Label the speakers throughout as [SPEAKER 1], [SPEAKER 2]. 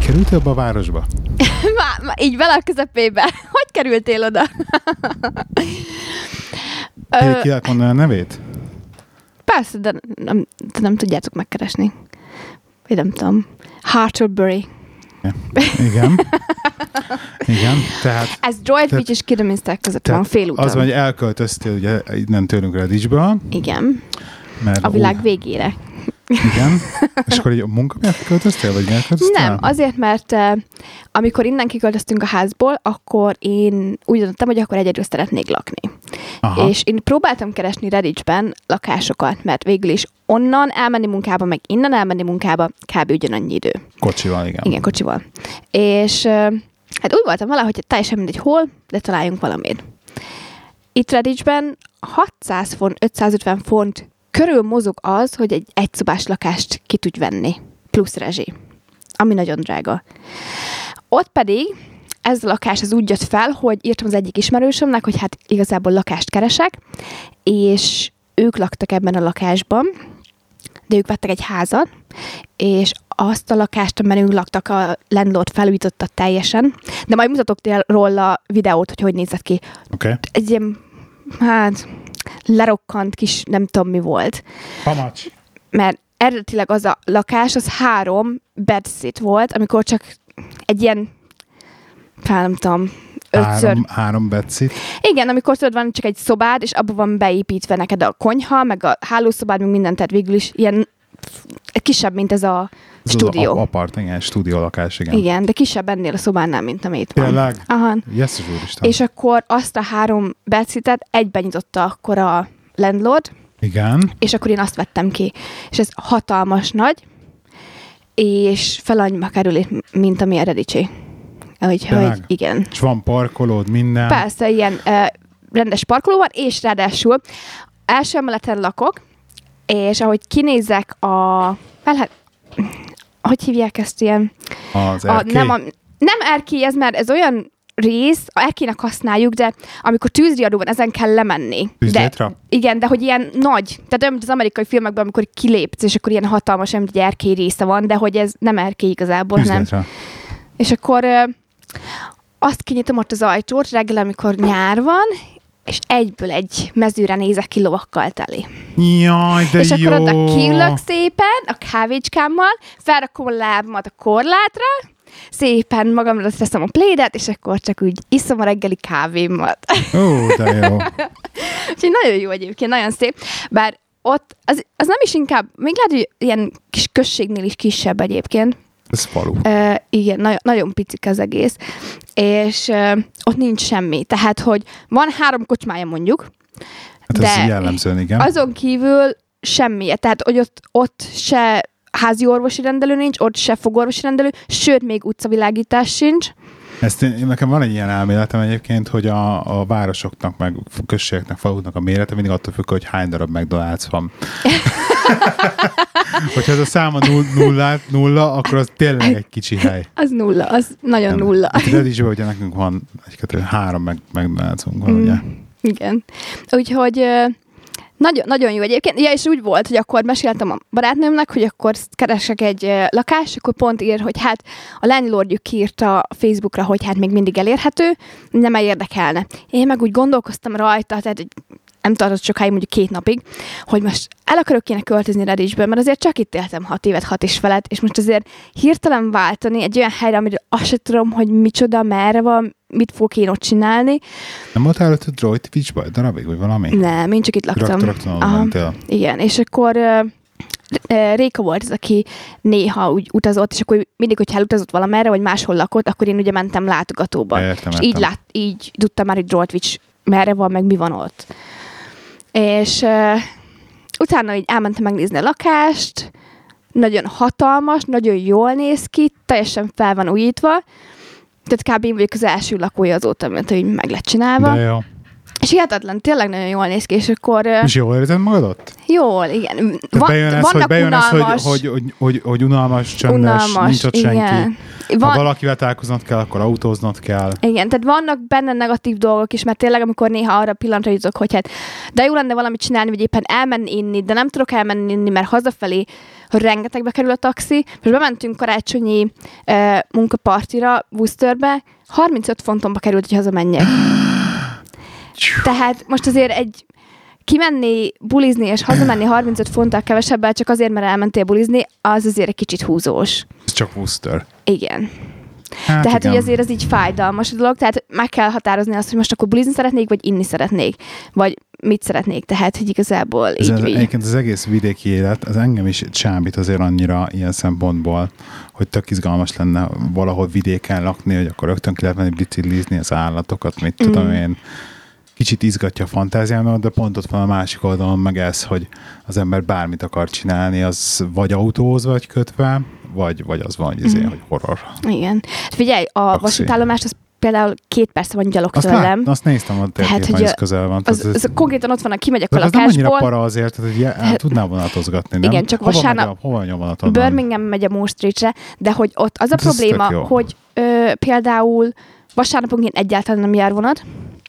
[SPEAKER 1] Kerültél abba a városba?
[SPEAKER 2] Így vele a közepébe. Hogy kerültél oda?
[SPEAKER 1] Ki lehet mondani a nevét?
[SPEAKER 2] Persze, de nem tudjátok megkeresni. Én nem tudom. Hartlebury.
[SPEAKER 1] Igen. Igen, tehát...
[SPEAKER 2] Ez Droitwich és Kidderminster között van, félúton.
[SPEAKER 1] Az van, hogy elköltöztél ugye innen tőlünk Redditchből.
[SPEAKER 2] Igen.
[SPEAKER 1] Mert
[SPEAKER 2] a világ végére.
[SPEAKER 1] Igen. És akkor egy munka miatt költöztél, vagy miért költöztél?
[SPEAKER 2] Nem, azért, mert amikor innen kiköltöztünk a házból, akkor én úgy döntöttem, hogy akkor egyedül szeretnék lakni.
[SPEAKER 1] Aha.
[SPEAKER 2] És én próbáltam keresni Redditchben lakásokat, mert végül is onnan elmenni munkába, meg innen elmenni munkába kb. Ugyanannyi idő.
[SPEAKER 1] Kocsival, igen.
[SPEAKER 2] Igen, kocsival. És hát úgy voltam vele, hogy teljesen mindegy hol, de találjunk valamit. Itt Redditchben 600 font, 550 font körül mozog az, hogy egy egyszobás lakást ki tudj venni, plusz rezsi, ami nagyon drága. Ott pedig ez a lakás az úgy jött fel, hogy írtam az egyik ismerősömnek, hogy hát igazából lakást keresek, és ők laktak ebben a lakásban, de ők vettek egy házat, és azt a lakást, amiben ők laktak, a landlord felújította teljesen, de majd mutatok róla videót, hogy nézett ki.
[SPEAKER 1] Okay.
[SPEAKER 2] Egy ilyen, hát lerokkant kis, nem tudom mi volt.
[SPEAKER 1] Pamacs.
[SPEAKER 2] Mert eredetileg az a lakás, az 3 bedsit volt, amikor csak egy ilyen, nem tudom,
[SPEAKER 1] 3 bedsit.
[SPEAKER 2] Igen, amikor tudod, van csak egy szobád, és abban van beépítve neked a konyha, meg a hálószobád, meg mindent, tehát végül is ilyen kisebb, mint ez a stúdió.
[SPEAKER 1] Igen, stúdió lakás, igen.
[SPEAKER 2] Igen, de kisebb ennél a szobánál, mint ami itt van.
[SPEAKER 1] Tényleg?
[SPEAKER 2] Aha.
[SPEAKER 1] Jesszus úristen.
[SPEAKER 2] És akkor azt a 3 bedsitet egyben nyitotta akkor a landlord.
[SPEAKER 1] Igen.
[SPEAKER 2] És akkor én azt vettem ki. És ez hatalmas nagy, és fel annyiba kerül, mint ami a Redditché. Úgyhogy igen.
[SPEAKER 1] És van parkolód, minden.
[SPEAKER 2] Persze, ilyen rendes parkoló van, és ráadásul első emeleten lakok, és ahogy kinézek hogy hívják ezt ilyen?
[SPEAKER 1] Az erkély?
[SPEAKER 2] Nem erkély ez, mert ez olyan rész, a erkélynek használjuk, de amikor tűzriadó van, ezen kell lemenni.
[SPEAKER 1] Tűzlétra?
[SPEAKER 2] Igen, de hogy ilyen nagy, tehát olyan, mint az amerikai filmekben, amikor kilépsz, és akkor ilyen hatalmas, mint egy erkély része van, de hogy ez nem erkély igazából,
[SPEAKER 1] tűzlétra.
[SPEAKER 2] Nem. És akkor azt kinyitom ott az ajtót reggel, amikor nyár van, és egyből egy mezőre nézek ki lovakkal teli.
[SPEAKER 1] Jaj, de
[SPEAKER 2] és
[SPEAKER 1] jó!
[SPEAKER 2] És akkor oda kiülök szépen a kávécskámmal, felrakom a lábamat a korlátra, szépen magamra teszem a plédet, és akkor csak úgy iszom a reggeli kávémat.
[SPEAKER 1] Ó, de jó.
[SPEAKER 2] Úgyhogy nagyon jó egyébként, nagyon szép. Bár ott az nem is inkább, még lehet, hogy ilyen kis községnél is kisebb egyébként.
[SPEAKER 1] Ez falu.
[SPEAKER 2] Igen, nagyon picik az egész. És ott nincs semmi. Tehát, hogy van 3 kocsmája mondjuk,
[SPEAKER 1] hát
[SPEAKER 2] de
[SPEAKER 1] ez jellemzően, igen.
[SPEAKER 2] azon kívül semmi. Tehát, hogy ott se házi orvosi rendelő nincs, ott se fogorvosi rendelő, sőt, még utcavilágítás sincs.
[SPEAKER 1] Nekem van egy ilyen elméletem egyébként, hogy a városoknak, meg községeknek, faluknak a mérete mindig attól függ, hogy hány darab McDonald's van. Hogyha ez a száma nulla, akkor az tényleg egy kicsi hely.
[SPEAKER 2] Az nulla, az nagyon nulla.
[SPEAKER 1] Itt Redditchben ugye nekünk van 3 McDonald's-unk van, ugye?
[SPEAKER 2] Igen. Úgyhogy nagyon, nagyon jó egyébként. Ja, és úgy volt, hogy akkor meséltem a barátnőmnek, hogy akkor keresek egy lakást, akkor pont ír, hogy hát a landlordjuk kiírta a Facebookra, hogy hát még mindig elérhető, nem érdekelne. Én meg úgy gondolkoztam rajta, tehát nem tartott sokáig, mondjuk 2 napig, hogy most el akarok kéne költözni Redditchből, mert azért csak itt éltem 6 évet, 6 és felett, és most azért hirtelen váltani egy olyan helyre, amiről azt sem tudom, hogy micsoda, merre van, mit fogok én ott csinálni.
[SPEAKER 1] Nem voltál előtt Droitwichba egy darabig, vagy valami?
[SPEAKER 2] Nem, én csak itt laktam.
[SPEAKER 1] Mentél.
[SPEAKER 2] Igen, és akkor Réka volt az, aki néha úgy utazott, és akkor mindig, hogyha elutazott valamerre, vagy máshol lakott, akkor én ugye mentem látogatóba.
[SPEAKER 1] Értem.
[SPEAKER 2] És így tudtam már, hogy Droitwich merre van, meg mi van ott. És utána így elmentem megnézni a lakást, nagyon hatalmas, nagyon jól néz ki, teljesen fel van újítva, tehát kb. Én vagyok az első lakója azóta, mert így meg lett csinálva.
[SPEAKER 1] De jó.
[SPEAKER 2] És hihetetlen, tényleg nagyon jól néz ki, és akkor...
[SPEAKER 1] És jól érzed magad ott?
[SPEAKER 2] Jól, igen.
[SPEAKER 1] Bejön ez, hogy unalmas, csöndes, nincs ott senki. Ha valakivel találkoznod kell, akkor autóznod kell.
[SPEAKER 2] Igen, tehát vannak benne negatív dolgok is, mert tényleg, amikor néha arra pillanatra jutok, hogy hát de jó lenne valamit csinálni, vagy éppen elmenni inni, de nem tudok elmenni inni, mert hazafelé rengetegbe kerül a taxi. Most bementünk karácsonyi munkapartira, Worcesterbe, 35 fontomba került, hogy hazamenjek. Tehát most azért kimenni, bulizni és hazamenni 35 fonttal kevesebbel csak azért, mert elmentél bulizni, az azért egy kicsit húzós.
[SPEAKER 1] Ez csak Worcester.
[SPEAKER 2] Igen.
[SPEAKER 1] Hát
[SPEAKER 2] tehát,
[SPEAKER 1] igen.
[SPEAKER 2] hogy azért az így fájdalmas a dolog, tehát meg kell határozni azt, hogy most akkor bulizni szeretnék, vagy inni szeretnék, vagy mit szeretnék, tehát, hogy igazából
[SPEAKER 1] Egyébként az egész vidéki élet, az engem is csábít azért annyira ilyen szempontból, hogy tök izgalmas lenne valahol vidéken lakni, hogy akkor rögtön ki lehet menni biciklizni az állatokat, mit tudom én. Kicsit izgatja a fantáziámat, de pont ott van a másik oldalon meg ez, hogy az ember bármit akar csinálni, az vagy autóhoz vagy kötve, vagy az van, hogy horror.
[SPEAKER 2] Igen. Figyelj, a vasútállomást az például 2 perc van gyalog tőlem.
[SPEAKER 1] Azt néztem, a térképen is közel van.
[SPEAKER 2] Az konkrétan ott van, kimegyek a
[SPEAKER 1] lakásból. Ez nem annyira para azért, hogy tudnál vonatozgatni, nem?
[SPEAKER 2] Igen, csak vasárnap Birmingham megy a Moore Streetre, de hogy ott az a probléma, hogy például vasárnaponként egyáltalán nem jár vonat,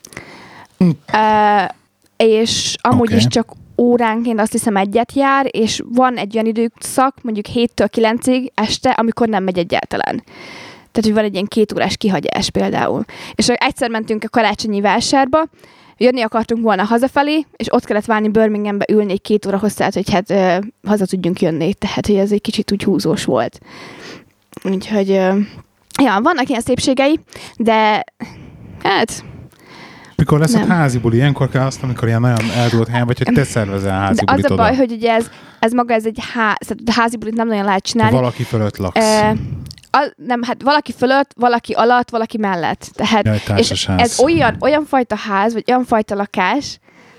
[SPEAKER 2] és amúgy is csak óránként azt hiszem egyet jár, és van egy olyan időszak, mondjuk 7-től 9-ig este, amikor nem megy egyáltalán. Tehát, hogy van egy ilyen 2 órás kihagyás például. És egyszer mentünk a karácsonyi vásárba, jönni akartunk volna hazafelé, és ott kellett várni Birminghambe ülni egy 2 óra hosszát, hogy hát haza tudjunk jönni. Tehát, hogy ez egy kicsit úgy húzós volt. Úgyhogy, ja, vannak ilyen szépségei, de hát...
[SPEAKER 1] Mikor lesz a házi buli? Ilyenkor kell azt, amikor ilyen nagyon eldúlt helyen, vagy hogy te szervezel házi bulit
[SPEAKER 2] oda. Az a baj, hogy ugye ez maga, ez egy házi bulit nem nagyon lehet csinálni.
[SPEAKER 1] Valaki fölött laksz.
[SPEAKER 2] Nem, hát valaki fölött, valaki alatt, valaki mellett. Tehát,
[SPEAKER 1] ja,
[SPEAKER 2] és ez olyan fajta ház, vagy olyan fajta lakás.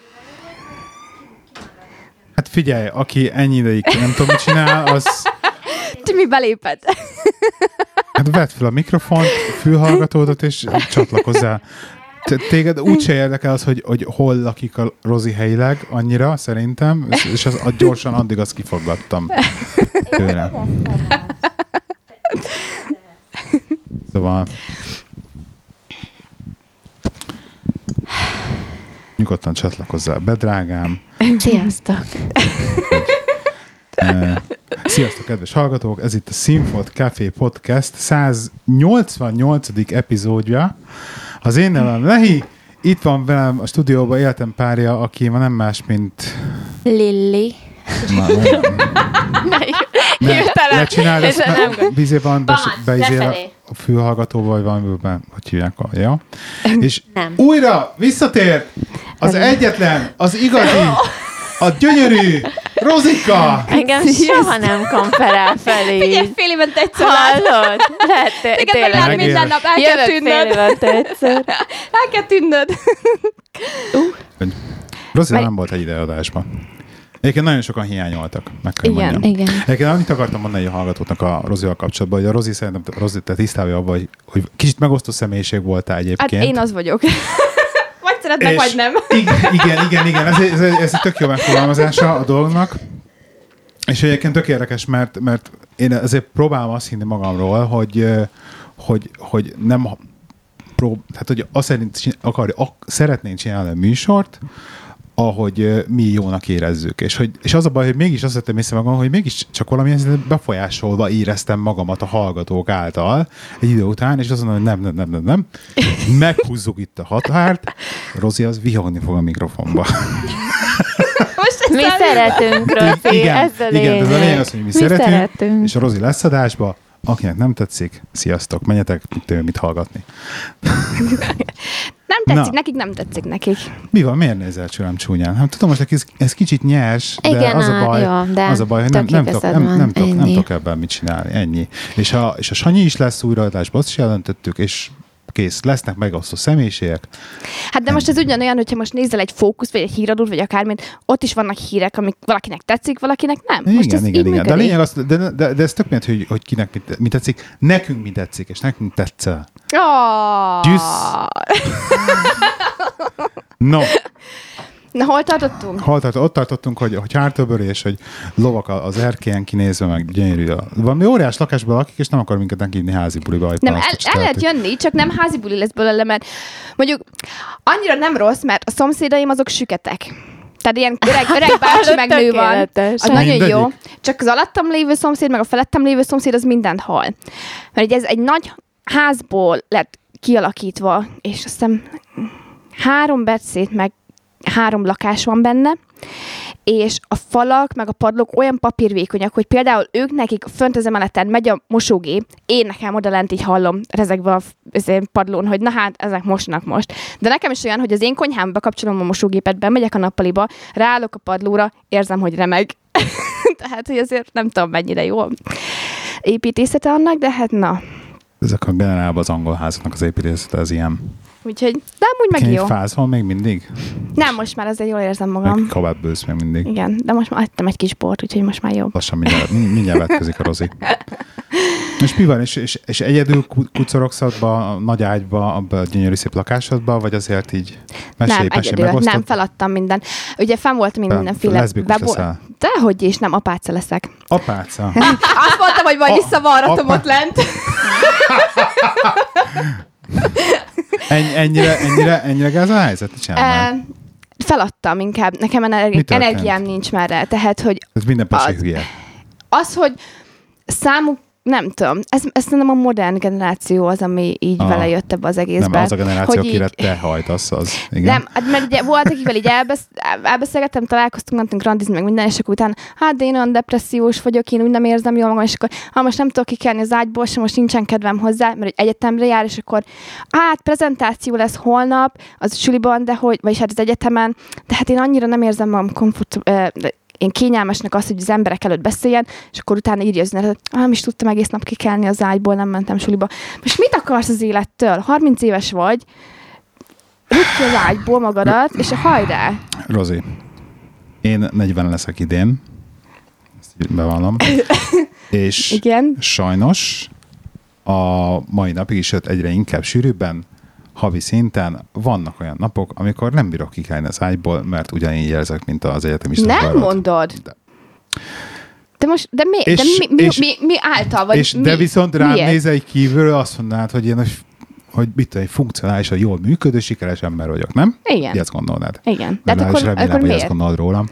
[SPEAKER 1] Hát figyelj, aki ennyi ideig nem tudom, mit csinál, az...
[SPEAKER 2] Timi belépett.
[SPEAKER 1] Hát vedd fel a mikrofont, fülhallgatódat, és csatlakozzál. Téged úgyse érdekel az, hogy hol lakik a Rozi helyileg annyira, szerintem, és gyorsan addig azt kifaggattam tőle. Szóval nyugodtan csatlakozzál be, drágám.
[SPEAKER 3] Sziasztok!
[SPEAKER 1] Sziasztok, kedves hallgatók! Ez itt a Színfolt Café Podcast 188. epizódja. Az én nevem Lehi, itt van velem a stúdióban életem párja, aki ma nem más, mint...
[SPEAKER 3] Lilli.
[SPEAKER 1] Ne csináld ezt, vízében beizél a fülhallgatóval, vagy valamiben, hogy hívják, ja? És
[SPEAKER 3] nem.
[SPEAKER 1] Újra visszatért az egyetlen, az igazi, a gyönyörű Rozika!
[SPEAKER 3] Engem soha nem konferál felé.
[SPEAKER 2] Figyelj, fél évente egyszer
[SPEAKER 3] hallod? Lehet,
[SPEAKER 2] tényleg minden nap el kell tűnnöd.
[SPEAKER 3] Fél évente egyszer.
[SPEAKER 2] El kell tűnnöd.
[SPEAKER 1] Rozika nem volt egy ideadásban. Egyébként nagyon sokan hiányoltak, meg kell mondjam.
[SPEAKER 3] Igen.
[SPEAKER 1] Egyébként amit akartam mondani a hallgatóknak a Rozival kapcsolatban, hogy a Rozi szerintem, te tisztában abban, hogy kicsit megosztó személyiség voltál egyébként.
[SPEAKER 2] Hát én az vagyok. Vagy szeretnek, vagy nem.
[SPEAKER 1] Igen. Ez egy tök jó megfogalmazása a dolognak. És egyébként tök érdekes, mert én azért próbálom azt hinni magamról, hogy nem... Tehát, hogy azt szerint szeretnénk csinálni a műsort, ahogy mi jónak érezzük. És az a baj, hogy mégis azt vettem észre magam, hogy mégis csak valamilyen befolyásolva éreztem magamat a hallgatók által egy idő után, és azt mondom, hogy nem. Meghúzzuk itt a határt. Rozi az vihogni fog a mikrofonba.
[SPEAKER 3] Mi szeretünk, Rozi.
[SPEAKER 1] Igen,
[SPEAKER 3] ez a lényeg.
[SPEAKER 1] Ez a lényeg az, hogy mi szeretünk. És a Rozi lesz adásba. Akinek nem tetszik, sziasztok, menjetek mit hallgatni.
[SPEAKER 2] Nem tetszik nekik, nem tetszik nekik.
[SPEAKER 1] Mi van, miért nézel csőlem csúnyán? Hát tudom, most ez kicsit nyers, de
[SPEAKER 3] igen,
[SPEAKER 1] az a baj,
[SPEAKER 3] jó, de
[SPEAKER 1] az a baj, hogy nem tudok ebben mit csinálni, ennyi. És a Sanyi is lesz újraadásban, azt is jelöntöttük, és kész, lesznek megosztó személyiségek.
[SPEAKER 2] Hát de most ez ugyanolyan, hogyha most nézel egy Fókusz, vagy egy híradót, vagy akármint, ott is vannak hírek, amik valakinek tetszik, valakinek nem. Most
[SPEAKER 1] igen. De a lényeg az, de ez tök miatt, hogy kinek mi tetszik. Nekünk mi tetszik, és nekünk tetszel.
[SPEAKER 2] Oh.
[SPEAKER 1] No,
[SPEAKER 2] Na, hol tartottunk?
[SPEAKER 1] ott tartottunk, hogy hártóbörés, hogy lovak az erkélyen kinézve, meg gyönyörű. Valami óriás lakásban lakik, és nem akar minket meghívni házi buliba.
[SPEAKER 2] Nem, el lehet jönni, csak nem házi buli lesz belőle, mert mondjuk annyira nem rossz, mert a szomszédaim azok süketek. Tehát ilyen öreg bácsi meg nő van. Az nagyon
[SPEAKER 1] Mindegyik.
[SPEAKER 2] jó. Csak az alattam lévő szomszéd, meg a felettem lévő szomszéd, az mindent hal. Mert ez egy nagy házból lett kialakítva, és azt hiszem 3 becét, meg 3 lakás van benne, és a falak, meg a padlók olyan papírvékonyak, hogy például ők nekik fönt az emeleten megy a mosógép, én nekem oda lent így hallom rezegve a padlón, hogy na hát, ezek mosnak most. De nekem is olyan, hogy az én konyhámba bekapcsolom a mosógépet, bemegyek a nappaliba, ráállok a padlóra, érzem, hogy remeg. Tehát, hogy azért nem tudom, mennyire jó építészete annak, de hát na.
[SPEAKER 1] Ezek a generálban az angol házaknak az építészete, ez ilyen.
[SPEAKER 2] Úgyhogy, de amúgy meg jó.
[SPEAKER 1] Fáz van még mindig?
[SPEAKER 2] Nem, most már azért jól érzem magam.
[SPEAKER 1] Meg kabátbősz még mindig.
[SPEAKER 2] Igen, de most már adtam egy kis bort, úgyhogy most már jó.
[SPEAKER 1] Lassan mindjárt vetkezik a Rozi. És mi van? És egyedül kucorogsz a nagy ágyba, abba a gyönyörű szép lakásodba, vagy azért így mesélj
[SPEAKER 2] egyedül, nem, feladtam minden. Ugye fenn voltam mindenféle...
[SPEAKER 1] Leszbikus leszel?
[SPEAKER 2] Dehogy is, nem, apáca leszek.
[SPEAKER 1] Apáca?
[SPEAKER 2] Azt mondtam, hogy majd visszavarratom ott lent.
[SPEAKER 1] Ennyire gáz a helyzet?
[SPEAKER 2] Feladtam inkább. Nekem energiám nincs már rá. Tehát, hogy
[SPEAKER 1] ez minden pasi hülye.
[SPEAKER 2] Az, hogy számuk, nem tudom, ez nem a modern generáció az, ami így vele jött ebbe az egészben.
[SPEAKER 1] Nem, az a generáció, akire te hajtasz, az. Igen.
[SPEAKER 2] Nem, mert ugye volt, akivel így elbeszélgettem, találkoztunk, mentünk randizni, meg minden, és akkor utána, hát de én olyan depressziós vagyok, én úgy nem érzem jól magam, és akkor most nem tudok kikelni az ágyból, sem most nincsen kedvem hozzá, mert egyetemre jár, és akkor prezentáció lesz holnap az suliban, vagyis hát az egyetemen, de hát én annyira nem érzem magam én kényelmesnek az, hogy az emberek előtt beszéljen, és akkor utána írja az üzenetet, nem is tudtam egész nap kikelni az ágyból, nem mentem suliba. Most mit akarsz az élettől? 30 éves vagy, rúgd ki az ágyból magadat, és hajrá!
[SPEAKER 1] Rozi, én 40 leszek idén, ezt így bevallom, és
[SPEAKER 2] igen?
[SPEAKER 1] Sajnos a mai napig is egyre inkább sűrűbben, havi szinten vannak olyan napok, amikor nem bírok kikelni az ágyból, mert ugyanígy érzek, mint az egyetemista.
[SPEAKER 2] Nem mondod? De most, de mi által? Vagy
[SPEAKER 1] de viszont rám nézel egy kívülről, azt mondanád, hogy én hogy egy funkcionálisan jól működő, sikeres ember vagyok, nem?
[SPEAKER 2] Igen.
[SPEAKER 1] Ilyet gondolnád.
[SPEAKER 2] Igen.
[SPEAKER 1] De akkor hogy ezt gondolod rólam.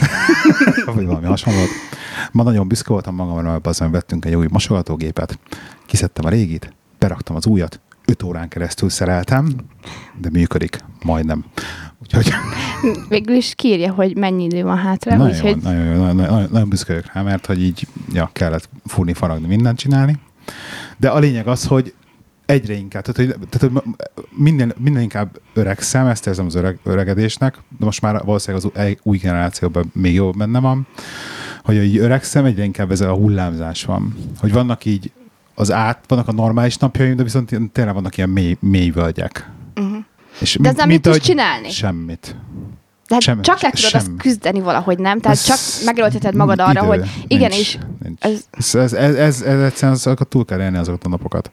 [SPEAKER 1] Vagy valami hasonlót. Ma nagyon büszke voltam magamra, mert vettünk egy új mosogatógépet, kiszedtem a régit, beraktam az újat, 5 órán keresztül szereltem, de működik, majdnem. Úgyhogy...
[SPEAKER 2] Végül is kírja, hogy mennyi idő van hátra.
[SPEAKER 1] Nagyon büszke vagyok rá, mert hogy így kellett fúrni, faragni, mindent csinálni. De a lényeg az, hogy egyre inkább, tehát minden inkább öregszem, ezt érzem az öregedésnek, de most már valószínűleg az új generációban még jobb benne van, hogy így öregszem, egyre inkább ez a hullámzás van. Hogy vannak így vannak a normális napjaim, de viszont tényleg vannak ilyen mély völgyek. Uh-huh. És
[SPEAKER 2] de ezzel mit tudsz csinálni?
[SPEAKER 1] Semmit.
[SPEAKER 2] De hát csak le tudod azt küzdeni valahogy, nem? Tehát csak megerőlteted magad arra, hogy igenis.
[SPEAKER 1] Ez egyszerűen azokat túl kell élni azokat a napokat.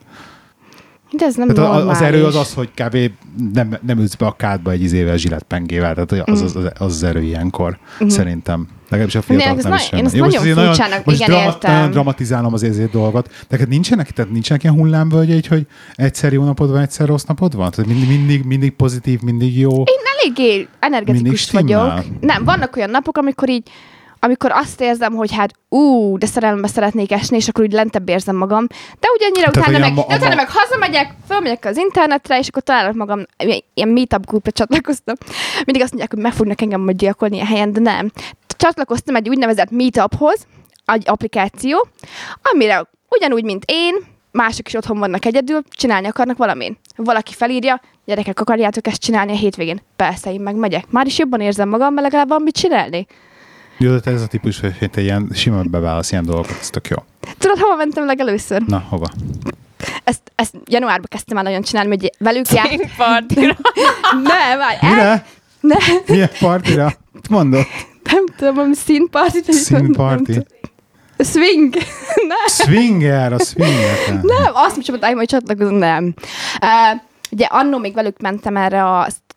[SPEAKER 2] De ez nem normális.
[SPEAKER 1] Az erő az, hogy kb. Nem ülsz be a kádba egy izével zsilettpengével, tehát az erő ilyenkor, szerintem. Legalábbis a fiatalok nem is.
[SPEAKER 2] Én ezt nagyon furcsának, igen, értem.
[SPEAKER 1] Nagyon dramatizálom az dolgot. Neked nincsenek ilyen hullámvölgyeid, hogy egyszer jó napod van, egyszer rossz napod van? Tehát mindig pozitív, mindig jó.
[SPEAKER 2] Én eléggé energetikus vagyok. Nem, vannak olyan napok, amikor azt érzem, hogy hát de szerelembe szeretnék esni, és akkor úgy lentebb érzem magam. De ugyannyira utána meg hazamegyek, fölmegyek az internetre, és akkor találok magam, ilyen meetup groupra csatlakoztam. Mindig azt mondják, hogy meg fognak engem majd gyilkolni a helyen, de nem. Csatlakoztam egy úgynevezett meetuphoz, egy applikáció, amire ugyanúgy, mint én, mások is otthon vannak egyedül, csinálni akarnak valamin. Valaki felírja, gyerekek, akarjátok ezt csinálni a hétvégén? Persze, én meg megyek. Már is jobban érzem magam, mert legalább van mit csinálni.
[SPEAKER 1] Jó, de ez a típus, hogy te ilyen simán beválasz ilyen dolgokat, ez tök jó.
[SPEAKER 2] Tudod, hova mentem legelőször?
[SPEAKER 1] Na, hova?
[SPEAKER 2] Ezt januárban kezdtem el nagyon csinálni, hogy velük jár.
[SPEAKER 3] Színpartira.
[SPEAKER 2] Ne, várj.
[SPEAKER 1] Mire?
[SPEAKER 2] Ne.
[SPEAKER 1] Milyen partira? Mondod?
[SPEAKER 2] Nem tudom, színparti.
[SPEAKER 1] Színparti.
[SPEAKER 2] Swing.
[SPEAKER 1] Swinger, a swinger.
[SPEAKER 2] Nem, azt mondtam, hogy csatlakozunk, nem. Ugye annó még velük mentem erre a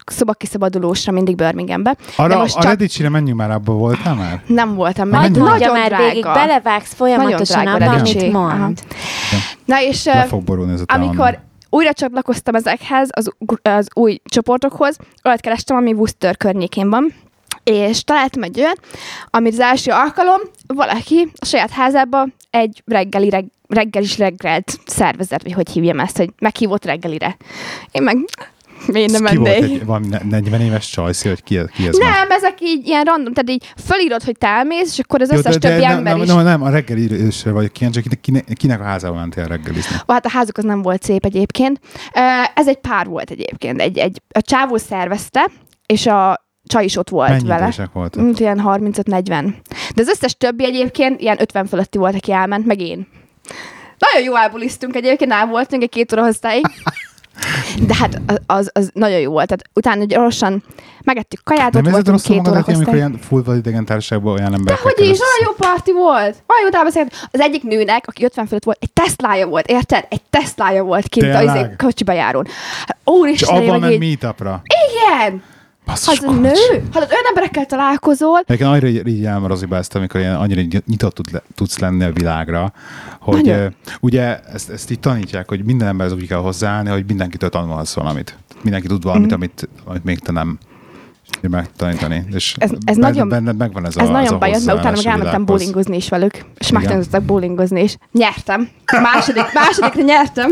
[SPEAKER 2] szobakiszabadulósra mindig Birminghambe.
[SPEAKER 1] Arra, a Reddit-re menjünk már, abban voltál már?
[SPEAKER 2] Nem voltam.
[SPEAKER 3] Hagyd mondja
[SPEAKER 2] nagyon
[SPEAKER 3] már végig,
[SPEAKER 2] drága.
[SPEAKER 3] belevágsz folyamatosan
[SPEAKER 2] Nagyon drága
[SPEAKER 3] abba,
[SPEAKER 2] Reddit.
[SPEAKER 3] amit
[SPEAKER 2] Aha.
[SPEAKER 3] mond.
[SPEAKER 2] Na és
[SPEAKER 1] Le fog borulni ez a
[SPEAKER 2] amikor újra csatlakoztam ezekhez, az új csoportokhoz, olyat kerestem, ami Worcester környékén van, és találtam egy olyan, amit az első alkalom valaki a saját házába egy reggelis reggelt szervezett, vagy hogy hívjam ezt, hogy meghívott reggelire. Én meg miért nem
[SPEAKER 1] ki volt
[SPEAKER 2] mennék?
[SPEAKER 1] valami 40 éves csajszi, hogy ki ez már?
[SPEAKER 2] Nem, ezek így ilyen random, tehát így fölírod, hogy te elmész, és akkor az összes többi ember is.
[SPEAKER 1] Nem, a reggelizésre vagy csak kinek a házába mentél reggelizni?
[SPEAKER 2] Hát a házuk az nem volt szép egyébként. Ez egy pár volt egyébként. A csávó szervezte, és a csaj is ott volt
[SPEAKER 1] mennyi
[SPEAKER 2] vele.
[SPEAKER 1] idősek voltak?
[SPEAKER 2] Ilyen 35-40. De az összes többi egyébként ilyen 50 fölötti volt, aki elment, meg én. Nagyon jó elbulisztunk egyébként, el voltunk egy 2 óra hoztáig. De hát az nagyon jó volt. Tehát utána gyorsan megettük kaját, ott voltunk 2 óra
[SPEAKER 1] hoztáig. Amikor
[SPEAKER 2] hoztáig.
[SPEAKER 1] ilyen full idegen társaságban olyan emberek.
[SPEAKER 2] Hogy is, nagyon jó parti volt. Olyan jó elbeszélgetünk. Az egyik nőnek, aki 50 fölött volt, egy Teslája volt, érted? Egy Teslája volt kint a kocsiba járón. Hát, úristen,
[SPEAKER 1] és abban ment meetupra.
[SPEAKER 2] Igen!
[SPEAKER 1] Basszus,
[SPEAKER 2] az a nő, hát olyan emberekkel találkozol.
[SPEAKER 1] Nekem annyira így elmaraziba ezt, amikor ilyen annyira nyitott tudsz lenni a világra, hogy ugye ezt így tanítják, hogy minden ember az úgy kell hozzáállni, hogy mindenkitől tanulhatsz valamit. Mindenki tud valamit, amit még te nem megtanítani. És
[SPEAKER 2] ez nagyon,
[SPEAKER 1] benned megvan ez
[SPEAKER 2] ez
[SPEAKER 1] a
[SPEAKER 2] nagyon bejött, mert utána
[SPEAKER 1] hozzáállás
[SPEAKER 2] meg elmentem
[SPEAKER 1] világhoz.
[SPEAKER 2] bowlingozni is velük, és megtanítottak bowlingozni, és nyertem. Másodikra nyertem.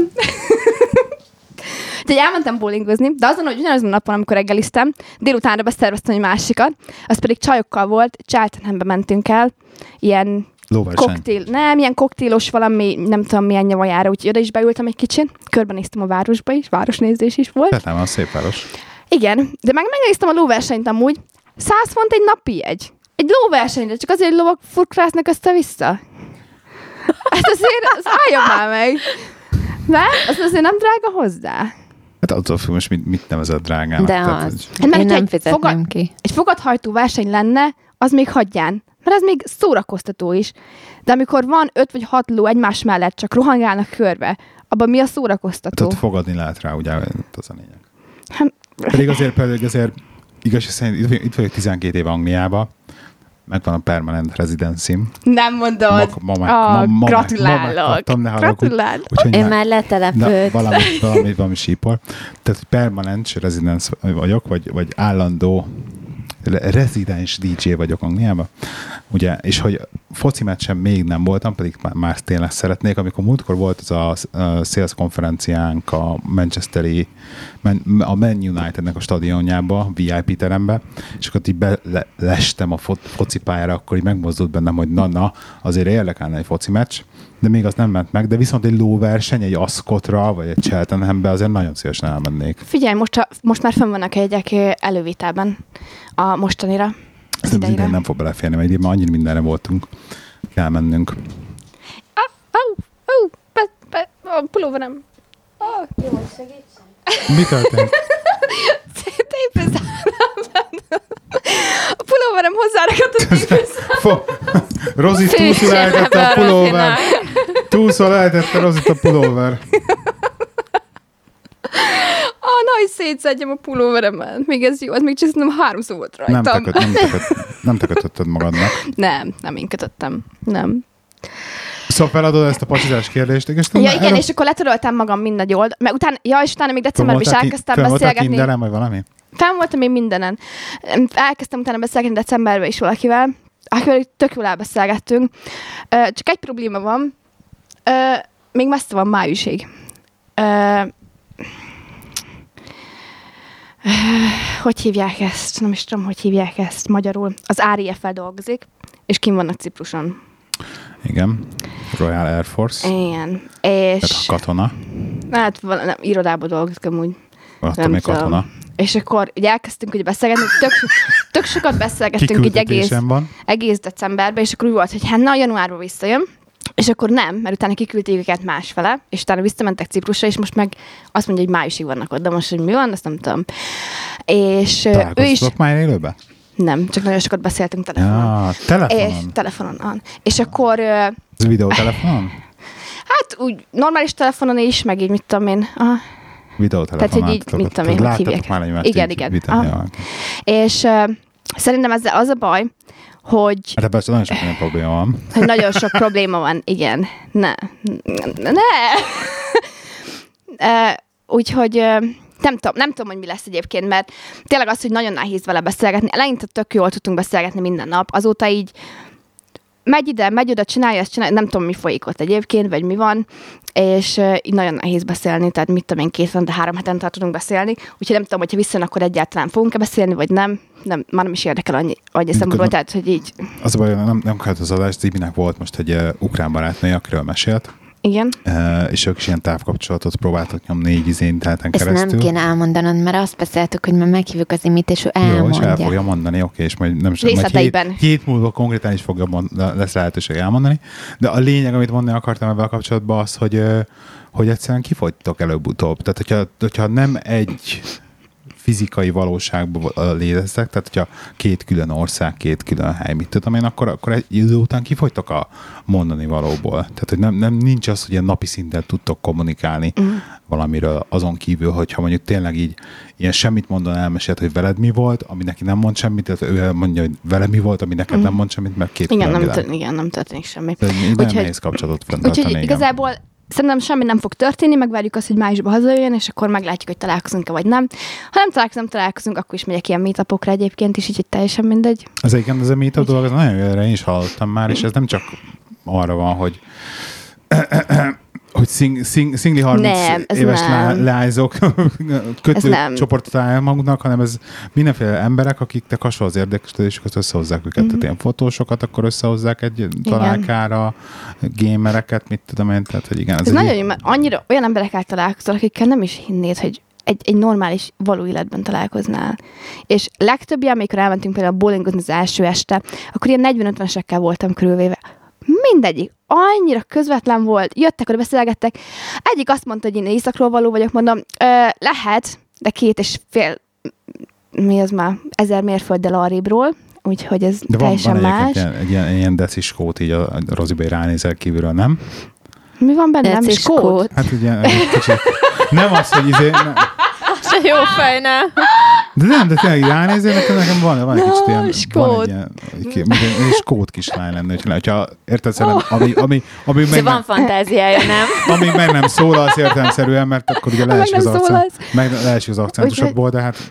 [SPEAKER 2] Úgyhogy elmentem bowlingozni, de azon, hogy ugyanazon a napon, amikor reggeliztem, délutánra beszerveztem egy másikat, az pedig csajokkal volt, Cheltenhambe mentünk el, ilyen ilyen koktélos valami, nem tudom milyen nyavajára, úgyhogy oda is beültem egy kicsit, körbenéztem a városba is, városnézés is volt.
[SPEAKER 1] Tehát nem, a szép város.
[SPEAKER 2] Igen, de megnéztem a lóversenyt amúgy, 100 font egy napi jegy. Egy lóversenyre, csak azért, hogy lovak furkrásznak össze-vissza. Hát azért, az álljon már meg. Nem? Az azért nem drága hozzá.
[SPEAKER 1] Hát attól függ, most mit nevezed drágának.
[SPEAKER 3] De
[SPEAKER 1] tehát,
[SPEAKER 3] az.
[SPEAKER 2] Hát,
[SPEAKER 3] Én nem fizetném ki.
[SPEAKER 2] Egy fogadhajtó verseny lenne, az még hagyján. Mert ez még szórakoztató is. De amikor van 5 vagy 6 ló egymás mellett, csak rohangálnak körbe, abban mi a szórakoztató?
[SPEAKER 1] hát ott fogadni lehet rá, ugye, az a lényeg. Pedig azért igaz, szerint itt vagyok 12 év Angliába, megvan a permanent residency-m.
[SPEAKER 2] Nem mondod. Gratulálok. Gratulálok.
[SPEAKER 3] Én már letelepült.
[SPEAKER 1] Valami sípol. Tehát permanent residence vagyok, vagy állandó rezidens DJ vagyok Angliában. Ugye, és hogy foci meccsen még nem voltam, pedig már tényleg szeretnék. Amikor múltkor volt az a sales konferenciánk a Manchesteri, a Man Unitednek a stadionjába, VIP terembe, és akkor így belestem a focipályára, akkor így megmozdult bennem, hogy na, azért érdekelne egy foci meccs, de még az nem ment meg, de viszont egy lóverseny, egy Ascotra, vagy egy Cheltenhambe azért nagyon szívesen elmennék.
[SPEAKER 2] Figyelj, most már fenn vannak a jegyek elővételben a mostanira.
[SPEAKER 1] Az idén nem fog beleférni, mert idén már annyira mindenre voltunk. Kell mennünk.
[SPEAKER 2] A pulóverem.
[SPEAKER 3] Jó, segítsen.
[SPEAKER 1] Mi történt?
[SPEAKER 2] A pulóverem hozzárakott a tépőszámba.
[SPEAKER 1] Rozi túlszor eltette a pulóver. Túlszor eltette Rozit a pulóver.
[SPEAKER 2] Nagy szétszedjem a pulóveremet. Még ez jó, az még csak nem 3 szó volt rajtam.
[SPEAKER 1] Nem kötötted magadnak.
[SPEAKER 2] Nem én kötöttem. Nem.
[SPEAKER 1] Szóval feladod ezt a pacsizás kérdést.
[SPEAKER 2] Igen, és akkor letöröltem magam mindegy oldal. Mert utána még decemberben is elkezdtem beszélgetni.
[SPEAKER 1] Kinderen, vagy valami?
[SPEAKER 2] Fenn voltam én mindenen. Elkezdtem utána beszélgetni decemberben is valakivel, akivel tök jól elbeszélgettünk. Csak egy probléma van. Még messze van májusig. Hogy hívják ezt? Nem is tudom, hogy hívják ezt magyarul. Az RAF-el dolgozik, és kim vannak Cipruson.
[SPEAKER 1] Igen. Royal Air Force.
[SPEAKER 2] Igen. És...
[SPEAKER 1] Tehát katona.
[SPEAKER 2] Hát irodában dolgozik amúgy.
[SPEAKER 1] Attól még katona.
[SPEAKER 2] És akkor ugye elkezdtünk ugye beszélgetni, tök sokat beszélgettünk így egész decemberben, és akkor úgy volt, hogy hát januárban visszajön, és akkor nem, mert utána kiküldték őket másfele, és utána visszamentek Ciprusra, és most meg azt mondja, hogy májusig vannak ott, de most, hogy mi van, azt nem tudom. És ő is...
[SPEAKER 1] már élőben?
[SPEAKER 2] Nem, csak nagyon sokat beszéltünk telefonon.
[SPEAKER 1] Telefonon?
[SPEAKER 2] És telefonon. És akkor...
[SPEAKER 1] Ez videótelefonon?
[SPEAKER 2] Hát úgy normális telefonon is, meg így mit tudom én.
[SPEAKER 1] Videótelefon.
[SPEAKER 2] Tehát, hogy így, mit tudom én, hogy hívják.
[SPEAKER 1] Már egy
[SPEAKER 2] igen. És szerintem ezzel az a baj, hogy...
[SPEAKER 1] Hát ebben nagyon sok probléma van.
[SPEAKER 2] Hogy nagyon sok probléma van, igen. Ne. Úgyhogy nem tudom, hogy mi lesz egyébként, mert tényleg az, hogy nagyon nehéz vele beszélgetni. Eleinte tök jól tudtunk beszélgetni minden nap, azóta így megy ide, megy oda, csinálja, nem tudom, mi folyik ott egyébként, vagy mi van, és így nagyon nehéz beszélni, tehát mit tudom én, 2 de 3 hetente tudunk beszélni, úgyhogy nem tudom, hogyha visszajön, akkor egyáltalán fogunk-e beszélni, vagy nem, már nem is érdekel annyi szempontból, tehát, hogy így...
[SPEAKER 1] Az a baj, nem kellett az adást, Zibinek volt most egy ukrán barátnője, akiről mesélt.
[SPEAKER 2] Igen.
[SPEAKER 1] És ők is ilyen távkapcsolatot próbáltak nyomni így interneten keresztül.
[SPEAKER 3] Ezt nem kéne elmondanod, mert azt beszéltük, hogy már meghívjuk az Imit, és ő elmondja.
[SPEAKER 1] Jó, és el fogja mondani, oké, és majd nem sem,
[SPEAKER 2] részleteiben.
[SPEAKER 1] Majd hét múlva konkrétan is lesz lehetőség elmondani. De a lényeg, amit mondani akartam ebben a kapcsolatban az, hogy egyszerűen kifogytok előbb-utóbb. Tehát, hogyha nem egy fizikai valóságban léteztek, tehát hogyha 2 külön ország, 2 külön hely, mit tudom én, akkor egy idő után kifogytok a mondani valóból. Tehát, hogy nem nincs az, hogy ilyen napi szinten tudtok kommunikálni valamiről azon kívül, hogyha mondjuk tényleg így ilyen semmit mondan elmesélt, hogy veled mi volt, ami neki nem mond semmit, tehát ő mondja, hogy vele mi volt, ami neked nem mond semmit, mert 2 külön világ.
[SPEAKER 2] Igen, nem történik semmi.
[SPEAKER 1] Nem nehéz kapcsolatot fenntartani.
[SPEAKER 2] Úgyhogy igazából szerintem semmi nem fog történni, megvárjuk azt, hogy májusban hazajöjjön, és akkor meglátjuk, hogy találkozunk-e, vagy nem. Ha nem találkozunk, akkor is megyek ilyen meetupokra egyébként is, így hogy teljesen mindegy.
[SPEAKER 1] Ez egyébként ez a meetup dolog, ez nagyon jó, én is hallottam már, és ez nem csak arra van, hogy szingli 30 éves leányzók kötőcsoportot találják maguknak, hanem ez mindenféle emberek, akiknek hasonló az érdeklődésüket, összehozzák őket. Tehát ilyen fotósokat, akkor összehozzák egy találkára, gamereket, mit tudom én, tehát hogy igen.
[SPEAKER 2] Ez nagyon jó, mert annyira olyan emberekkel találkozol, akikkel nem is hinnéd, hogy egy normális, való életben találkoznál. És legtöbbje, amikor elmentünk például bowlingozni az első este, akkor ilyen 40-50-esekkel voltam körülvéve. Mindegyik annyira közvetlen volt, jöttek, oda beszélgettek. Egyik azt mondta, hogy én északról való vagyok, mondom, lehet, de 2,5, mi az már, 1000 mérfölddel arrébről, úgyhogy ez
[SPEAKER 1] de
[SPEAKER 2] teljesen más.
[SPEAKER 1] De van egy ilyen deciskót, így a Roziba ránézel kívülről, nem?
[SPEAKER 2] Mi van benne? Nem skót?
[SPEAKER 1] Hát ugye kicsit. Nem az, hogy
[SPEAKER 3] Se jó fejne.
[SPEAKER 1] De tényleg ránézél, nekem van egy kicsit ilyen...
[SPEAKER 2] Skót.
[SPEAKER 1] Egy skót kislány lenne, hogyha érted szerintem, ami meg
[SPEAKER 3] van fantáziája, nem?
[SPEAKER 1] Amíg meg nem szólal értelemszerűen, mert akkor ugye leesik az akcentusokból, de hát...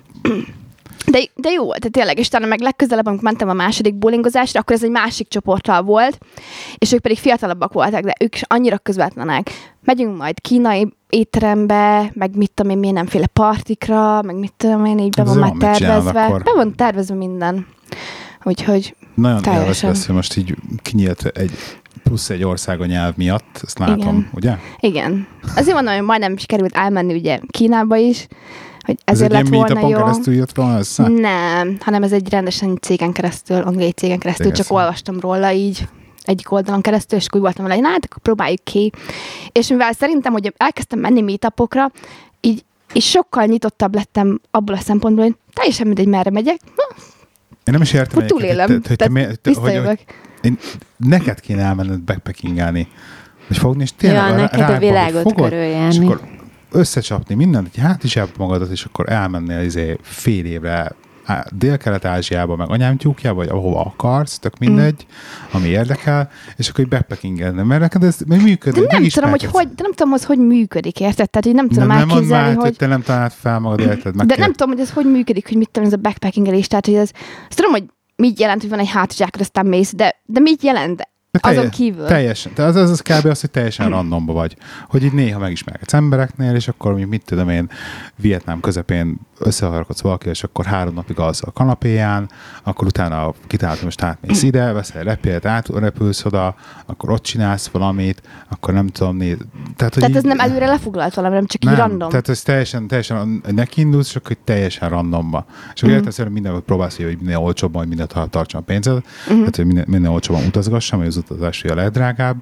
[SPEAKER 2] De jó volt, tényleg, és talán meg legközelebb, amikor mentem a második bowlingozásra, akkor ez egy másik csoporttal volt, és ők pedig fiatalabbak voltak, de ők is annyira közvetlenek. Megyünk majd kínai étterembe, meg mit tudom én, mindenféle partikra, meg mit tudom én, így be van már tervezve. Be van tervezve minden. Úgyhogy
[SPEAKER 1] nagyon élvezett lesz, hogy most így kinyílt egy ország a nyelv miatt, ezt látom, igen. Ugye?
[SPEAKER 2] Igen. Azért mondom, hogy majdnem is került elmenni ugye Kínába is, hogy ezért
[SPEAKER 1] ez
[SPEAKER 2] lett volna jó.
[SPEAKER 1] Keresztül jött volna össze?
[SPEAKER 2] Nem, hanem ez egy rendesen cégen keresztül, angliai cégen keresztül, csak olvastam róla így egyik oldalon keresztül, és úgy voltam vele, hogy hát akkor próbáljuk ki. És mivel szerintem, hogy elkezdtem menni meetupokra, így sokkal nyitottabb lettem abból a szempontból, hogy teljesen mindegy, merre megyek.
[SPEAKER 1] Én nem is értem,
[SPEAKER 2] hogy túlélem, visszajövök.
[SPEAKER 1] Neked kéne elmenned backpackingálni, hogy fogni, és tényleg
[SPEAKER 3] neked a világot körüljárni.
[SPEAKER 1] És akkor összecsapni mindent, hogy hát is magadat, és akkor elmennél fél évre Dél-Kelet-Ázsiába, meg anyámtyúkjába, vagy ahova akarsz, tök mindegy, ami érdekel, és akkor backpackingelni, mert neked ez működik.
[SPEAKER 2] De nem tudom, hogy működik, érted? Tehát, hogy nem tudom elképzelni,
[SPEAKER 1] hogy te nem találd fel magad, érted?
[SPEAKER 2] De nem tudom, hogy ez hogy működik, hogy mit tudom, ez a backpackingelés, tehát, hogy ez tudom, hogy mit jelent, hogy van egy hátizsákod, aztán mész, de mit jelent? Azon kívül.
[SPEAKER 1] Teljesen. Tehát az kb. Az, hogy teljesen randomba vagy. Hogy így néha megismerkedsz embereknél, és akkor mit tudom én, Vietnám közepén összeharkodsz valaki, és akkor 3 napig alszol a kanapéján, akkor utána kitalálod, most átmész ide, veszel repélt, átrepülsz oda, akkor ott csinálsz valamit, akkor nem tudom Tehát
[SPEAKER 2] ez nem előre lefoglalt valami, nem csak így random.
[SPEAKER 1] Tehát ez teljesen nekiindulsz, csak hogy teljesen randomba. És akkor érted, mindenhol próbálsz, hogy minél olcsóbban, hogy mindent tartsam a pénzed, tehát hogy minél olcsóbban utazgassam, hogy az utazás a legdrágább.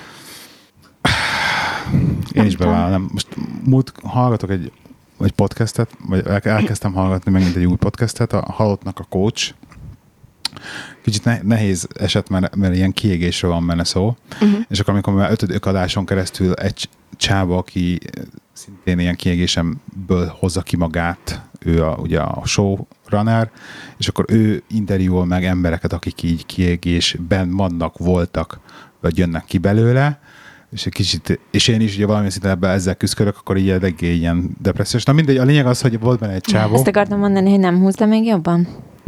[SPEAKER 1] Én is bevállalom. Most hallgatok egy podcastet, vagy elkezdtem hallgatni megint egy új podcastet, a Halottnak a Coach. Kicsit nehéz eset, mert ilyen kiégésről van benne szó. És akkor, amikor már 5. adáson keresztül egy csába, aki szintén ilyen kiégésemből hozza ki magát, ő ugye a showrunner, és akkor ő interjúol meg embereket, akik így kiégésben vannak, voltak, vagy jönnek ki belőle, és egy kicsit, és én is ugye valamilyen szinten ebben ezzel küzdök, akkor így eléggé ilyen depressziós. Na mindegy, a lényeg az, hogy volt benne egy csávó.
[SPEAKER 3] Ezt akartam mondani, hogy nem húz le még jobban?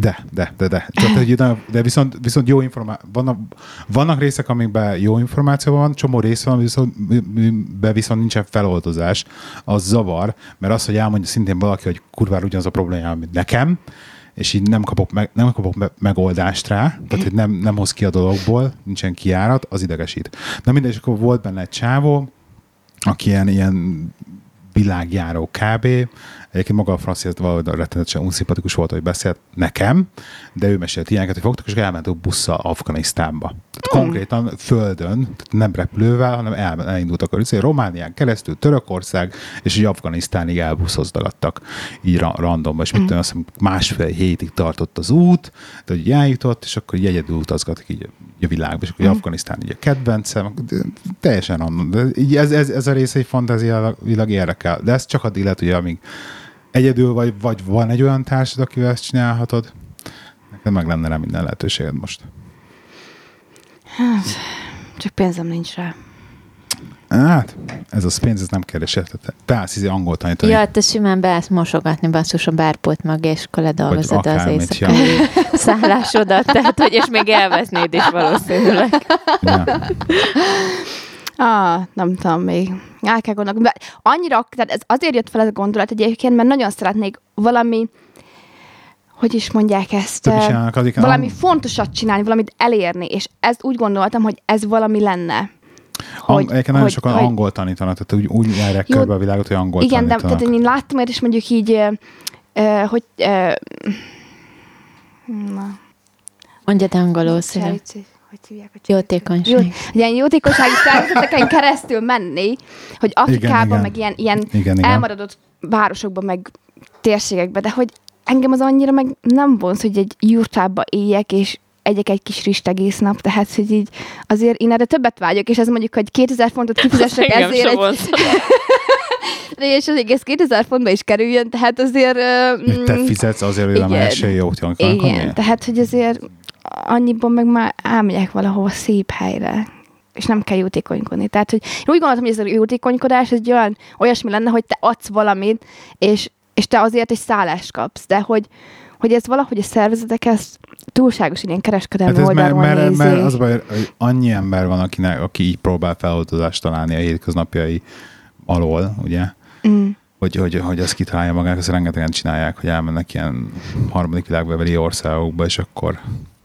[SPEAKER 1] De viszont jó információ. Vannak részek, amikben jó információ van, csomó rész van, viszont nincsen feloldozás. Az zavar, mert az, hogy elmondja szintén valaki, hogy kurvára ugyanaz a probléma, mint nekem, és így nem kapok megoldást rá, tehát hogy nem hoz ki a dologból, nincsen kijárat, az idegesít. Na mindegy, és akkor volt benne egy csávó, aki ilyen világjáró kb. Egyébként maga a francia valahogy rettenetesen unszimpatikus volt, hogy beszélt nekem, de ő mesélt ilyeneket, hogy fogtak, és elmentek busszal Afganisztánba. Tehát konkrétan földön, tehát nem repülővel, hanem elindultak a Románián keresztül, Törökország, és így Afganisztánig elbuszozdagadtak így randomba, és mit tudom, azt hiszem 1,5 hétig tartott az út, de hogy eljutott, és akkor így egyedül utazgatok így a világba, és akkor Afganisztán így a kedvencem, teljesen random. De így ez a rész egy fantáziailag érdekel, de ez csak addig lehet, ugye, amíg egyedül vagy van egy olyan társad, akivel ezt csinálhatod, neked meg lenne rá minden lehetőséged most.
[SPEAKER 2] Hát, csak pénzem nincs rá.
[SPEAKER 1] Hát, ez a pénz, ez nem kérdés, érted? Te állsz angol tanítani.
[SPEAKER 3] Ja, te simán beállsz mosogatni basszus a bárpult mögé, és akkor ledolgozod az éjszakai szállásodat, tehát, hogy és még elveznéd is valószínűleg.
[SPEAKER 1] Ja.
[SPEAKER 2] Nem tudom még. El kell gondolni. Annyira, tehát ez azért jött fel ez a gondolat egyébként, mert nagyon szeretnék valami, hogy is mondják ezt, valami fontosat csinálni, valamit elérni, és ezt úgy gondoltam, hogy ez valami lenne.
[SPEAKER 1] Egyébként nagyon sokan angol tanítanak, tehát úgy járják körbe a világot, hogy angol tanítanak.
[SPEAKER 2] Igen, de tehát én láttam és mondjuk így, hogy na.
[SPEAKER 3] Mondjad angolul, szívem.
[SPEAKER 2] Hogy hívják?
[SPEAKER 3] Jótékonyság.
[SPEAKER 2] Ilyen jótékonysági szervezeteken keresztül menni, hogy Afrikában, meg ilyen elmaradott városokban, meg térségekben, de hogy engem az annyira meg nem vonz, hogy egy jurtába éljek, és egyek egy kis rist egész nap, tehát, hogy így azért én erre többet vágyok, és ez mondjuk, hogy 2000 fontot kifizessek ezért és az egész 2000 fontba is kerüljön, tehát azért...
[SPEAKER 1] te fizetsz azért, hogy nem első jót jön.
[SPEAKER 2] Igen, tehát, hogy azért annyiban meg már elmegyek valahova szép helyre, és nem kell jótékonykodni. Tehát, hogy én úgy gondoltam, hogy ez a jótékonykodás, ez olyasmi lenne, hogy te adsz valamit, és te azért egy szállást kapsz, de hogy ez valahogy a szervezetek ezt túlságosan ilyen kereskedelmi oldalról nézi.
[SPEAKER 1] Mert az baj, hogy annyi ember van, aki így próbál feloldozást találni a hétköznapjai alól, ugye? Hogy ezt kitalálja magának, azt rengetegen csinálják, hogy elmennek ilyen harmadik világbeli országokba, és akkor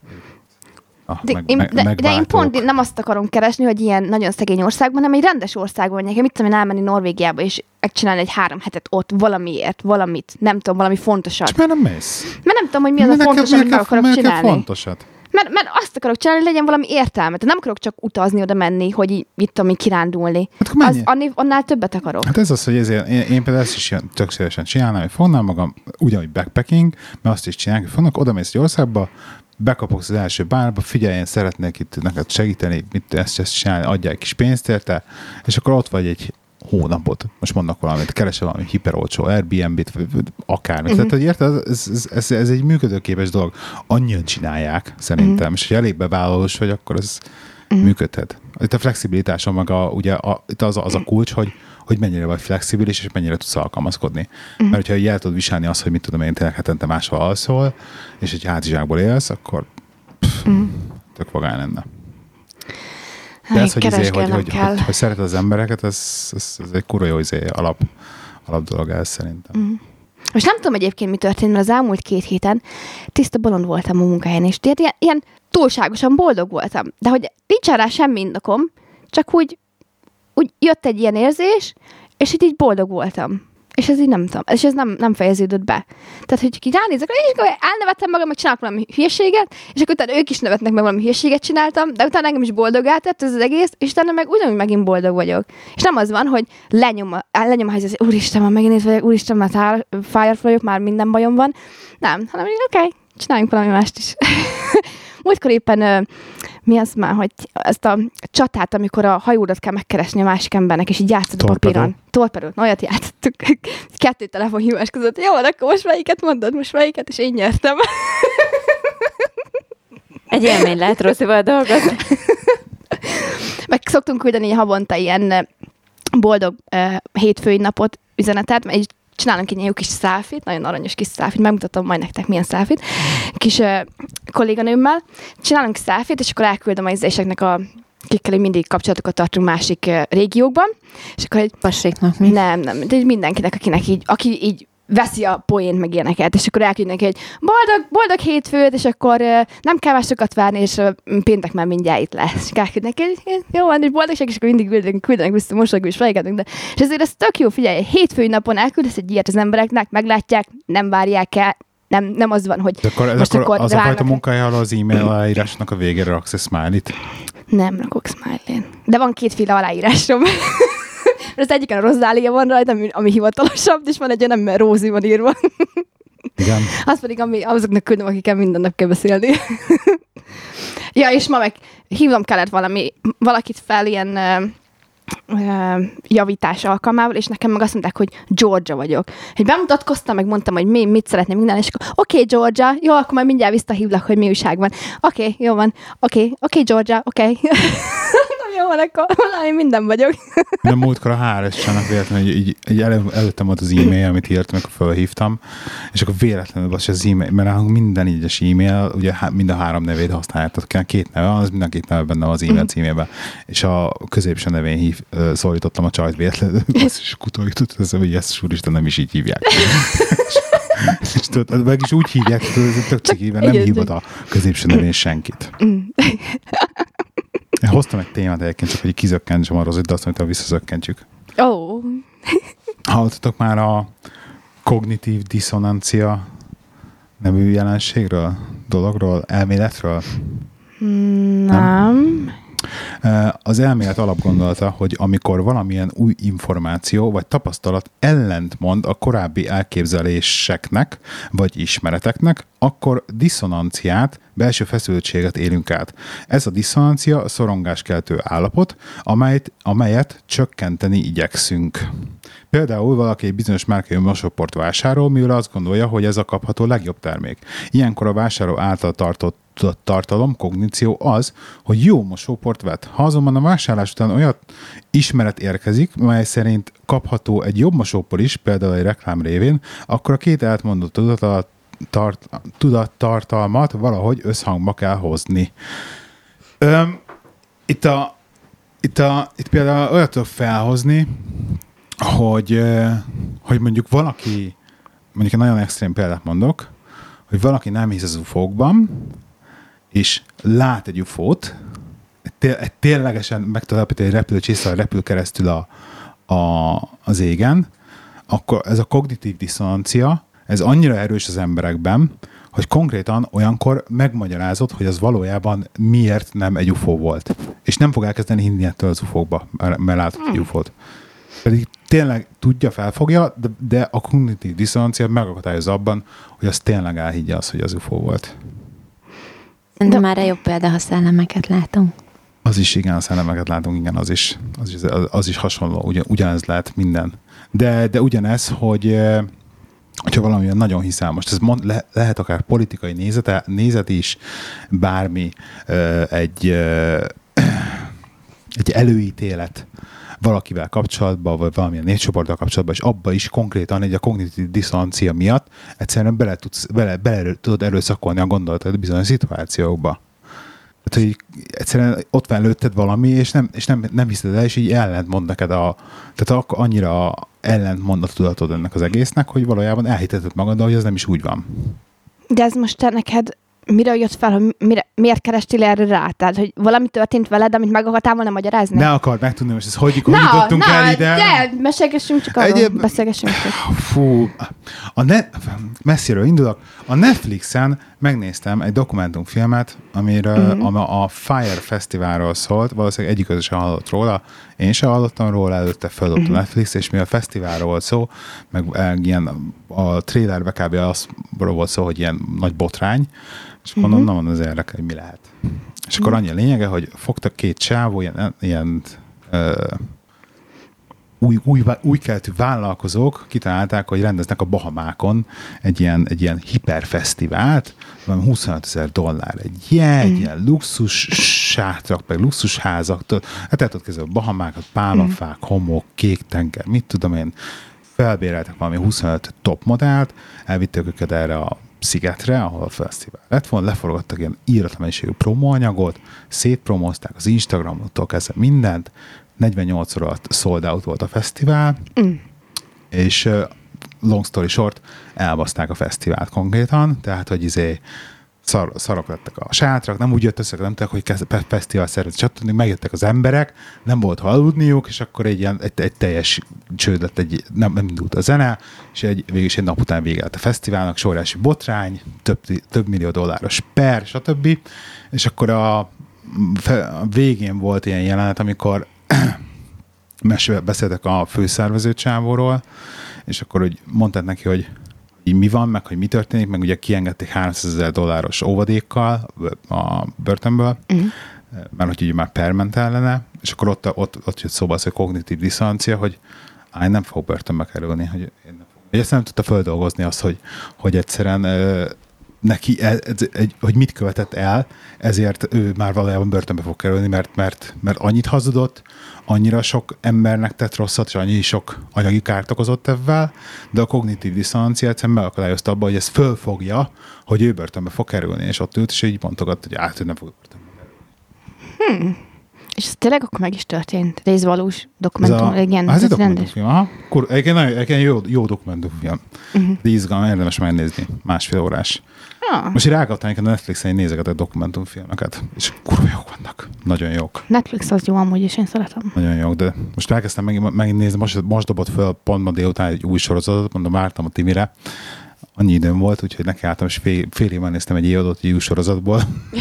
[SPEAKER 2] de én pont nem azt akarom keresni, hogy ilyen nagyon szegény országban, hanem egy rendes országban nekem, mit tudom én elmenni Norvégiába, és megcsinálni egy 3 hetet ott valamiért, valamit, nem tudom, valami fontosat.
[SPEAKER 1] És miért nem mész?
[SPEAKER 2] Mert nem tudom, hogy mi az a fontos, amit meg akarok csinálni.
[SPEAKER 1] Fontosat?
[SPEAKER 2] Mert azt akarok csinálni, hogy legyen valami értelme. Nem akarok csak utazni, oda menni, hogy itt tudom, kirándulni. Hát annál többet akarok.
[SPEAKER 1] Hát ez az, hogy ezért én például ezt is tök szívesen csinálnám, hogy fognám magam, ugyanúgy backpacking, mert azt is csinálják, hogy fognak, oda mész egy országba, bekapogsz az első bárba, figyelj, én szeretnék itt neked segíteni, ezt csinálni, adjál egy kis pénzt érte, és akkor ott vagy egy hónapot. Most mondnak valamit, keresel valami hiperolcsó Airbnb-t, vagy akármit. Tehát, hogy érted, ez egy működőképes dolog. Annyian csinálják, szerintem, és ha elég bevállalós vagy, akkor ez működhet. Itt a flexibilitáson meg itt az a kulcs, hogy mennyire vagy flexibilis, és mennyire tudsz alkalmazkodni. Mert hogyha el tudod viselni azt, hogy mit tudom én, tényleg hetente máshol alszol, és egy hátizsákból élsz, akkor tök vagány lenne. De ez, hogy szereted az embereket, ez egy kurva jó alap dolog ez szerintem.
[SPEAKER 2] Most nem tudom egyébként, mi történt, mert az elmúlt 2 héten tiszta bolond voltam a munkahelyen, és ilyen túlságosan boldog voltam. De hogy nincs rá semmi indokom, csak úgy jött egy ilyen érzés, és így boldog voltam. És ez így nem tudom, és ez nem fejeződött be. Tehát, hogy így ránézek, és akkor elnevettem magam, meg csinálok valami hülyeséget, és akkor utána ők is nevetnek, meg valami hülyeséget csináltam, de utána engem is boldogá tett ez az egész, és utána meg ugyanúgy megint boldog vagyok. És nem az van, hogy lenyom a helyzet, úristen, már megint itt vagyok, úristen, már fájart vagyok, már minden bajom van. Nem, hanem így oké, csináljunk valami mást is. múltkor éppen, mi az már, hogy ezt a csatát, amikor a hajódat kell megkeresni a másik embernek, és így játszod a papíron. Torpedót, olyat játszottuk 2 telefonhívás között. Jó, akkor most melyiket mondod, most melyiket, és én nyertem.
[SPEAKER 3] Egy élmény lehet Rosszival dolgozni.
[SPEAKER 2] Meg szoktunk küldeni havonta ilyen boldog hétfői napot üzenetet, és csinálunk egy jó kis selfie-t, nagyon aranyos kis selfie-t, megmutatom majd nektek milyen selfie-t, kis kolléganőmmel. Csinálunk selfie-t, és akkor elküldöm az ízléseknek akikkel mindig kapcsolatokat tartunk másik régiókban. És akkor egy...
[SPEAKER 3] Passéknak mi?
[SPEAKER 2] Nem, de mindenkinek, aki így veszi a poént, meg ilyeneket, és akkor elküldnek egy boldog hétfőt, és akkor nem kell már sokat várni, és péntek már mindjárt itt lesz. És elküldnek egy jó van, és boldogság, és akkor mindig küldenek vissza mosolygó, és fejgetünk. És ezért ez tök jó, figyelj, hétfői napon elküldesz egy ilyet az embereknek, meglátják, nem várják el, nem az van, hogy
[SPEAKER 1] most akkor az a fajta munkája, az e-mail aláírásnak a végére raksz egy smiley-t?
[SPEAKER 2] Nem rakok smiley-n. De van 2 aláírásom. Az egyiken a Rozália van rajta, ami hivatalosabb, és van egy olyan, amiben Rózi van írva.
[SPEAKER 1] Igen.
[SPEAKER 2] Az pedig azoknak küldöm, akikkel minden nap kell beszélni. Ja, és ma meg hívnom kellett valakit fel ilyen javítás alkalmával, és nekem meg azt mondták, hogy Georgia vagyok. Hogy bemutatkoztam, meg mondtam, hogy mit szeretném minden, és akkor oké, Georgia, jó, akkor majd mindjárt visszahívlak, hogy mi újság van. Oké, jó van, oké, Georgia, oké. Jó van, akkor valami minden vagyok.
[SPEAKER 1] De múltkor a HRS-csának véletlenül, hogy így előttem volt az e-mail, amit írtam, amikor felhívtam, és akkor véletlenül az e-mail, mert minden egyes e-mail, ugye mind a 3 nevét használják, tehát 2 neve, az minden 2 neve benne az e-mail címében, és a középső nevén szólítottam a csajt véletlenül, és akkor jutott, hogy ezt úristen nem is így hívják. És tudod, meg is úgy hívják, hogy ez tök cikiben nem hívod a középső nevén senkit. Én hoztam egy témát egyébként, csak hogy kizökkentsem arra, de azt mondtam, visszazökkentjük.
[SPEAKER 2] Ó.
[SPEAKER 1] Hallottatok már a kognitív diszonancia nevű jelenségről, dologról, elméletről?
[SPEAKER 2] Nem.
[SPEAKER 1] Az elmélet alapgondolata, hogy amikor valamilyen új információ vagy tapasztalat ellentmond a korábbi elképzeléseknek vagy ismereteknek, akkor diszonanciát, belső feszültséget élünk át. Ez a diszonancia a szorongáskeltő állapot, amelyet csökkenteni igyekszünk. Például valaki egy bizonyos márkai mosóport vásárol, mivel azt gondolja, hogy ez a kapható legjobb termék. Ilyenkor a vásárló által tartott tartalom, kogníció az, hogy jó mosóport vett. Ha azonban a vásárlás után olyan ismeret érkezik, mely szerint kapható egy jobb mosópor is, például egy reklám révén, akkor a 2 elmondott tudattartalmat valahogy összhangba kell hozni. Itt például olyat tudok felhozni, hogy mondjuk valaki, mondjuk egy nagyon extrém példát mondok, hogy valaki nem hisz az UFO-kban, és lát egy UFO-t, ténylegesen meg tud alapítani egy repülőcsésztel, repül keresztül az égen, akkor ez a kognitív diszonancia, ez annyira erős az emberekben, hogy konkrétan olyankor megmagyarázod, hogy az valójában miért nem egy UFO volt. És nem fog elkezdeni hinni ettől az UFO-kba, mert látott egy UFO-t. Pedig tényleg tudja, felfogja, de a kognitív diszonancia megakadályozza abban, hogy az tényleg elhiggye azt, hogy az UFO volt.
[SPEAKER 3] De már a jobb példa, ha szellemeket látunk.
[SPEAKER 1] Az is, igen, a szellemeket látunk, igen, az is hasonló, ugyanez lehet minden. De ugyanez, hogyha valami nagyon hiszel, most ez lehet akár politikai nézet is, bármi, egy előítélet valakivel kapcsolatban, vagy valamilyen népcsoporttal kapcsolatban, és abba is konkrétan a kognitív diszonancia miatt egyszerűen bele tudod erőszakolni a gondolatodat bizonyos szituációkba. Tehát, hogy egyszerűen ott van előtted valami, és nem hiszed el, és így ellentmond neked tehát akkor annyira ellentmond a tudatod ennek az egésznek, hogy valójában elhiteted magaddal, hogy ez nem is úgy van.
[SPEAKER 2] De ez most te neked mire jött fel, hogy miért kerestél erre rá? Tehát, hogy valami történt veled, amit meg akartál volna magyarázni?
[SPEAKER 1] Ne akard megtudni, most ez hogy jutottunk el ide?
[SPEAKER 2] De mesélgessünk csak arról, beszélgessünk csak.
[SPEAKER 1] Fú, messziről indulok. A Netflixen megnéztem egy dokumentumfilmet, amiről a Fire Fesztiválról szólt, valószínűleg egyik közösen hallott róla. Én sem hallottam róla, előtte feldobta Netflix, és mi a fesztiválról volt szó, meg ilyen a trailerbe kb. Azról volt szó, hogy ilyen nagy botrány, és mondom, nem van az érdekel, hogy mi lehet. És akkor annyi a lényege, hogy fogtak két csávó, ilyen új keletű vállalkozók kitalálták, hogy rendeznek a Bahamákon egy ilyen hiperfesztivált, valami $25,000 egy ilyen luxus sátrak, meg luxus házaktól. Hát el tudod kezdeni a Bahamákat, pálmafák, homok, kék tenger, mit tudom én, felbéreltek valami 25 top modellt, elvitték őket erre a szigetre, ahol a fesztivál lett volna, leforgattak ilyen íratlan mennyiségű promóanyagot, szétpromózták az Instagramottól kezdve mindent, 48 óra alatt sold out volt a fesztivál, és long story short, elbaszták a fesztivált konkrétan, tehát, hogy szarok lettek a sátrak, nem úgy jött össze, nem tudták, hogy fesztivál szervezni, csak megjöttek az emberek, nem volt ha aludniuk, és akkor egy teljes csőd lett, nem indult a zene, és végül is egy nap után vége lett a fesztiválnak, óriási botrány, több millió dolláros per, stb. És akkor a végén volt ilyen jelenet, amikor beszéltek a főszervező csávóról, és akkor hogy mondták neki, hogy mi van, meg hogy mi történik, meg ugye kiengedték $300,000 óvadékkal a börtönből, mert hogy ugye már perment ellene, és akkor ott jött szóba az, hogy kognitív diszonancia, hogy nem fog börtönbe kerülni, hogy ezt nem tudta földolgozni azt, hogy egyszerűen neki, hogy mit követett el, ezért ő már valójában börtönbe fog kerülni, mert annyit hazudott, annyira sok embernek tett rosszat, és annyi sok anyagi kárt okozott ebben, de a kognitív diszonancia egyszerűen megakadályozta abba, hogy ez fölfogja, hogy ő börtönbe fog kerülni, és ott ült, és így mondogat, hogy ő nem fog börtönbe kerülni.
[SPEAKER 2] És ez tényleg akkor meg is történt? De ez valós dokumentum?
[SPEAKER 1] Ez egy dokumentumfilm, aha. Egyébként jó dokumentumfilm. De izgalmas, érdemes megnézni. 1,5 órás. Most így rákaptam a Netflixen, hogy nézegetek dokumentumfilmeket, és kurva jók vannak. Nagyon jók.
[SPEAKER 2] Netflix az jó amúgy, és én szeretem.
[SPEAKER 1] Nagyon jók, de most elkezdtem megint nézni, most dobott föl pont ma délután egy új sorozatot, mondom, vártam a Timire. Annyi időm volt, úgyhogy nekiálltam, és fél évvel néztem egy évadot egy új sorozatból.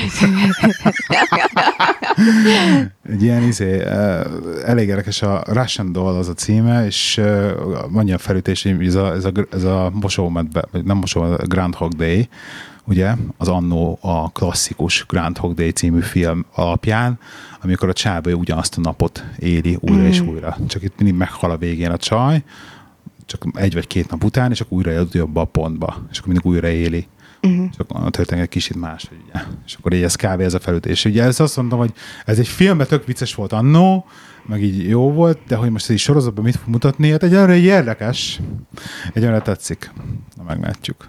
[SPEAKER 1] Egy ilyen elég érdekes, a Russian Doll az a címe, és mondja a felütés, hogy ez a mosómedbe, nem mosómedbe, Groundhog Day, ugye, az annó a klasszikus Groundhog Day című film alapján, amikor a csábő ugyanazt a napot éli újra és újra. Csak itt mindig meghal a végén a csaj, csak 1 vagy 2 nap után, és akkor újra jön abba a pontba, és akkor mindig újra éli. Csak a történet egy kicsit más, ugye. És akkor így ez kb. Ez a felütés. Ugye ezt azt mondom, hogy ez egy filmben tök vicces volt annó, meg így jó volt, de hogy most ez így sorozatban mit fog mutatni, hát egyelőre így érdekes. Egyelőre tetszik. Na, meglátjuk.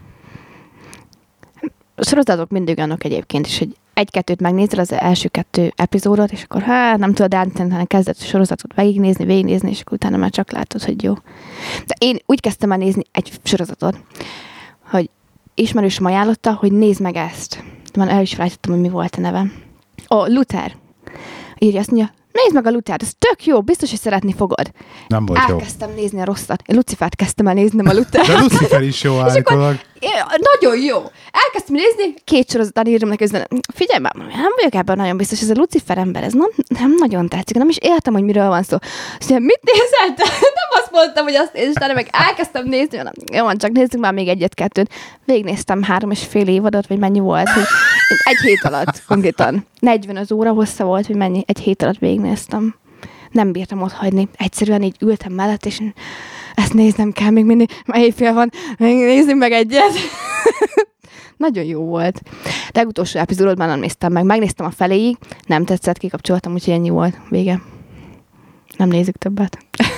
[SPEAKER 2] A sorozatok mindig olyanok egyébként is, hogy 1-2-t megnézel az első 2 epizódot, és akkor nem tudod állítani, hanem kezdett a sorozatot végignézni, és akkor utána már csak látod, hogy jó. De én úgy kezdtem el nézni egy sorozatot, hogy ismerősöm ajánlotta, hogy nézd meg ezt. De már el is felejtettem, hogy mi volt a neve. Luther. Írja, azt mondja, nézd meg a Luthert, ez tök jó, biztos, hogy szeretni fogod.
[SPEAKER 1] Nem volt jó.
[SPEAKER 2] Elkezdtem nézni a rosszat. Én Lucifert kezdtem el nézni, nem a Luthert.
[SPEAKER 1] De Lucifer is jó állítólag.
[SPEAKER 2] Nagyon jó. Elkezdtem nézni, 2 sorozatban írom neki közben. Figyelj már, nem vagyok ebben nagyon biztos, ez a Lucifer ember, ez nem nagyon tetszik. Nem is értem, hogy miről van szó. Szóval mit nézel? Nem azt mondtam, hogy azt nézd, hanem meg elkezdtem nézni. Jó van, csak nézzük már még 1-2-t. Végignéztem 3,5 évadot, vagy mennyi volt, hogy 1 hét alatt konkrétan. 45 óra hossza volt, hogy mennyi, 1 hét alatt végignéztem. Nem bírtam ott hagyni. Egyszerűen így ültem mellett, és ezt néznem kell, még mindig, már éjfél van, még nézzünk meg egyet. Nagyon jó volt. De legutolsó epizódban nem néztem meg. Megnéztem a feléig, nem tetszett, kikapcsoltam, úgyhogy ennyi volt. Vége. Nem nézzük többet.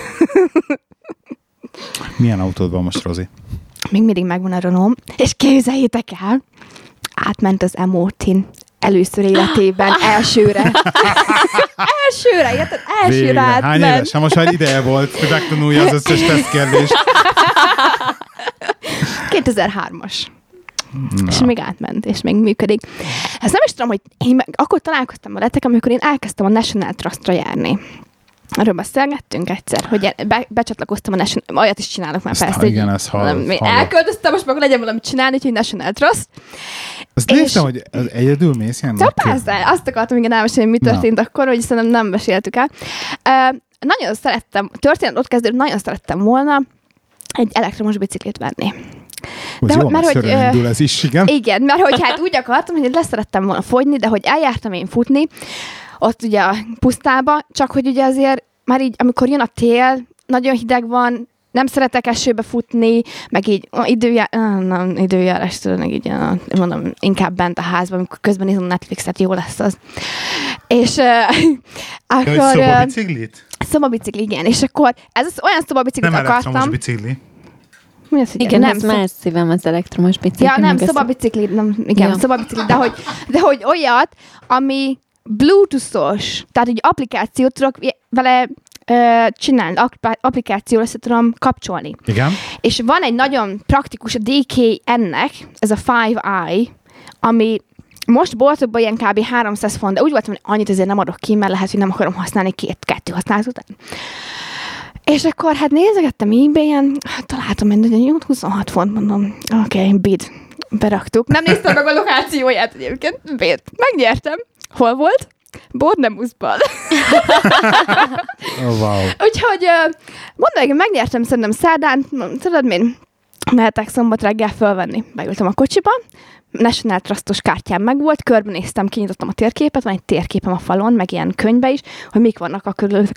[SPEAKER 1] Milyen autód van most, Rozi?
[SPEAKER 2] Még mindig megvan a Renault. És képzeljétek el, átment az M-Tin. Először életében, elsőre. Elsőre, érted? Elsőre átment.
[SPEAKER 1] Hány éves? Most már ideje volt, hogy megtanulja az összes tesztkérdést.
[SPEAKER 2] 2003-as. És még átment, és még működik. Ezt nem is tudom, hogy én akkor találkoztam veletek, amikor én elkezdtem a National Trust-ra járni. Erről beszélgettünk egyszer, hogy becsatlakoztam a National... Olyat is csinálok már, persze.
[SPEAKER 1] Igen, ez
[SPEAKER 2] elköltöztem, most meg legyen valamit csinálni, úgyhogy National Trust.
[SPEAKER 1] Azt néztem, hogy egyedül mész ilyen
[SPEAKER 2] persze, azt akartam igen elmesélni, mi történt akkor, hogy szerintem nem meséltük el. nagyon szerettem, történet ott kezdődött, nagyon szerettem volna egy elektromos biciklit venni.
[SPEAKER 1] De jó, mert hogy ez is, igen.
[SPEAKER 2] Igen, mert hogy hát úgy akartam, hogy leszerettem volna fogyni, de hogy eljártam én futni, ott ugye a pusztába, csak hogy ugye azért már így, amikor jön a tél, nagyon hideg van, nem szeretek esőbe futni, meg így időjárás, meg így mondom, inkább bent a házban, amikor közben nézem Netflixet, jó lesz az. És akkor...
[SPEAKER 1] Szobabiciklit?
[SPEAKER 2] Szobabicikli, igen. És akkor ez az olyan szobabiciklit
[SPEAKER 1] nem
[SPEAKER 2] akartam.
[SPEAKER 1] Nem elektromos bicikli.
[SPEAKER 3] Igen, nem, ez már szívem az elektromos bicikli.
[SPEAKER 2] Ja, nem, szobabicikli, nem, igen, ja. Szobabicikli, de hogy olyat, ami Bluetooth-os, tehát egy applikációt tudok vele csinálni, applikációra össze tudom kapcsolni.
[SPEAKER 1] Igen.
[SPEAKER 2] És van egy nagyon praktikus, a DKN-nek, ez a 5i, ami most boltokban ilyen kb. 300 font, de úgy voltam, hogy annyit azért nem adok ki, mert lehet, hogy nem akarom használni kettő használat után. És akkor hát nézegettem eBay-en, találtam egy 26 font, mondom, oké, bid, beraktuk. Nem néztem meg a lokációját egyébként, bid. Megnyertem. Hol volt? Bornemuszban.
[SPEAKER 1] Oh, wow.
[SPEAKER 2] Úgyhogy mondom, megnyertem szerintem szerdán, tudod min? Mehetek szombat reggel fölvenni. Beültem a kocsiba, National Trustos kártyám megvolt, körbenéztem, kinyitottam a térképet, van egy térképem a falon, meg ilyen könyvbe is, hogy mik vannak a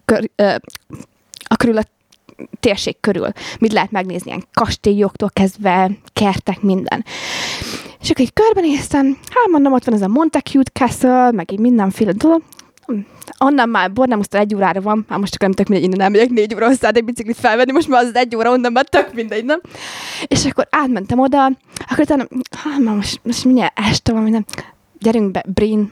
[SPEAKER 2] térség körül. Mit lehet megnézni, ilyen kastélyoktól kezdve, kertek, minden. És akkor így körbenéztem, hát mondom, ott van ez a Montacute Castle, meg így mindenféle dolog. Onnan már Bornemusztól 1 órára van, már most csak nem tök mindegy, innen elmegyek 4 óra hozzá egy biciklit felvenni, most már az 1 óra, onnan már tök mindegy, nem? És akkor átmentem oda, akkor utána, most mindjárt este van, minden. Gyerünk be, Brin,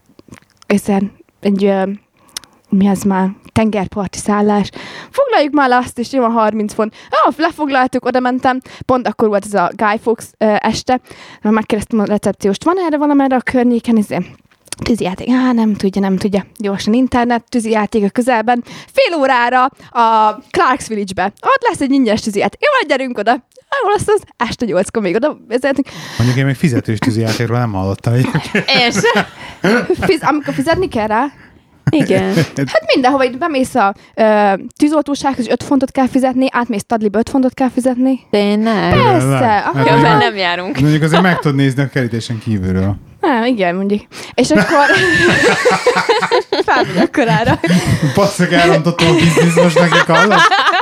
[SPEAKER 2] egy mi az már, tengerparti szállás. Foglaljuk már le azt is, jó, a 30 font. Lefoglaltuk, oda mentem. Pont akkor volt ez a Guy Fawkes este. Megkérdeztem a recepcióst, van erre valamerre a környéken? Tűzijáték. Nem tudja. Gyorsan internet, tűzijáték a közelben. Fél órára a Clarks Village-be. Ott lesz egy ingyenes tűzijáték. Jó, gyerünk oda. Jó lesz az, este 8-kor még oda vezetünk.
[SPEAKER 1] Mondjuk én még fizetős tűzijátékról nem hallottam.
[SPEAKER 2] És amikor fizetni kell rá,
[SPEAKER 3] igen.
[SPEAKER 2] Hát mindenhova, itt bemész a tűzoltósághoz, és 5 fontot kell fizetni, átmész Tadliba, 5 fontot kell fizetni.
[SPEAKER 3] Tényleg?
[SPEAKER 2] Persze.
[SPEAKER 3] Jobban nem járunk.
[SPEAKER 1] Mondjuk azért meg tudod nézni a kerítésen kívülről.
[SPEAKER 2] Igen, mondjuk. És akkor felmegy a körára.
[SPEAKER 1] Basszak, elrontottam a biznisz, most nekik hallod?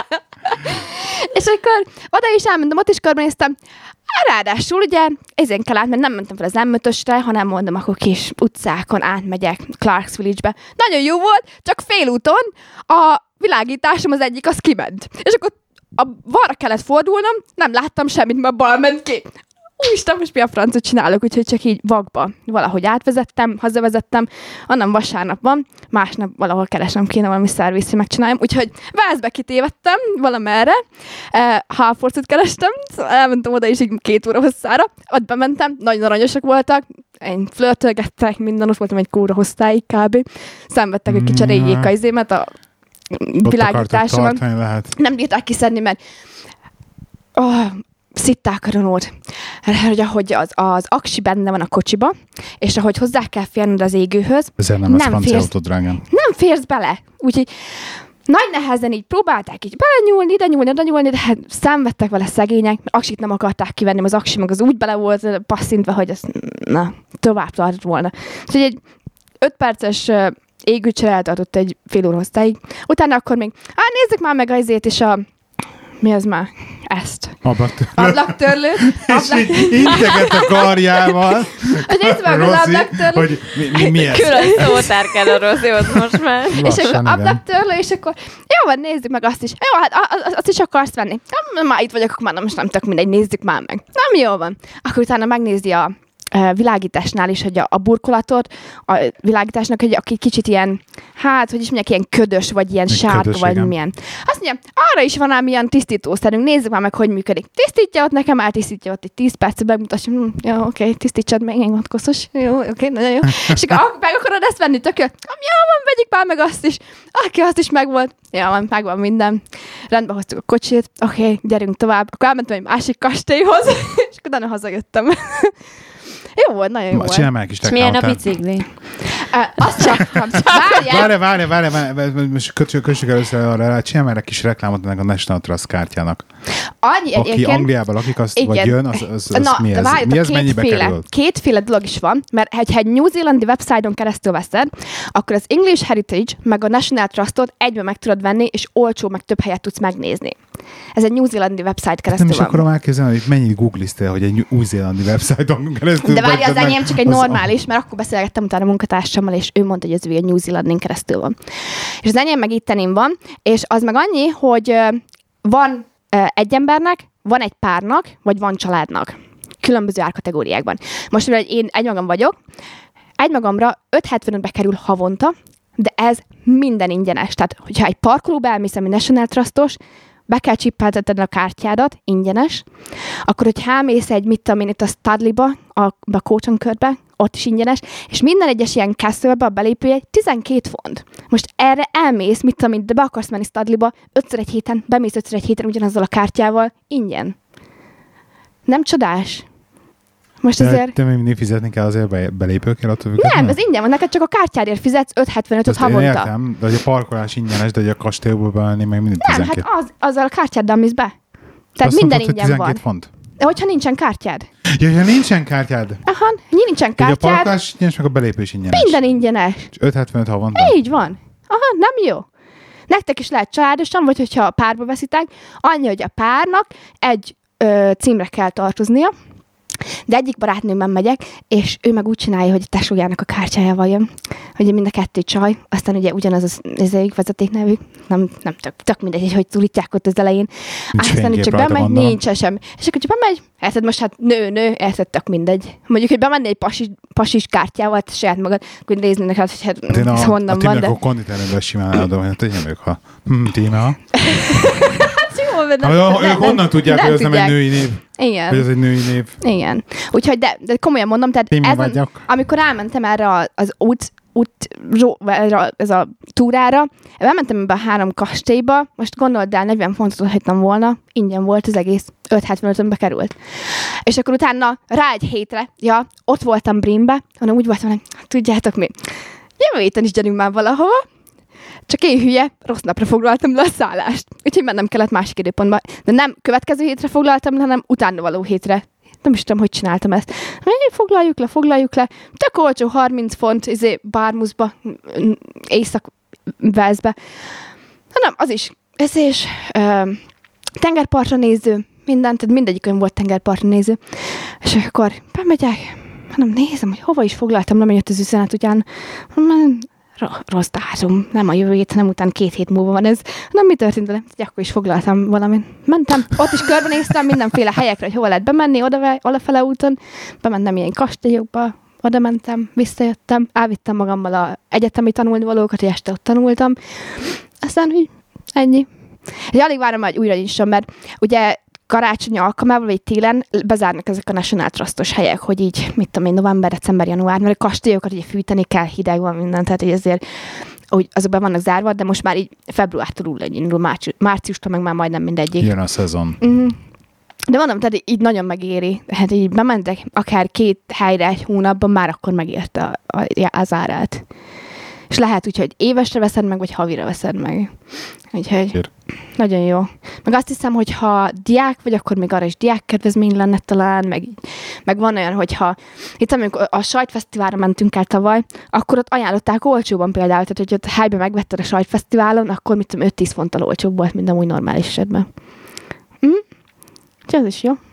[SPEAKER 2] És akkor oda is elmentem, ott is körbenéztem. Ráadásul ugye ezen kell átmenni, nem mentem fel az M5-ösre, hanem mondom, akkor kis utcákon átmegyek Clarks Village-be. Nagyon jó volt, csak félúton a világításom az egyik, az kiment. És akkor balra kellett fordulnom, nem láttam semmit, mert bal ment ki. Úristen, most mi a francot csinálok, úgyhogy csak így vakba valahogy átvezettem, hazavezettem, onnan vasárnap van, másnap valahol keresnem kéne valami szervizt, hogy megcsináljam, úgyhogy Vázbe kitévedtem valamerre, Halforcot kerestem, szóval elmentem oda is így 2 óra hosszára, ott bementem, nagyon aranyosak voltak, én flörtölgettek, minden, ott voltam egy kóra hosszáig kb. Szenvedtek, hogy kicseréljék a izémet, a világításomat. Nem bírták kiszedni, mert szitták a Renault, hogy az aksi benne van a kocsiba, és ahogy hozzá kell férned az égőhöz,
[SPEAKER 1] ezért nem lesz francia autó, drágám.
[SPEAKER 2] Nem férsz bele. Úgyhogy nagy nehezen így próbálták így belenyúlni, ide nyúlni, de hát szenvedtek vele szegények, mert aksit nem akarták kivenni, az aksi meg az úgy bele volt passzintva, hogy azt tovább tartott volna. Úgyhogy egy 5 perces égőcsere eltartott egy fél óra hoztáig. Utána akkor még, nézzük már meg azért, és mi az már? Ezt. Ablaktörlőt.
[SPEAKER 1] És integet a karjával.
[SPEAKER 2] Nézd meg az ablaktörlőt.
[SPEAKER 1] Hogy mi ez?
[SPEAKER 3] Külön szótár kell a Rozihoz most már.
[SPEAKER 2] És akkor ablaktörlő, és akkor jó van, nézzük meg azt is. Jó, hát azt is akarsz venni. Már itt vagyok, akkor már most nem tök mindegy, nézzük már meg. Nem jó van. Akkor utána megnézi a világításnál is, hogy a burkolatot, a világításnak, hogy aki kicsit ilyen, hogy is mondják, ilyen ködös, vagy ilyen sárga, vagy igen. Milyen. Azt mondja, arra is van ám ilyen tisztítószerünk, nézzük már meg, hogy működik. Tisztítja ott nekem, eltisztítja ott egy 10 percet, megmutatja, jó, oké, tisztítsad meg, én koszos, jó, oké, nagyon jó. És akkor meg akarod ezt venni, tök jó. Jó van, vegyük már meg azt is. Azt is megvolt. Jó van, megvan minden. Rendbe hoztuk a kocsit, oké, gyerünk tovább. Akkor elmentem egy másik kastélyhoz, és utána hazajöttem. Jó volt, nagyon jó volt.
[SPEAKER 1] Csinálj meg is
[SPEAKER 3] és milyen a bicikli?
[SPEAKER 2] Azt csak,
[SPEAKER 1] várjál, most kössük először arra, csinálj már egy kis reklámot ennek a National Trust kártyának. Aki Angliában lakik, vagy jön, az mi ez? Mi ez, mennyibe kerül?
[SPEAKER 2] Kétféle dolog is van, mert ha egy New Zealandi website-on keresztül veszed, akkor az English Heritage meg a National Trustot egyben meg tudod venni, és olcsó, meg több helyet tudsz megnézni. Ez egy New Zealandi website keresztül
[SPEAKER 1] nem is akarom elképzelni, hogy mennyit googliztél, hogy egy New Zealandi website-on keresztül.
[SPEAKER 2] De várj, az enyém csak egy normális, mert akkor beszélgettem utána a munkatársammal, és ő mondta, hogy ez egy New Zealandin keresztül van. És az enyém meg ittenim van, és az meg annyi, hogy van egy embernek, van egy párnak, vagy van családnak. Különböző árkategóriákban. Most, mivel én egymagam vagyok, egymagamra 5,75-be kerül havonta, de ez minden ingyenes. Tehát, hogyha egy parkolóba elmész, ami National Trustos, be kell csippeltetni a kártyádat, ingyenes. Akkor, hogy elmész egy, mit tudom én, itt a Studley-ba, a Coachon körbe, ott is ingyenes, és minden egyes ilyen castle-be a belépője 12 font. Most erre elmész, mit tudom én, de be akarsz menni Studley-ba, 5-ször egy héten, bemész 5-ször egy héten ugyanazzal a kártyával, ingyen. Nem csodás? Most azért...
[SPEAKER 1] Te még mindig fizetni kell azért belépőkért attól függetlenül?
[SPEAKER 2] Nem, ez ingyen van, neked csak a kártyádért fizetsz 5,75-öt havonta.
[SPEAKER 1] Én értem, de hogy a parkolás ingyenes, de hogy a kastélyból beállni meg mindig 12.
[SPEAKER 2] Nem, hát azzal a kártyáddal mész be. Tehát azt minden
[SPEAKER 1] mondtad,
[SPEAKER 2] ingyen
[SPEAKER 1] 12
[SPEAKER 2] van.
[SPEAKER 1] Font?
[SPEAKER 2] De hogyha nincsen kártyád.
[SPEAKER 1] Ja, ha nincsen kártyád?
[SPEAKER 2] Aha, nincsen kártyád.
[SPEAKER 1] A parkolás ingyenes, meg a belépés ingyenes.
[SPEAKER 2] Minden ingyenes.
[SPEAKER 1] 5,75 havonta.
[SPEAKER 2] Így van. Aha, nem jó. Nektek is lehet családosan, vagy hogyha párba veszitek, annyi, hogy a párnak egy címre kell tartoznia, de egyik barátnőmmel megyek, és ő meg úgy csinálja, hogy tesójának a kártyájával jön, hogy mind a kettő csaj, aztán ugye ugyanaz az vezetéknevük, nem tök mindegy, hogy szólítják ott az elején. Aztán csak bemegy, nincs sem. És akkor, hogy bemegy, érted most hát nő, érted, tök mindegy. Mondjuk, hogy bemenni egy pasis kártyával, te saját magad, akkor néznének hát, hogy hát ez honnan van.
[SPEAKER 1] A konditeremben simán eladom, hogy tegyem ők, ha téma. Ők honnan tudják, hogy ez nem egy női név?
[SPEAKER 2] Igen.
[SPEAKER 1] Hogy ez egy női név.
[SPEAKER 2] Igen. Úgyhogy, de komolyan mondom, tehát amikor elmentem erre az ez a túrára, elmentem ebbe a 3 kastélyba, most gondold el, 40 fontot hagytam volna, ingyen volt az egész, 5,75-önbe került. És akkor utána rá egy hétre, ott voltam Brimbe, hanem úgy voltam, hogy tudjátok mi, jövő héten is gyerünk már valahova, csak én hülye, rossz napra foglaltam le a szállást. Úgyhogy mennem kellett másik időpontba. De nem következő hétre foglaltam le, hanem utána való hétre. Nem is tudom, hogy csináltam ezt. Foglaljuk le. Tök olcsó, 30 font, Barmouthba, Észak-Walesbe. Nem, az is. Ez is tengerpartra néző, minden, tehát mindegyikön volt tengerpartra néző. És akkor bemegyek, nézem, hogy hova is foglaltam, nem jött az üzenet ugyan. Rossz dátum, nem a jövő hét, hanem után 2 hét múlva van ez. Nem, mi történt vele? Akkor is foglaltam valamit. Mentem, ott is körbenéztem mindenféle helyekre, hogy hova lehet bemenni, odafele úton. Bementem ilyen kastélyokba, oda mentem, visszajöttem, elvittem magammal az egyetemi tanulnivalókat, hogy este ott tanultam. Aztán, hogy ennyi. És alig várom, hogy újra nyisson, mert ugye karácsony alkalmával, vagy télen bezárnak ezek a National Trustos helyek, hogy így, mit tudom én, november, december, január, mert a kastélyokat ugye fűteni kell, hideg van minden, tehát ezért hogy azokban vannak zárva, de most már így februártól úgy indul, márciustól meg már majdnem mindegyik.
[SPEAKER 1] Jön a szezon.
[SPEAKER 2] Mm-hmm. De mondom, tehát így nagyon megéri. Hát így bementek akár 2 helyre egy hónapban, már akkor megérte az árát. És lehet úgy, hogy évesre veszed meg, vagy havira veszed meg. Úgyhogy nagyon jó. Meg azt hiszem, hogy ha diák vagy, akkor még arra is diákkedvezmény lenne talán, meg van olyan, hogyha itt amikor a sajtfesztiválra mentünk el tavaly, akkor ott ajánlották olcsóban például, tehát hogy ott helyben megvetted a sajtfesztiválon, akkor mit tudom, 5-10 fonttal olcsóbb volt, mint amúgy normális esetben. Úgyhogy ez is jó.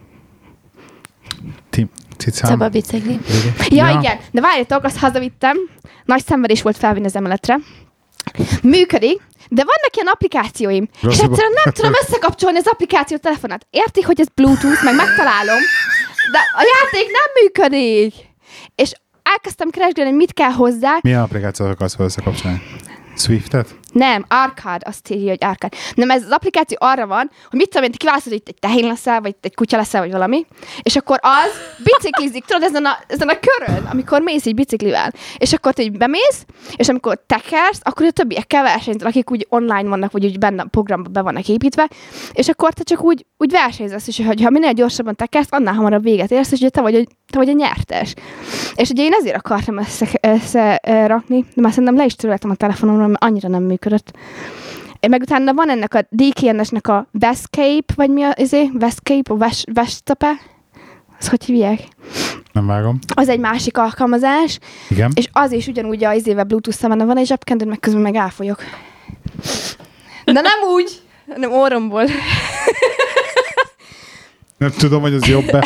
[SPEAKER 3] Szabad bicikli.
[SPEAKER 2] Ja, igen. De várjátok, azt hazavittem. Nagy szenvedés volt felvinni az emeletre. Működik, de vannak ilyen applikációim. És egyszerűen nem tudom összekapcsolni az applikáció telefonát. Érti, hogy ez Bluetooth, meg megtalálom, de a játék nem működik. És elkezdtem keresgélni, hogy mit kell hozzá.
[SPEAKER 1] Milyen applikációt akarsz összekapcsolni? Swiftet?
[SPEAKER 2] Nem, Arcade, azt írja, hogy Arcade. Nem, ez az applikáció arra van, hogy mit tudom én, te kiválasztod, hogy egy tehén leszel, vagy egy kutya leszel, vagy valami, és akkor az biciklizik, tudod, ezen a körön, amikor mész így biciklivel. És akkor te így bemész, és amikor tekersz, akkor a többiekkel versenyzel, akik úgy online vannak, vagy úgy benne a programba be vannak építve, és akkor te csak úgy versenyzesz, és ha minél gyorsabban tekersz, annál hamarabb véget érsz, és ugye te vagy a nyertes. És ugye én ezért akartam összerakni, de már szerintem le is töröltem a telefonomról, mert annyira nem működött. Meg utána van ennek a DKNS-nek a Vescape, vagy mi az Vescape, a Vestape? Az hogy hívják?
[SPEAKER 1] Nem vágom.
[SPEAKER 2] Az egy másik alkalmazás.
[SPEAKER 1] Igen.
[SPEAKER 2] És az is ugyanúgy az éve Bluetooth-szal van egy zsebkendőd, meg közben meg elfolyok. De nem úgy, hanem orromból.
[SPEAKER 1] Nem tudom, hogy az jobb-e.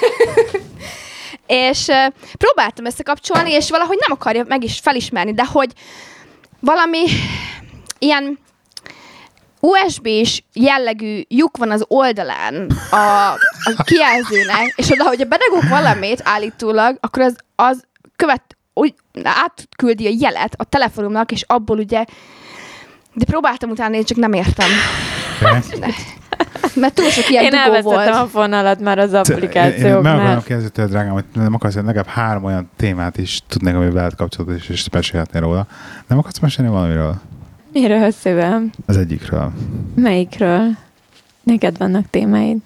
[SPEAKER 2] És próbáltam összekapcsolni, és valahogy nem akarja meg is felismerni, de hogy valami ilyen USB-s jellegű lyuk van az oldalán a kijelzőnek, és oda, hogyha bedugok valamit állítólag, akkor az úgy átküldi a jelet a telefonomnak, és abból ugye, de próbáltam utána, én csak nem értem.
[SPEAKER 1] Okay.
[SPEAKER 2] Mert túl sok ilyen dugó volt.
[SPEAKER 3] Én elvesztettem a fonalat már az applikációknál.
[SPEAKER 1] Meg akarom kérdezni, drágám, hogy nem akarsz, legalább 3 olyan témát is tudnék, ami veled kapcsolatos, és mesélhetnél róla. Nem akarsz mesélni valamiről?
[SPEAKER 3] Miről szívem?
[SPEAKER 1] Az egyikről.
[SPEAKER 3] Melyikről? Neked vannak témáid?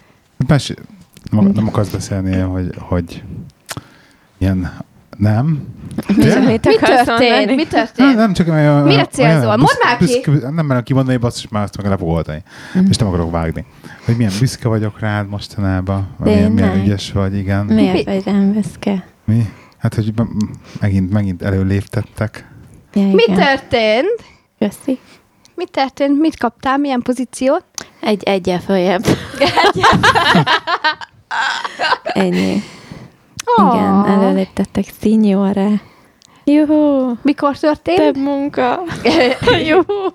[SPEAKER 1] Nem akarsz beszélni, hogy ilyen... Nem?
[SPEAKER 2] Mi történt? Mi történt?
[SPEAKER 1] Nem, csak
[SPEAKER 2] mire célzol? Mondd már ki!
[SPEAKER 1] Nem merem kimondani, basszus, már azt meg lepogoltani. És nem akarok vágni. Hogy milyen büszke vagyok rád mostanában. Milyen ügyes vagy, igen.
[SPEAKER 3] Miért vagy rám büszke?
[SPEAKER 1] Mi? Hát, hogy megint előléptettek.
[SPEAKER 3] Ja,
[SPEAKER 2] mi történt?
[SPEAKER 3] Köszi.
[SPEAKER 2] Mi történt? Mit kaptál? Milyen pozíciót?
[SPEAKER 3] Egyel följebb. Ennyi. Igen, előléptettek seniorra. Juhú!
[SPEAKER 2] Mikor történt?
[SPEAKER 3] Több munka. Juhú!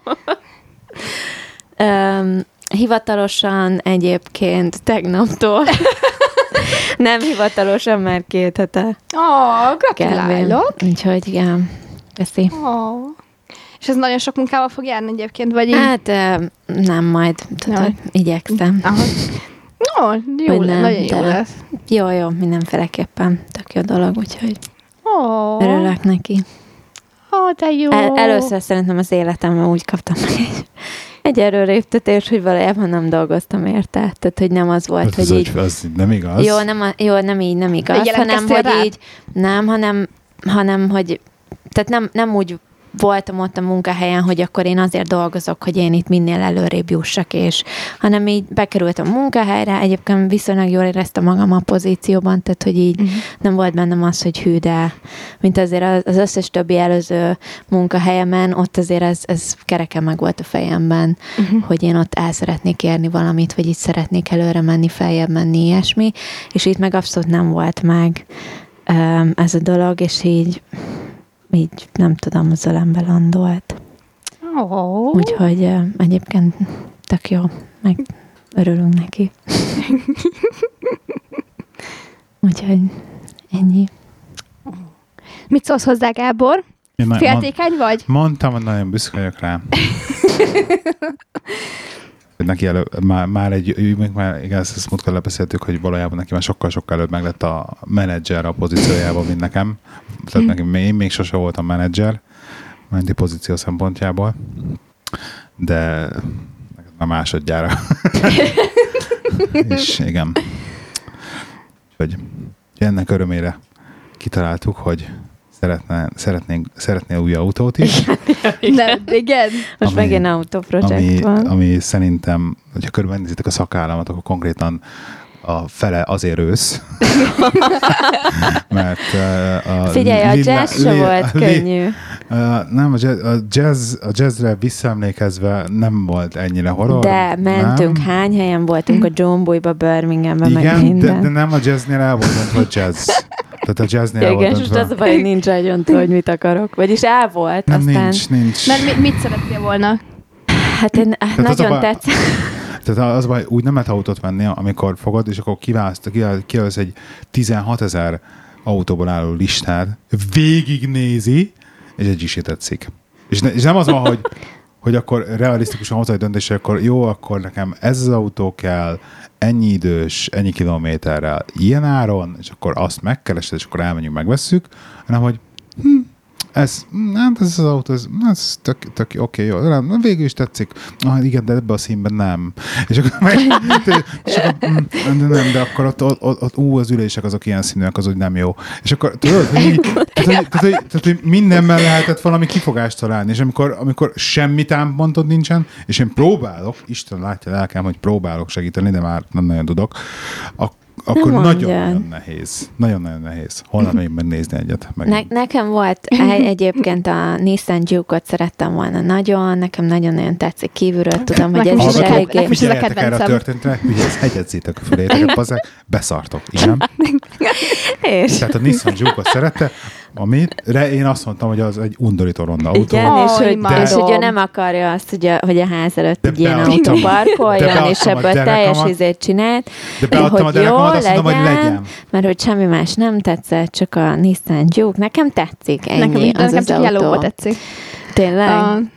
[SPEAKER 3] Hivatalosan egyébként tegnaptól. Nem hivatalosan, már 2 hete.
[SPEAKER 2] Gratulálok!
[SPEAKER 3] Úgyhogy igen, köszi.
[SPEAKER 2] És ez nagyon sok munkával fog járni egyébként, vagy így?
[SPEAKER 3] Hát nem, majd tudod, igyekszem.
[SPEAKER 2] Jó, nagyon jó lesz.
[SPEAKER 3] Jó, mindenféleképpen. Tök jó dolog, úgyhogy örülök neki.
[SPEAKER 2] De jó.
[SPEAKER 3] Először szerintem az életemben úgy kaptam meg egy erőléptetést, hogy valójában nem dolgoztam érte. Tehát, hogy nem az volt,
[SPEAKER 1] hát
[SPEAKER 3] hogy így...
[SPEAKER 1] Az nem igaz.
[SPEAKER 3] Nem igaz, hanem, hogy
[SPEAKER 2] rád?
[SPEAKER 3] így... Nem, hanem, hogy... Tehát nem úgy voltam ott a munkahelyen, hogy akkor én azért dolgozok, hogy én itt minél előrébb jussak, hanem így bekerültem a munkahelyre, egyébként viszonylag jól éreztem magam a pozícióban, tehát hogy így nem volt bennem az, hogy hű, de mint azért az összes többi előző munkahelyemen, ott azért ez kereken meg volt a fejemben, hogy én ott el szeretnék érni valamit, vagy itt szeretnék előre menni, feljebb menni, ilyesmi, és itt meg abszolút nem volt meg ez a dolog, és így nem tudom, az ölembe landolt. Úgyhogy egyébként tök jó, meg örülünk neki. Úgyhogy ennyi.
[SPEAKER 2] Mit szólsz hozzá, Gábor? Féltékeny vagy?
[SPEAKER 1] Mondtam, hogy nagyon büszke vagyok rá. Neki már igen, ezt múltkor lebeszéltük, hogy valójában neki már sokkal-sokkal előbb meg lett a menedzser a pozíciójában, mint nekem. Tehát én még sose voltam menedzser, menti pozíció szempontjából, de a másodjára. És igen. Úgyhogy ennek örömére kitaláltuk, hogy szeretnél új autót is.
[SPEAKER 2] Nem, igen.
[SPEAKER 3] Most megint autóprojekt van.
[SPEAKER 1] Ami szerintem, hogyha körülbelül nézitek a szakállamat, akkor konkrétan a fele azért ősz. Mert
[SPEAKER 3] figyelj, a jazz se volt könnyű.
[SPEAKER 1] Nem, a jazzre visszaemlékezve nem volt ennyire horror.
[SPEAKER 3] De mentünk, nem. Hány helyen voltunk a John Boyba, Birminghamben, meg minden.
[SPEAKER 1] De nem a jazznél el volt döntve a jazz. Tehát a jazznél el volt
[SPEAKER 3] döntve. Igen, most az a baj, hogy nincs eljöntve, hogy mit akarok. Vagyis el volt.
[SPEAKER 1] Nem,
[SPEAKER 3] aztán...
[SPEAKER 1] nincs.
[SPEAKER 2] Mert mit szeretnél volna?
[SPEAKER 3] Hát én nagyon tetszett.
[SPEAKER 1] Tehát az baj, úgy nem lehet autót venni, amikor fogod, és akkor kiválasz egy 16 000 autóból álló listát, végignézi, és egy is tetszik. És nem az van, hogy hogy akkor realisztikusan hozzá egy döntés, hogy akkor jó, akkor nekem ez az autó kell, ennyi idős, ennyi kilométerrel, ilyen áron, és akkor azt megkeresed, és akkor elmenjünk, megvesszük, hanem hogy ez az autó, ez tök oké, jó, nem, végül is tetszik. Igen, de ebben a színben nem. És akkor nem, de akkor ott az ülések azok ilyen színűek, az úgy nem jó. És akkor tudod, hogy mindenben lehetett valami kifogást találni, és amikor semmi támpontod nincsen, és én próbálok, Isten látja lelkem, hogy próbálok segíteni, de már nem nagyon tudok, akkor nagyon-nagyon nehéz. Nagyon-nagyon nehéz. Holnap még megnézni egyet.
[SPEAKER 3] Nekem volt egyébként a Nissan Juke-ot szerettem volna nagyon, nekem nagyon-nagyon tetszik kívülről, tudom, hogy ez is eléggé...
[SPEAKER 1] Figyeljetek erre a történetre, hegyedzétek a füléteket, beszartok, igen. Tehát a Nissan Juke-ot szerette, amire én azt mondtam, hogy az egy undorító ronda autó.
[SPEAKER 3] Igen, és hogy ő nem akarja azt, hogy a ház előtt egy ilyen autó parkoljon, és ebből teljes izét csinált.
[SPEAKER 1] De beadtam a derekamat, azt mondom, hogy legyen.
[SPEAKER 3] Mert hogy semmi más nem tetszett, csak a Nissan Juke. Nekem tetszik ennyi.
[SPEAKER 2] Nekem csak Yellow-ba tetszik.
[SPEAKER 3] Tényleg?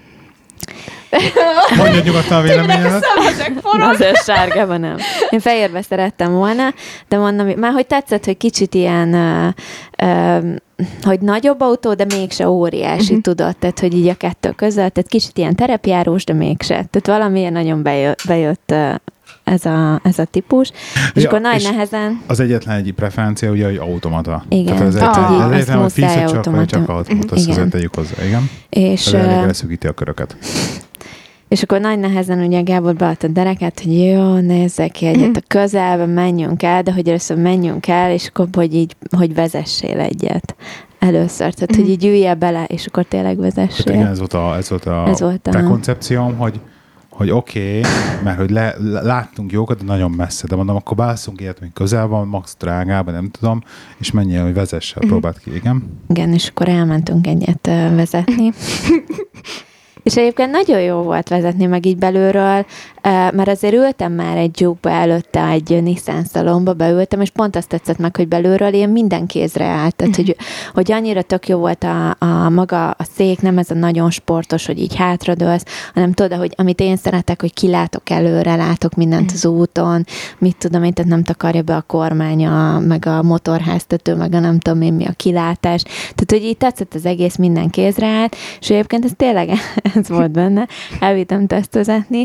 [SPEAKER 1] Mondja nyugodtan a véleményedet.
[SPEAKER 3] Azért sárgában nem. Én fehérbe szerettem volna, de mondom, már hogy tetszett, hogy kicsit ilyen, hogy nagyobb autó, de mégse óriási, tudod, tehát hogy így a kettő között, tehát kicsit ilyen terepjárós, de mégse. Tehát valamilyen nagyon bejött ez a típus, és akkor nagy nehezen...
[SPEAKER 1] Az egyetlen egy preferencia, ugye, hogy automata.
[SPEAKER 3] Igen.
[SPEAKER 1] Tehát az egyetlen, hogy fixed csak automata, azt azért tegyük hozzá, igen.
[SPEAKER 3] És
[SPEAKER 1] elég leszűkíti a köröket.
[SPEAKER 3] És akkor nagy nehezen ugye Gábor beadta a dereket, hogy jó, nézzek ki egyet a közelbe, menjünk el, de hogy először menjünk el, és akkor hogy vezessél egyet először. Tehát, hogy így üljél bele, és akkor tényleg vezessél.
[SPEAKER 1] Tehát igen, ez volt a prekoncepcióm, hogy oké, mert hogy láttunk jókat, de nagyon messze, de mondom, akkor válaszunk ilyet, hogy közel van, max drágában, nem tudom, és menjél, hogy vezessel, próbáld ki, igen.
[SPEAKER 3] Igen, és akkor elmentünk egyet vezetni. És egyébként nagyon jó volt vezetni meg így belülről, mert azért ültem már egy Juke-ba előtte, egy Nissan szalomba beültem, és pont azt tetszett meg, hogy belülről ilyen minden kézre állt. Tehát, hogy annyira tök jó volt a maga a szék, nem ez a nagyon sportos, hogy így hátradőlsz, hanem tudod, hogy amit én szeretek, hogy kilátok előre, látok mindent az úton, mit tudom én, tehát nem takarja be a kormány, meg a motorháztető, meg a nem tudom én mi a kilátás. Tehát, hogy így tetszett az egész, minden kézre állt, és egyébként ez tényleg ez volt benne. Elvittem tesztozetni,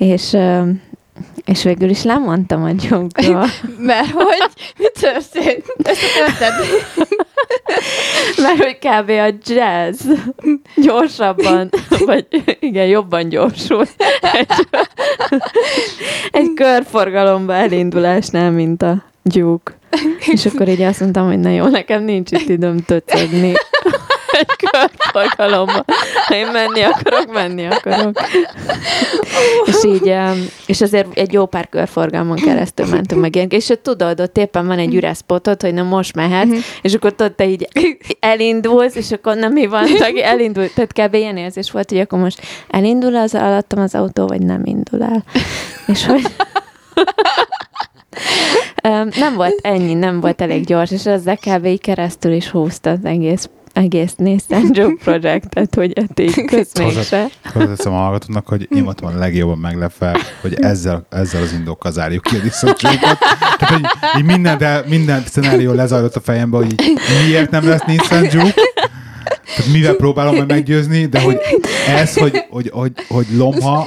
[SPEAKER 3] és végül is lemondtam a Juke-ról.
[SPEAKER 2] Mert hogy? Mi történt? Ezt történt.
[SPEAKER 3] Mert hogy kb. A jazz gyorsabban, vagy igen, jobban gyorsul egy körforgalomba elindulásnál, mint a Juke. És akkor így azt mondtam, hogy na jó, nekem nincs itt időm töcögni egy körforgalomba. Ha én menni akarok. És így, és azért egy jó pár körforgalmon keresztül mentünk meg ilyenek, és tudod, ott éppen van egy üres spotod, hogy na most mehetsz, és akkor tudod, te így elindulsz, és akkor nem mi van, elindul. Tehát kb. Ilyen érzés volt, hogy akkor most elindul az alattam az autó, vagy nem indul el. És hogy... nem volt ennyi, nem volt elég gyors, és ezzel kb. Így keresztül is húzta az egész Nissan Juke projektet, hogy így közmégse.
[SPEAKER 1] Hozzáteszem a hallgatónak, hogy én voltam a legjobban meglepve, hogy ezzel az indokkal zárjuk ki a Nissan Juke-ot. Tehát, hogy minden szenárió lezajlott a fejembe, hogy miért nem lesz Nissan Juke. Tehát mivel próbálom majd meggyőzni, de hogy ez, hogy lomha,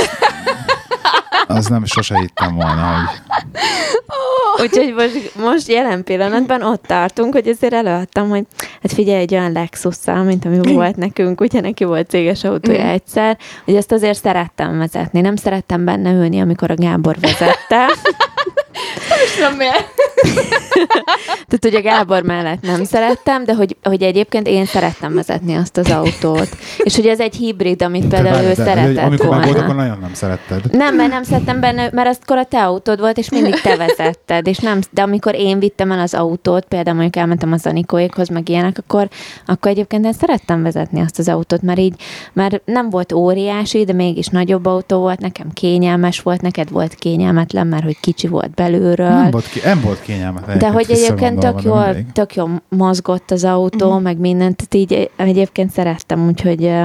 [SPEAKER 1] az nem sose hittem volna, hogy...
[SPEAKER 3] Úgyhogy most jelen pillanatban ott tartunk, hogy azért előadtam, hogy hát figyelj, egy olyan Lexus-szal, mint ami volt nekünk, ugye neki volt céges autója egyszer, hogy ezt azért szerettem vezetni. Nem szerettem benne ülni, amikor a Gábor vezette.
[SPEAKER 2] Nem is tudom miért.
[SPEAKER 3] Tehát, hogy a Gábor mellett nem szerettem, de hogy egyébként én szerettem vezetni azt az autót. És hogy ez egy hibrid, amit például ő szeretett
[SPEAKER 1] amikor
[SPEAKER 3] volna.
[SPEAKER 1] Amikor akkor nagyon nem szeretted.
[SPEAKER 3] Nem, mert nem szerettem benne, mert azt akkor a te autód volt, és mindig te vezetted. És nem, de amikor én vittem el az autót, például mondjuk elmentem az Anikóékhoz, meg ilyenek, akkor egyébként én szerettem vezetni azt az autót, mert nem volt óriási, de mégis nagyobb autó volt, nekem kényelmes volt, neked volt kényelmetlen, mert hogy kicsi volt belülről.
[SPEAKER 1] Nem volt kényelmetlen.
[SPEAKER 3] De hogy egyébként tök jól mozgott az autó, meg mindent, tehát így egyébként szerettem, úgyhogy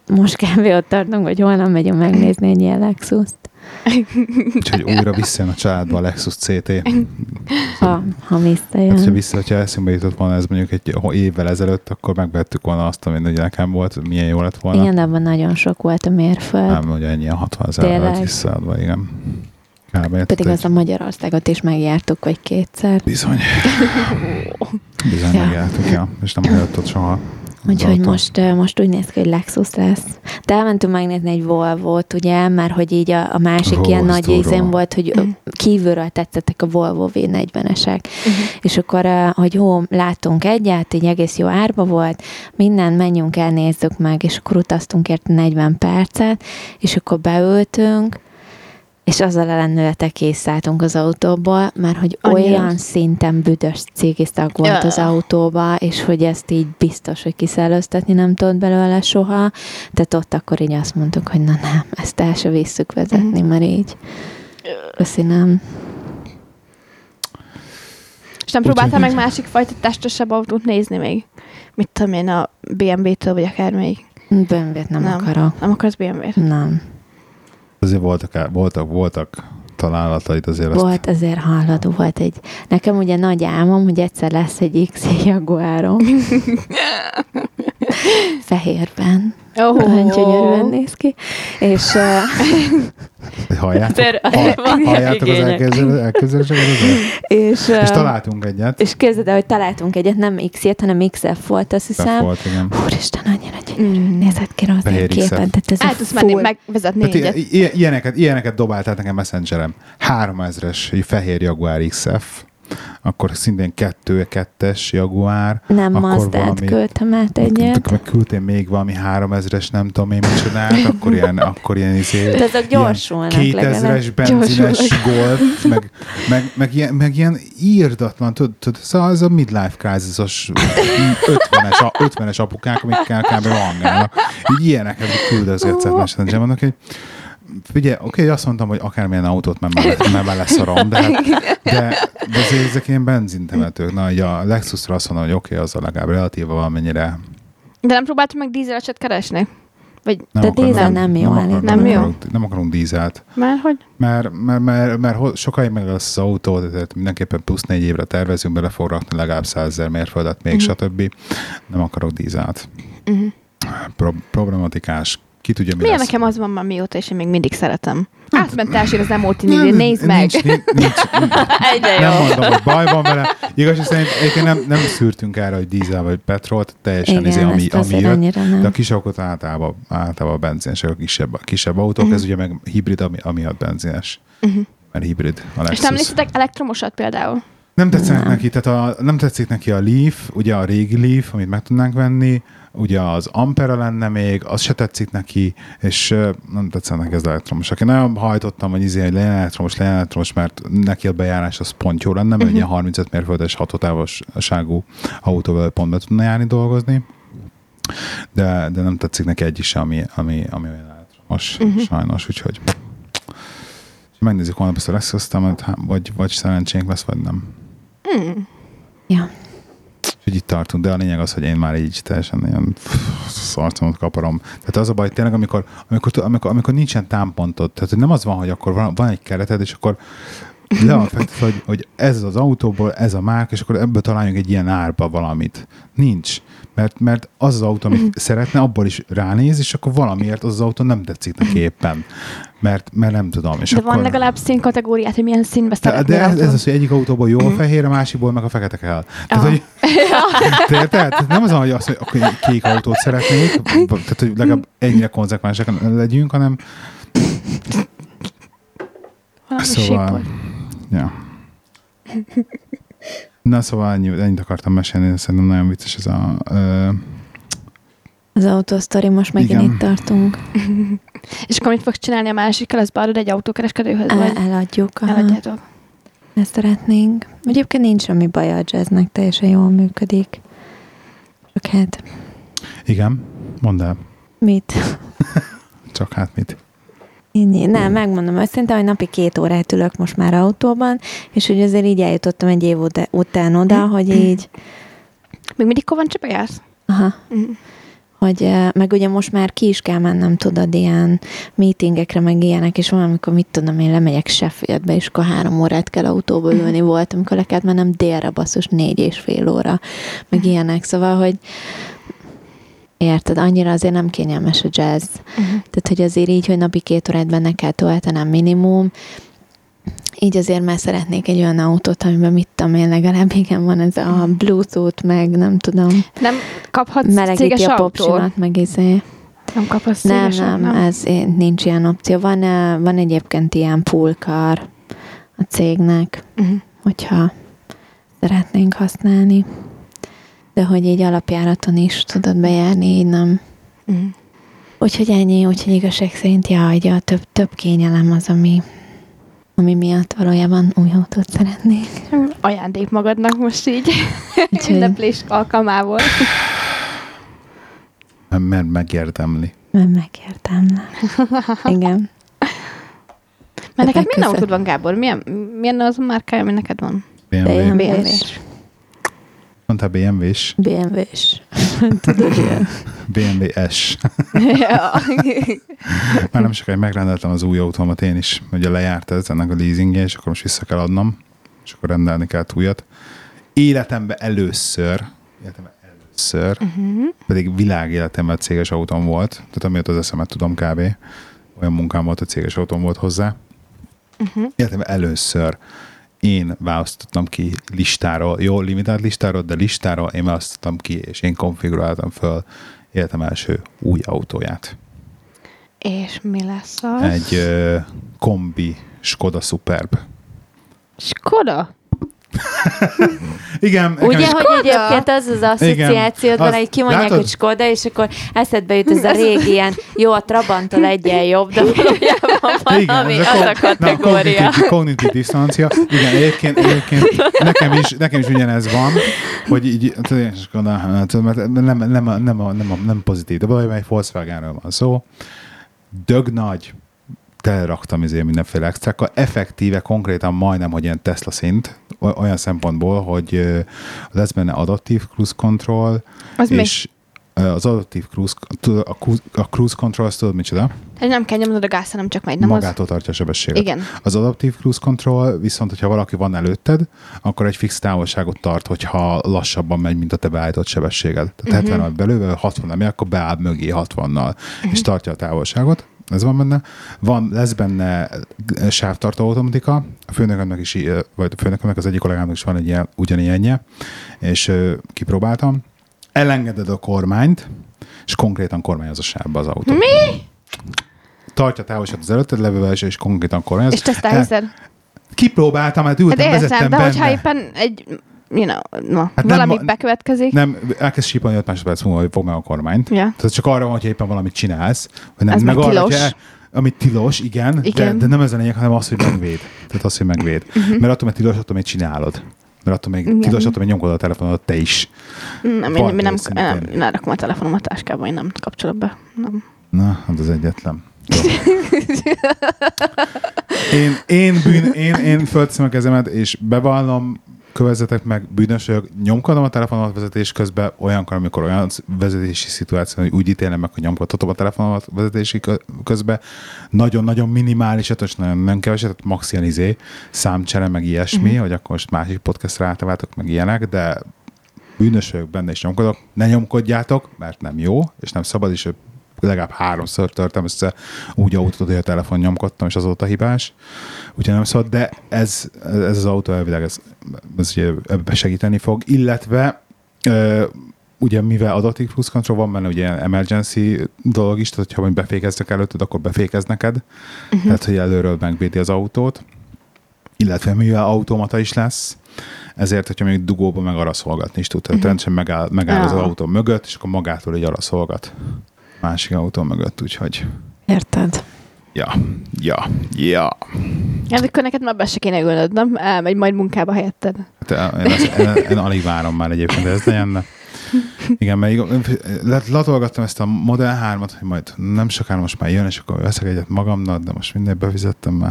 [SPEAKER 3] most kb. Ott tartunk, hogy holnap megyünk megnézni egy ilyen Lexus-t.
[SPEAKER 1] Úgyhogy újra visszajön a családba a Lexus CT.
[SPEAKER 3] Ha visszajön.
[SPEAKER 1] Hát, hogyha eszünkbe jutott volna ez mondjuk egy évvel ezelőtt, akkor megvettük volna azt, ami ugye nekem volt, milyen jó lett volna.
[SPEAKER 3] Igen, abban nagyon sok volt a mérföld.
[SPEAKER 1] Nem, ugye ennyi a 60 000 lett visszaadva, igen.
[SPEAKER 3] Pedig az a Magyarországot is megjártuk, vagy kétszer.
[SPEAKER 1] Bizony. Bizony megjártuk, ja. És nem hagyott ott soha.
[SPEAKER 3] Úgyhogy most úgy néz ki, hogy Lexus lesz. De elmentünk megnézni egy Volvo-t, ugye, mert hogy így a másik
[SPEAKER 1] Volvo
[SPEAKER 3] ilyen nagy
[SPEAKER 1] durva.
[SPEAKER 3] ízén volt, hogy kívülről tetszettek a Volvo V40-esek. És akkor, hogy látunk egyet, így egész jó árba volt, minden, menjünk el, nézzük meg, és akkor utaztunk érte 40 percet, és akkor beültünk, és azzal a lendülettel készszálltunk az autóból, mert hogy olyan szinten büdös cigiszag volt az autóba, és hogy ezt így biztos, hogy kiszellőztetni nem tudod belőle soha. Tehát ott akkor így azt mondtuk, hogy na nem, ezt el se visszük vezetni, mert így köszönöm.
[SPEAKER 2] És nem próbáltál meg másik fajta testesebb autót nézni még? Mit tudom én, a BMW-től, vagy akármelyik?
[SPEAKER 3] BMW-t nem akarok.
[SPEAKER 2] Nem akarsz BMW-t?
[SPEAKER 3] Nem.
[SPEAKER 1] Azért voltak találataid azért.
[SPEAKER 3] Volt, azért hallható volt egy... Nekem ugye nagy álmom, hogy egyszer lesz egy XJ Jaguárom. Fehérben. Nagyon gyönyörűen néz ki. És...
[SPEAKER 1] Halljátok az elképzeléseket? És találtunk egyet.
[SPEAKER 3] És képzeld el, hogy találtunk egyet, nem X-jet, hanem XF volt, azt hiszem.
[SPEAKER 1] Volt, igen.
[SPEAKER 3] Úristen, annyira gyönyörű. Nézett ki rossz a képen.
[SPEAKER 2] El tudsz menni megvezetni egyet.
[SPEAKER 1] Ilyeneket dobáltál nekem Messengerem. 3000-es fehér Jaguar XF. Akkor szintén 2.2-es Jaguar.
[SPEAKER 3] Nem Mazdát küldtem át egyet.
[SPEAKER 1] Meg küldtél még valami 3000-es, nem tudom én micsodát, akkor ilyen
[SPEAKER 3] de ezek gyorsulnak
[SPEAKER 1] 2000-es benzines Golf, meg ilyen írdatlan, tudod, ez a midlife crisis-os 50-es apukák, amikkel kb. Hangálnak. Így ilyeneket küldözgetsz át Messengerben, mondok, hogy figyelj, oké, azt mondtam, hogy akármilyen autót már leszarom, de azért ezek ilyen benzintemetők. Na, ugye a Lexusra azt mondom, hogy oké, az a legalább relatíva valamennyire.
[SPEAKER 2] De nem próbáltam meg dízeleset keresni? Vagy
[SPEAKER 3] de dízel nem jó.
[SPEAKER 1] Nem akarunk dízelt.
[SPEAKER 2] Már hogy?
[SPEAKER 1] Mert sokáig meg lesz az autó, tehát mindenképpen plusz 4 évre tervezünk, bele fog rakni legalább 100 000 mérföldet, még stb. Nem akarok dízelt. Problematikás. Ki tudja,
[SPEAKER 2] milyen nekem az van már mióta, és én még mindig szeretem. Átment elsőre az M-Ultimate, nézd meg!
[SPEAKER 1] Nincs.
[SPEAKER 3] Egyre
[SPEAKER 1] nem mondom, hogy baj van vele. Igaz, hogy szerintem nem szűrtünk erre, hogy dízel vagy petrolt, teljesen ami jött. De a kis autók általában benzinesek, a kisebb autók, ez ugye meg hibrid, amiatt benzines. Mert hibrid a Lexus.
[SPEAKER 2] És nem néztetek elektromosat például?
[SPEAKER 1] Nem tetszik neki a Leaf, ugye a régi Leaf, amit meg tudnánk venni, ugye az Ampera lenne még, az se tetszik neki, és nem tetszenek ez elektromos. Én nagyon hajtottam, hogy legyen elektromos, mert neki a bejárás az pont jó lenne, mert ugye 35 mérföldes hatótávolságú autóval pont be tudna járni dolgozni, de nem tetszik neki egy is, ami olyan elektromos, sajnos, úgyhogy megnézzük holnap ezt a Lexus-t, vagy szerencsénk lesz, vagy nem.
[SPEAKER 3] Ja.
[SPEAKER 1] Úgyhogy itt tartunk, de a lényeg az, hogy én már így teljesen ilyen szarcomot kaparom. Tehát az a baj, tényleg, amikor nincsen támpontod, tehát nem az van, hogy akkor van egy kereted, és akkor le van fektetve, hogy ez az autóból, ez a márk, és akkor ebből találjunk egy ilyen árba valamit. Nincs. Mert az autó, amit szeretne, abból is ránéz, és akkor valamiért az autó nem tetszik neki éppen. Mert nem tudom. És
[SPEAKER 2] de
[SPEAKER 1] akkor...
[SPEAKER 2] van legalább színkategóriát, hogy milyen színbe szeretnél
[SPEAKER 1] De ez az, hogy egyik autóból jó a fehér, a másikból meg a fekete kell. Tehát nem az, hogy azt, hogy akkor kék autót szeretnék, tehát hogy legalább ennyire konzekvensek legyünk, hanem szóval... Ja. Na, szóval ennyit akartam mesélni, szerintem nagyon vicces ez a...
[SPEAKER 3] Az autósztori, most megint itt tartunk.
[SPEAKER 2] És akkor mit fogsz csinálni a másikkal? Az beadod egy autókereskedőhöz?
[SPEAKER 3] Eladjuk.
[SPEAKER 2] Eladjátok.
[SPEAKER 3] Ezt szeretnénk. Egyébként nincs semmi baj a jazznek, teljesen jól működik. Csak hát...
[SPEAKER 1] Igen, mondd el.
[SPEAKER 3] Mit?
[SPEAKER 1] Csak hát mit?
[SPEAKER 3] Nem, megmondom őszintén, hogy napi 2 órát ülök most már autóban, és hogy azért így eljutottam egy év után oda, hogy így...
[SPEAKER 2] Még mindig Kovancsiba jársz?
[SPEAKER 3] Aha. hogy meg ugye most már ki is kell mennem, tudod, ilyen meetingekre, meg ilyenek, és valamikor, mit tudom, én lemegyek Sheffieldbe, és akkor 3 órát kell autóba ülni volt, amikor le kellett mennem délre, basszus 4,5 óra, meg ilyenek, szóval, hogy érted, annyira azért nem kényelmes a jazz. Tehát, hogy azért így, hogy napi 2 órát benne kell töltenem minimum, így azért már szeretnék egy olyan autót, amiben mit tudom én, legalább igen van ez a Bluetooth, meg nem tudom.
[SPEAKER 2] Nem kaphatsz céges
[SPEAKER 3] a
[SPEAKER 2] autót?
[SPEAKER 3] popsimat, meg izé.
[SPEAKER 2] Nem kaphatsz céges autót?
[SPEAKER 3] Nem, ez nincs ilyen opció. Van egyébként ilyen poolcar a cégnek, hogyha szeretnénk használni. De hogy így alapjáraton is tudod bejárni, így nem. Úgyhogy ennyi, úgyhogy igazság szerint hogy a több kényelem az, ami miatt valójában új autót szeretnék.
[SPEAKER 2] Ajándék magadnak most így. Ünneplés alkalmából.
[SPEAKER 1] Mert megérdemli.
[SPEAKER 3] Mert megértem. Igen.
[SPEAKER 2] Mert neked milyen autód van, Gábor? Milyen az a márkája, ami neked van?
[SPEAKER 3] BMW-s.
[SPEAKER 1] Mondtál BMW-s?
[SPEAKER 3] BMW-s. Tudod, ilyen.
[SPEAKER 1] BMW S. Már nem sokáig megrendeltem az új autómat én is. Ugye lejárt ez, ennek a leasingje, és akkor most vissza kell adnom, és akkor rendelni kell újat. Életemben először, pedig világéletemben céges autóm volt, tehát amiatt az eszemet tudom kb. Olyan munkám volt, hogy céges autóm volt hozzá. Életemben először én választottam ki listáról, jó, limitált listáról, de listáról én választottam ki, és én konfiguráltam föl életem első új autóját.
[SPEAKER 2] És mi lesz az?
[SPEAKER 1] Egy kombi Skoda Superb.
[SPEAKER 2] Skoda?
[SPEAKER 1] Igen.
[SPEAKER 3] Ugye, hogy egyébként az az asszociációd van, hogy kimondják, hogy Skoda, és akkor eszedbe jut ez a régi ilyen, jó, a Trabanttól egyen jobb, de valójában valami az a kategória.
[SPEAKER 1] Kognitív diszonancia. Igen, egyébként nekem is ugyanez van, hogy így, nem pozitív, de valójában egy Volkswagenről van szó. Dög nagy, teleraktam mindenféle extrákkal, effektíve, konkrétan majdnem, hogy ilyen Tesla szint, olyan szempontból, hogy lesz benne adaptív cruise control,
[SPEAKER 2] az
[SPEAKER 1] és az adaptív cruise control, azt tudod micsoda?
[SPEAKER 2] Tehát nem kell nyomnod a gázt, hanem csak megy, nem
[SPEAKER 1] magától tartja a sebességet.
[SPEAKER 2] Igen.
[SPEAKER 1] Az adaptív cruise control viszont, hogyha valaki van előtted, akkor egy fix távolságot tart, hogyha lassabban megy, mint a te beállított sebességed. Tehát 70-nal belőle, 60 nem, akkor beáll mögé 60-nal, és tartja a távolságot. Ez van benne. Lesz benne sávtartó automatika. A főnökömnek is, vagy a főnökömnek, az egyik kollégámnak is van egy ilyen, ugyanilyenje, és kipróbáltam. Elengeded a kormányt, és konkrétan kormányoz a sávba az autó.
[SPEAKER 2] Mi?
[SPEAKER 1] Tartja távolságot az előtted levővel, és konkrétan kormányoz.
[SPEAKER 2] És tesztelheted?
[SPEAKER 1] Kipróbáltam, hát ültem, vezettem
[SPEAKER 2] de
[SPEAKER 1] benne.
[SPEAKER 2] hogyha éppen egy
[SPEAKER 1] Hát
[SPEAKER 2] valami bekövetkezik.
[SPEAKER 1] Nem, elkezd sípolni 5 másodperc múlva, hogy fog meg a kormányt.
[SPEAKER 2] Ja.
[SPEAKER 1] Tehát csak arra van, hogyha éppen valamit csinálsz. Vagy nem,
[SPEAKER 2] ez meg tilos.
[SPEAKER 1] Arra, amit tilos, igen. De nem ez a lényeg, hanem az, hogy megvéd. Tehát az, hogy megvéd. Mert attól, mert tilos, attól még csinálod. Mert attól még tilos, attól még nyomkod a telefonodat te is.
[SPEAKER 2] Nem rakom a telefonom a táskába, én nem kapcsolok be. Nem.
[SPEAKER 1] Na, hát az egyetlen. Én fölteszem a kezemet, és bevallom, kövezzetek meg, bűnösök, nyomkodom a telefonomat vezetés közben, olyankor, amikor olyan vezetési szituáció, hogy úgy ítélem meg, hogy nyomkodhatom a telefonomat vezetési közben, nagyon-nagyon minimális, és nagyon nem keveset, max ilyen számcsere, meg ilyesmi, hogy akkor most másik podcastra átváltok, meg ilyenek, de bűnös vagyok benne, és nyomkodok. Ne nyomkodjátok, mert nem jó, és nem szabad, és legalább 3-szor törtem össze úgy autót, hogy a telefon nyomkodtam, és azóta hibás. Úgyhogy nem szabad, de ez az autó elvileg ez ugye ebbe segíteni fog, illetve ugye mivel adaptív cruise control van benne, ugye ilyen emergency dolog is, tehát hogyha befékeznek előtted, akkor befékez neked, tehát hogy előről megvédi az autót, illetve mivel automata is lesz, ezért, hogyha még dugóba meg araszolgatni is tud, tehát rendesen megáll az autó mögött, és akkor magától így araszolgat másik autó mögött, úgyhogy...
[SPEAKER 3] Érted?
[SPEAKER 1] Ja.
[SPEAKER 2] Hát akkor neked már be se kéne ülnöd, nem? Elmegy majd munkába helyetted.
[SPEAKER 1] Hát én alig várom már egyébként, de ez legyen, de... Igen, mert latolgattam ezt a Model 3-at, hogy majd nem sokára most már jön, és akkor veszek egyet magamnak, de most mindent befizettem már.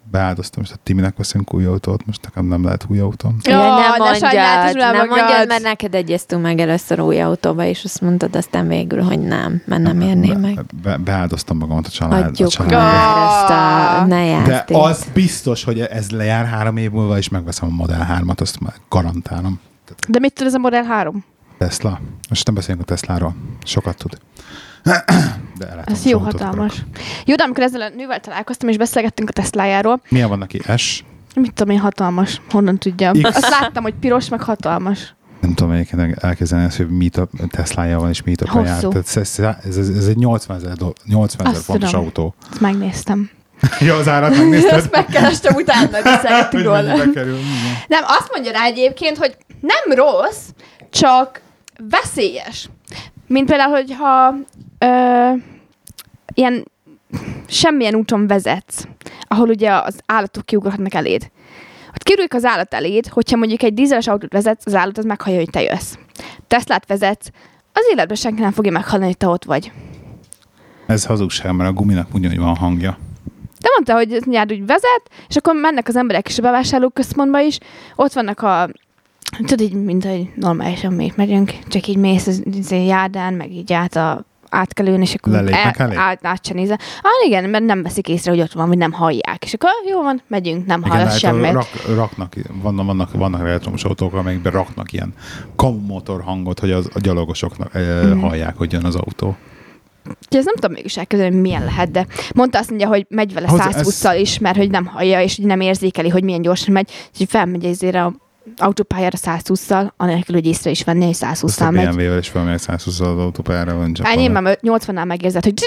[SPEAKER 1] beáldoztam, és a Timinek veszünk új autót, most nekem nem lehet új autóm.
[SPEAKER 3] Ja, nem
[SPEAKER 2] nem
[SPEAKER 3] mondjad, mert neked egyeztünk meg először új autóba, és azt mondtad aztán végül, hogy nem, mert nem érné meg.
[SPEAKER 1] Beáldoztam magamat a család.
[SPEAKER 3] Adjuk már ezt a... Ne
[SPEAKER 1] de az biztos, hogy ez lejár 3 év múlva, és megveszem a Model 3-at, azt már garantálom.
[SPEAKER 2] De mit tud ez a Model 3?
[SPEAKER 1] Tesla. Most nem beszélünk a Tesláról. Sokat tud. De
[SPEAKER 2] ez jó hatalmas. Jó, de amikor ezzel a nővel találkoztam, és beszélgettünk a Teslájáról.
[SPEAKER 1] Milyen van neki? S?
[SPEAKER 2] Mit tudom én, hatalmas. Honnan tudjam?
[SPEAKER 1] X.
[SPEAKER 2] Azt láttam, hogy piros, meg hatalmas.
[SPEAKER 1] Nem tudom egyébként elkezdeni ezt, hogy Teslája van, és meetup-ra jár. Ez egy 80 000 fontos autó.
[SPEAKER 2] Ezt megnéztem.
[SPEAKER 1] Jó, az árat megnézted?
[SPEAKER 2] Ezt megkerestem utána, beszélgettünk róla. Nem, azt mondja rá egyébként, hogy nem rossz, csak veszélyes. Mint például, hogyha ilyen semmilyen úton vezetsz, ahol ugye az állatok kiugratnak eléd. Ott kirújik az állat eléd, hogyha mondjuk egy dízeles autót vezetsz, az állat az meghallja, hogy te jössz. Teslát vezetsz, az életben senki nem fogja meghallani, hogy te ott vagy.
[SPEAKER 1] Ez hazugság, mert a guminak ugyanúgy van hangja.
[SPEAKER 2] De mondta, hogy nyád úgy vezet, és akkor mennek az emberek is a bevásárlóközpontba is, ott vannak tudod, így, mint hogy normálisan még megyünk, csak így mész az járdán, meg így átkelőn, és akkor át se nézve. Igen, mert nem veszik észre, hogy ott van, vagy nem hallják. És akkor jó van, megyünk, nem hallasz semmit.
[SPEAKER 1] Raknak, vannak elektromos autók, amelyekben raknak ilyen kamumotor hangot, hogy a gyalogosoknak hallják, hogy jön az autó.
[SPEAKER 2] Ez nem tudom mégis elkezdeni, hogy milyen lehet, de mondta azt mondja, hogy megy vele 120-szal is, mert hogy nem hallja, és nem érzékeli, hogy milyen gyorsan megy, és felmegy ezért a autópályára 120-szal, anélkül, hogy észre is venni, hogy 120-szal megy.
[SPEAKER 1] A BMW-vel is felmegy 120-szal az autópályára, van csak.
[SPEAKER 2] Én már 80-nál megérzett, hogy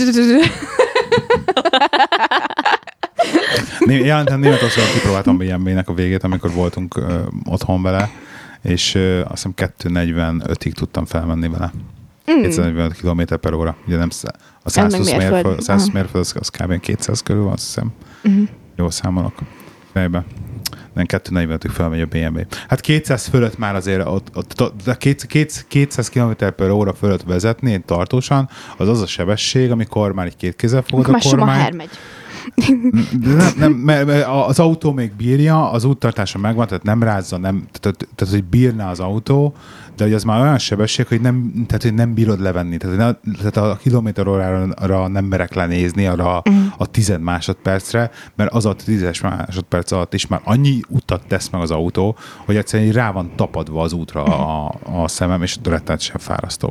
[SPEAKER 1] jelentem Németországban kipróbáltam BMW-nek a végét, amikor voltunk otthon vele, és azt hiszem 245-ig tudtam felmenni vele. 245 km/h. Ugye nem a 120 mérföld, az kb. 200 körül van, azt hiszem. Jól számolok fejbe. Nem 245-ig felmegy a BMW. Hát 200 fölött már azért, 200 km/h fölött vezetni tartósan, az a sebesség, amikor már egy két kézzel fogod a kormányt.
[SPEAKER 2] megy.
[SPEAKER 1] Nem, mert az autó még bírja, az úttartása megvan, tehát nem rázza, tehát hogy bírná az autó, de hogy az már olyan sebesség, hogy nem bírod levenni. Tehát a kilométer-órára nem merek lenézni arra a 10 másodpercre, mert az a 10 másodperc alatt is már annyi utat tesz meg az autó, hogy egyszerűen rá van tapadva az útra a szemem, és rettenetesen fárasztó.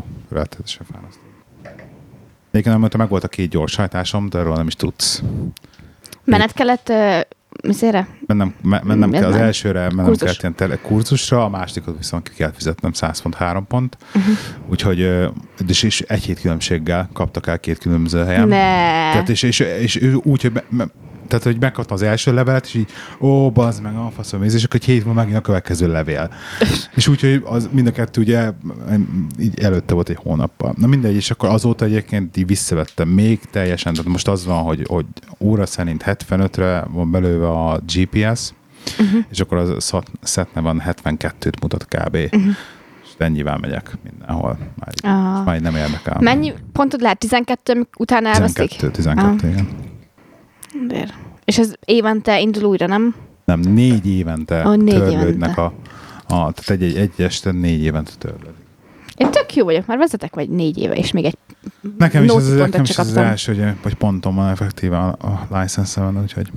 [SPEAKER 1] Egyébként nem meg volt a 2 gyorshajtásom, de erről nem is tudsz.
[SPEAKER 2] Menet kellett miszére?
[SPEAKER 1] Mennem kell az elsőre, mennem kellett ilyen telekurzusra, a másodikot viszont ki kellett fizetnem 100 font 3 pont. Úgyhogy és egy hét különbséggel kaptak el 2 különböző helyen. Tehát és úgy, hogy tehát, hogy megkaptam az első levelet, és így, bazd meg, a faszom, és akkor 7 múlva megint a következő levél. És úgyhogy az mind a kettő ugye így előtte volt egy hónappal. Na mindegy, és akkor azóta egyébként így visszavettem még teljesen, tehát most az van, hogy óra szerint 75-re van belőve a GPS, és akkor az szetne van 72-t mutat kb. És ennyivel megyek mindenhol. Már nem érdekel.
[SPEAKER 2] Mennyi pontod lehet? 12 utána elveszik?
[SPEAKER 1] 12, igen.
[SPEAKER 2] De. És ez évente indul újra, nem?
[SPEAKER 1] Nem, 4 évente törlődnek tehát egy este 4 évente törlődik.
[SPEAKER 2] Én tök jó vagyok, már vezetek vagy 4 éve, és még egy
[SPEAKER 1] nekem is ez az első, hogy pontom van effektíve a license-en, úgyhogy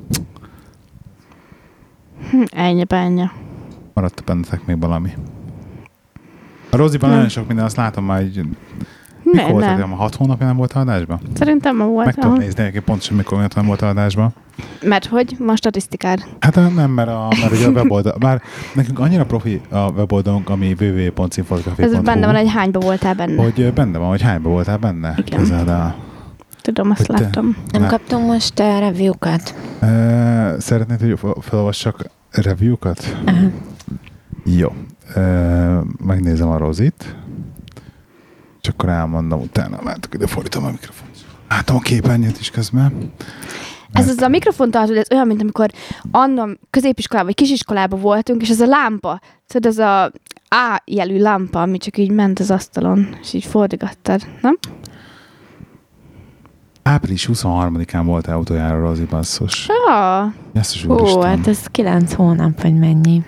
[SPEAKER 2] ennyi.
[SPEAKER 1] Maradt bennetek még valami. A Roziban nagyon sok minden, azt látom már, hogy mikor voltál? 6 hónapja nem volt adásban?
[SPEAKER 2] Szerintem ma volt.
[SPEAKER 1] Meg tudom nézni egyébként pontosan, mikor nem volt adásban.
[SPEAKER 2] Mert hogy? Ma statisztikád?
[SPEAKER 1] Hát nem, mert ugye a weboldal, már nekünk annyira profi a weboldalunk, ami www.cinfotografia.hu.
[SPEAKER 2] Ez benne van, hogy hányba voltál benne.
[SPEAKER 1] Hogy benne van, hogy hányba voltál benne.
[SPEAKER 2] Igen. Tudom, azt láttam.
[SPEAKER 3] Nem kaptunk most review-kat?
[SPEAKER 1] Szeretnéd, hogy felolvassak review-kat? Jó. Megnézem a Rozit. És akkor elmondom utána. Látok, ide fordítom a mikrofont. Látom a képernyőt is közben.
[SPEAKER 2] Ez az a mikrofontartó, ez olyan, mint amikor annak középiskolában vagy kisiskolában voltunk, és ez a lámpa, tudod, ez a A jelű lámpa, ami csak így ment az asztalon, és így fordigattad, nem?
[SPEAKER 1] Április 23-án voltál utoljára, Rozi, basszus. Jesszus
[SPEAKER 3] Ó,
[SPEAKER 1] úristen.
[SPEAKER 3] hát ez 9 hónap, vagy mennyi.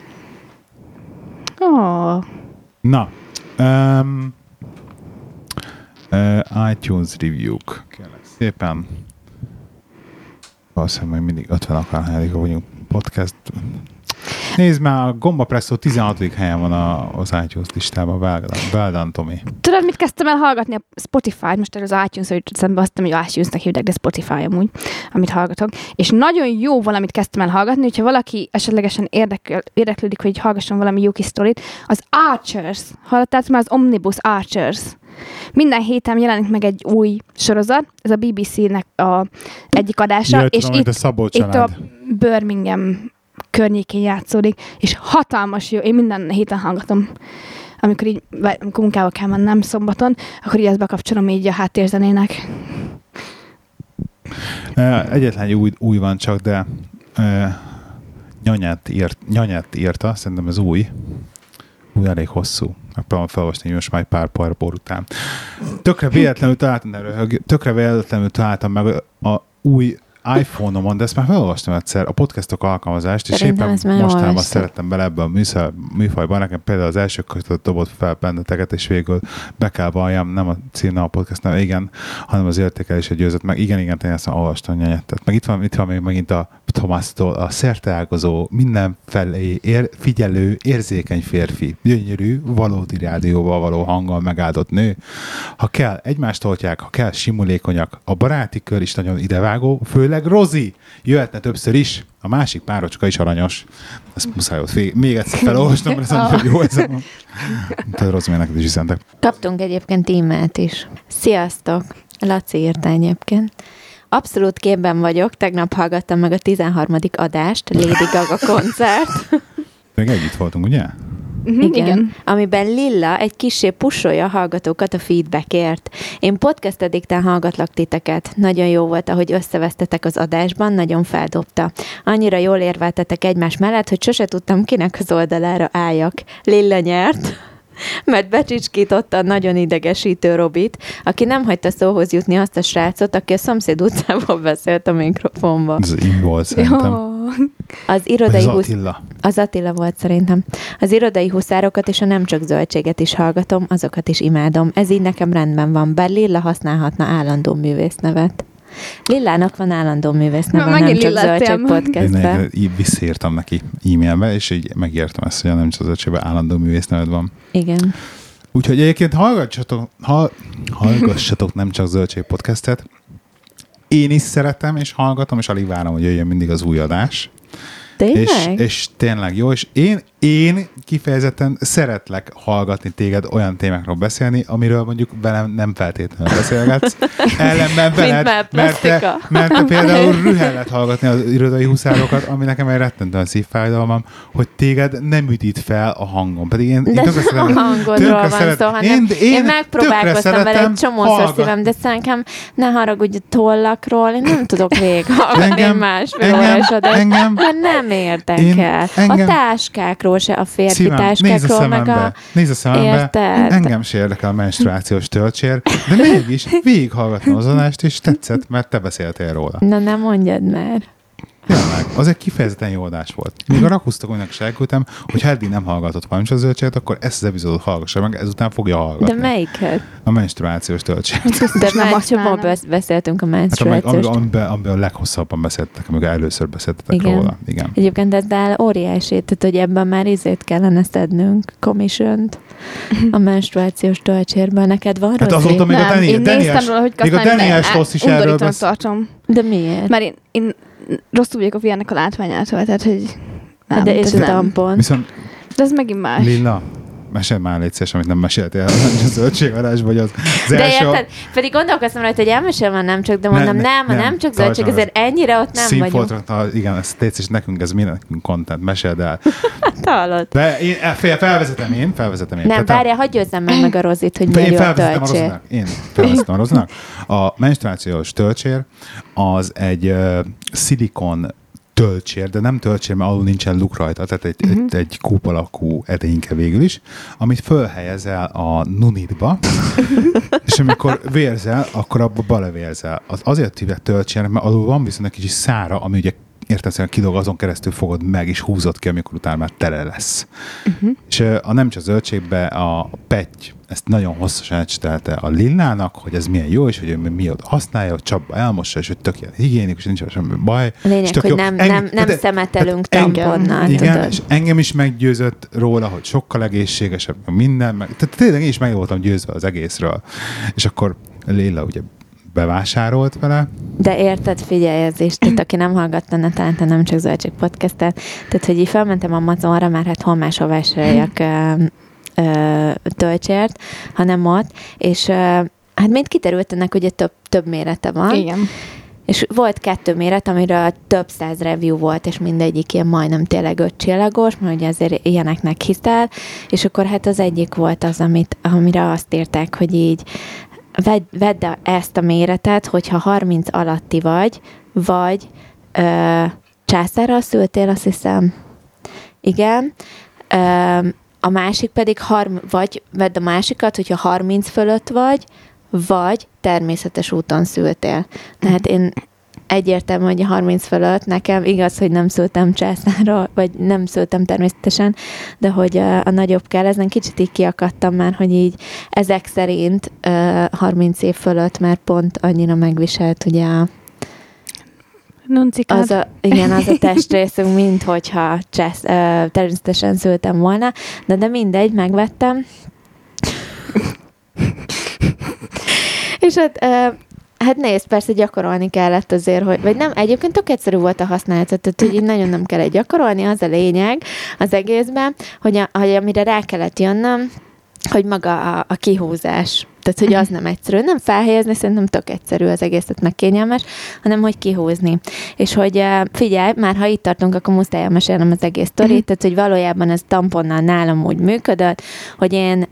[SPEAKER 1] Na, iTunes review-k. Kérlek szépen. Valószínűleg még mindig 50 akárhányadik vagyunk podcast. Nézd már, a Gombapresszó 16. helyen van az iTunes listában. Well done, Tomi.
[SPEAKER 2] Tudod, mit kezdtem el hallgatni? A Spotify-t, most erről az iTunes-ról jutott szembe, azt nem, hogy iTunes-nek hívják, de Spotify amúgy, amit hallgatok. És nagyon jó valamit kezdtem el hallgatni, hogyha valaki esetlegesen érdeklődik, hogy hallgasson valami jó kis sztorit, az Archers. Hallottál már az Omnibus Archers? Minden héten jelenik meg egy új sorozat, ez a BBC-nek egyik adása,
[SPEAKER 1] Jaj,
[SPEAKER 2] és
[SPEAKER 1] tudom,
[SPEAKER 2] itt a Birmingham környékén játszódik, és hatalmas jó, én minden héten hallgatom, amikor munkába kell mennem szombaton, akkor így ezt bekapcsolom így a háttérzenének.
[SPEAKER 1] Egyetlen új van csak, de Nyanyát írta, szerintem ez új elég hosszú. Megpróbálom felolvasni most már egy pár bor után. Tökre véletlenül találtam meg a új iPhone-omon, de ezt már felolvastam egyszer, a podcastok alkalmazást, és
[SPEAKER 3] Szerintem
[SPEAKER 1] éppen mostanában szerettem bele ebbe a műfajban. Nekem például az első között dobott fel benneteket, és végül be kell valljam, nem a cím, nem a podcast, nem igen, hanem az értékelés győzött meg. Igen, én ezt olvastam nyanyettet. Meg itt van még megint a Thomas-tól a szerteágazó, mindenfelé figyelő, érzékeny férfi, gyönyörű, valódi rádióval való hanggal megáldott nő. Ha kell, egymást toltják, ha kell, simulékonyak. A baráti kör is nagyon idevágó, főleg Rozi jöhetne többször is, a másik párocska is aranyos. Ezt muszáj volt még egyszer felolvasnom, mert ez nagyon jó ez. Tehát Rozi, még neked is üzentek.
[SPEAKER 3] Kaptunk egyébként e-mailt is. Sziasztok! Laci írta egyébként. Abszolút képben vagyok, tegnap hallgattam meg a 13. adást, Lady Gaga koncert.
[SPEAKER 1] Még együtt voltunk, ugye?
[SPEAKER 3] Igen. Amiben Lilla egy kissé pusolja a hallgatókat a feedbackért. Én podcast addiktán hallgatlak titeket. Nagyon jó volt, ahogy összevesztetek az adásban, nagyon feldobta. Annyira jól érveltetek egymás mellett, hogy sose tudtam, kinek az oldalára álljak. Lilla nyert, mert becsicskította a nagyon idegesítő Robit, aki nem hagyta szóhoz jutni azt a srácot, aki a szomszéd utcából beszélt a mikrofonba.
[SPEAKER 1] Ez én volt szerintem.
[SPEAKER 3] Az irodai
[SPEAKER 1] Az
[SPEAKER 3] Attila volt szerintem. Az irodai huszárokat és a nem csak zöldséget is hallgatom, azokat is imádom. Ez így nekem rendben van, bár Lilla használhatna állandó művésznevet. Lillának van állandó művészneve, nem csak zöldség podcastben.
[SPEAKER 1] Én visszaírtam neki e-mailbe, és így megértem ezt, hogy a nem csak zöldségben állandó művészneved van.
[SPEAKER 3] Igen.
[SPEAKER 1] Úgyhogy egyébként hallgassatok nem csak zöldség podcastet. Én is szeretem, és hallgatom, és alig várom, hogy jöjjön mindig az új adás.
[SPEAKER 3] Tényleg?
[SPEAKER 1] És tényleg jó, és én kifejezetten szeretlek hallgatni téged olyan témákról beszélni, amiről mondjuk velem nem feltétlenül beszélgetsz. Ellenben veled, mert te például rühellet hallgatni az irodai huszárokat, ami nekem egy rettentően szívfájdalmam, hogy téged nem üdít fel a hangom. Pedig én
[SPEAKER 3] de nem a hangodról van szó, hanem én megpróbálkoztam vele egy csomószor szívem, de szerintem ne haragudj a tollakról, én nem tudok végighallgatni másfél órás adást, mert nem érdekel. A táskákról se, a férfi
[SPEAKER 1] Szívem,
[SPEAKER 3] táskákról, meg a...
[SPEAKER 1] Nézz a szemembe, engem se érdekel a menstruációs tölcsér, de mégis végighallgattam az adást, és tetszett, mert te beszéltél róla.
[SPEAKER 3] Na, nem mondjad már.
[SPEAKER 1] Tényleg, az egy kifejezetten jó adás volt. Még a Rakusztakonnak is elküldtem, hogy ha eddig nem hallgatott valamit a zöldséget, akkor ezt az epizódot hallgassa meg, ezután fogja hallgatni.
[SPEAKER 3] De melyiket?
[SPEAKER 1] A menstruációs töltsért.
[SPEAKER 3] De már csomó beszéltünk a menstruációs.
[SPEAKER 1] Amiben a leghosszabban beszéltek, amikor először beszéltetek róla. Igen.
[SPEAKER 3] Egyébként ezzel óriási, tehát hogy ebben már kellene szednünk, commission-t a menstruációs töltsérből. Neked van,
[SPEAKER 1] hát
[SPEAKER 3] Rozi?
[SPEAKER 1] azóta még
[SPEAKER 2] nem,
[SPEAKER 1] a
[SPEAKER 2] Daniels
[SPEAKER 1] Tosz is erről
[SPEAKER 2] tartom.
[SPEAKER 3] De miért?
[SPEAKER 2] Mert én rosszul vagyok a fiának a látványától, tehát hogy nem.
[SPEAKER 3] De és a tampon.
[SPEAKER 1] Viszont
[SPEAKER 2] de ez megint más.
[SPEAKER 1] Lilla, mesélj már légy szíves, amit nem meséltél a zöldségadás, vagy az
[SPEAKER 3] de
[SPEAKER 1] első...
[SPEAKER 3] érted, pedig gondolkoztam rajta, hogy elmesélem nem csak, de mondom, nem csak zöldség, ezért ennyire ott nem vagyunk.
[SPEAKER 1] Igen, ezt légy szíves, nekünk ez nekünk content, meséld el.
[SPEAKER 3] Hát hallod.
[SPEAKER 1] De én felvezetem én.
[SPEAKER 3] Nem, várjál, hagyj győzzem meg a Rozit, hogy miért jó a töltsér.
[SPEAKER 1] Én felvezetem a Rozinak. A menstruációs töltsér az egy szilikon töltsér, de nem töltsér, mert alul nincsen luk rajta, tehát egy kúp alakú edényke végül is, amit fölhelyezel a nunitba, és amikor vérzel, akkor abba belevérzel. Azért hívják töltsérnek, mert alul van viszont egy kicsi szára, ami ugye értelemszerűen kilóg, azon keresztül fogod meg, és húzod ki, amikor utána már tele lesz. És a nem csak zöldségbe a Petty ezt nagyon hosszasan elcsinálta a Lillának, hogy ez milyen jó, és hogy ő mióta használja, hogy Csaba elmossa, és hogy tökéletes higiénikus, nincs semmi baj.
[SPEAKER 3] A lényeg, hogy nem szemetelünk tamponnal.
[SPEAKER 1] Igen, és engem is meggyőzött róla, hogy sokkal egészségesebb minden, tehát tényleg én is meg voltam győzve az egészről. És akkor Lilla ugye bevásárolt vele.
[SPEAKER 3] De érted, figyelj, ez is, tehát aki nem hallgatta, ne talán nem csak Zöldség podcastet, tehát hogy így felmentem Amazonra, már hát hol máshol vásároljak töltsért, hanem ott, és hát mind kiderült ennek, ugye több mérete van.
[SPEAKER 2] Igen.
[SPEAKER 3] És volt 2 méret, amire több 100 review volt, és mindegyik ilyen majdnem tényleg 5 csillagos, mert ugye azért ilyeneknek hiszel, és akkor hát az egyik volt az, amire azt írták, hogy így vedd ezt a méretet, hogyha 30 alatti vagy császárral szültél, azt hiszem. Igen. A másik pedig, vagy vedd a másikat, hogyha 30 fölött vagy természetes úton szültél. Tehát én egyértelmű, hogy a 30 fölött nekem igaz, hogy nem szültem császárral, vagy nem szültem természetesen, de hogy a nagyobb kell, ezen kicsit így kiakadtam már, hogy így ezek szerint 30 év fölött már pont annyira megviselt ugye az a testrészünk, mint hogyha természetesen szültem volna, de mindegy, megvettem. És hát nézd, persze gyakorolni kellett azért, vagy nem, egyébként tök egyszerű volt a használat, tehát hogy így nagyon nem kellett gyakorolni, az a lényeg az egészben, hogy amire rá kellett jönnöm, hogy maga a kihúzás. Tehát, hogy az nem egyszerű. Nem felhelyezni, szerintem tök egyszerű az egészet, meg kényelmes, hanem hogy kihúzni. És hogy figyelj, már ha itt tartunk, akkor muszáj elmesélnem az egész sztorit, tehát, hogy valójában ez tamponnal nálam úgy működött, hogy én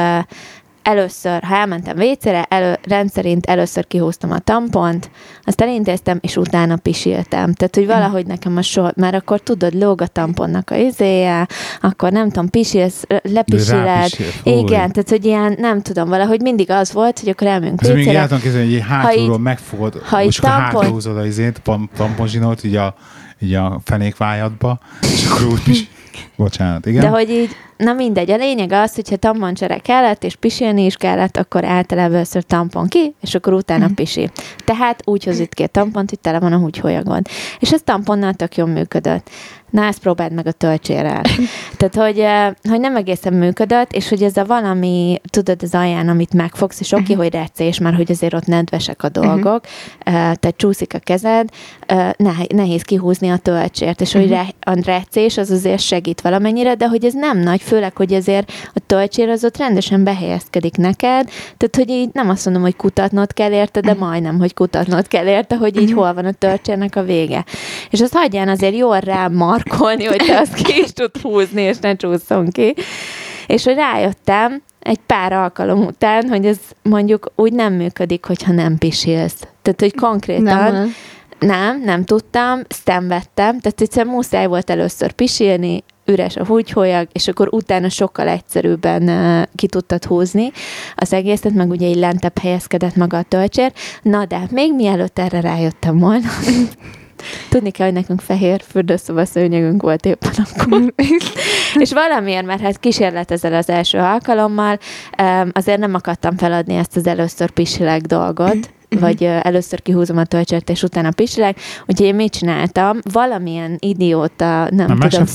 [SPEAKER 3] először, ha elmentem WC-re, rendszerint először kihúztam a tampont, azt elintéztem, és utána pisiltem. Tehát, hogy valahogy nekem már akkor tudod, lóg a tamponnak a izéje, akkor nem tudom, pisilsz, lepisiled. Igen, tehát, hogy ilyen, nem tudom, valahogy mindig az volt, hogy akkor elmegyünk WC-re.
[SPEAKER 1] Ez még el tudom képzelni, hogy hátulról megfogod, és akkor hátrahúzod az izét, tampozsinót, így a fenékvájadba, és akkor úgy bocsánat, igen.
[SPEAKER 3] De hogy így, na mindegy, a lényeg az, hogyha tamponcsere kellett, és pisilni is kellett, akkor általában először tampon ki, és akkor utána pisil. Tehát úgy hozott ki a tampont, hogy tele van a húgyholyagod. És ez tamponnal tök jól működött. Na, ezt próbáld meg a töltsérrel. Tehát, hogy nem egészen működött, és hogy ez a valami, tudod, az alján, amit megfogsz, és oké, hogy recés, már hogy azért ott nedvesek a dolgok, tehát csúszik a kezed, nehéz kihúzni a töltsért, és hogy a recés az azért segít valamennyire, de hogy ez nem nagy, főleg, hogy azért a töltsér az ott rendesen behelyezkedik neked, tehát, hogy így nem azt mondom, hogy kutatnod kell érte, de majdnem, hogy kutatnod kell érte, hogy így hol van a töltsérnek a vége. És azt hagyján azért jól markolni, hogy te azt ki is tud húzni, és ne csúszson ki. És hogy rájöttem egy pár alkalom után, hogy ez mondjuk úgy nem működik, hogyha nem pisilsz. Tehát, hogy konkrétan nem tudtam, szenvedtem, tehát egyszerűen muszáj volt először pisilni, üres a húgyholyag, és akkor utána sokkal egyszerűbben ki tudtad húzni az egészet, meg ugye így lentebb helyezkedett maga a töltsér. Na, de még mielőtt erre rájöttem volna, tudni kell, hogy nekünk fehér fürdőszoba szőnyegünk volt éppen akkor. És valamiért, mert hát kísérletezel az első alkalommal, azért nem akartam feladni ezt az először pisilek dolgot, vagy először kihúzom a töltsért, és utána pisilek. Úgyhogy én mit csináltam? Valamilyen idióta, nem tudom,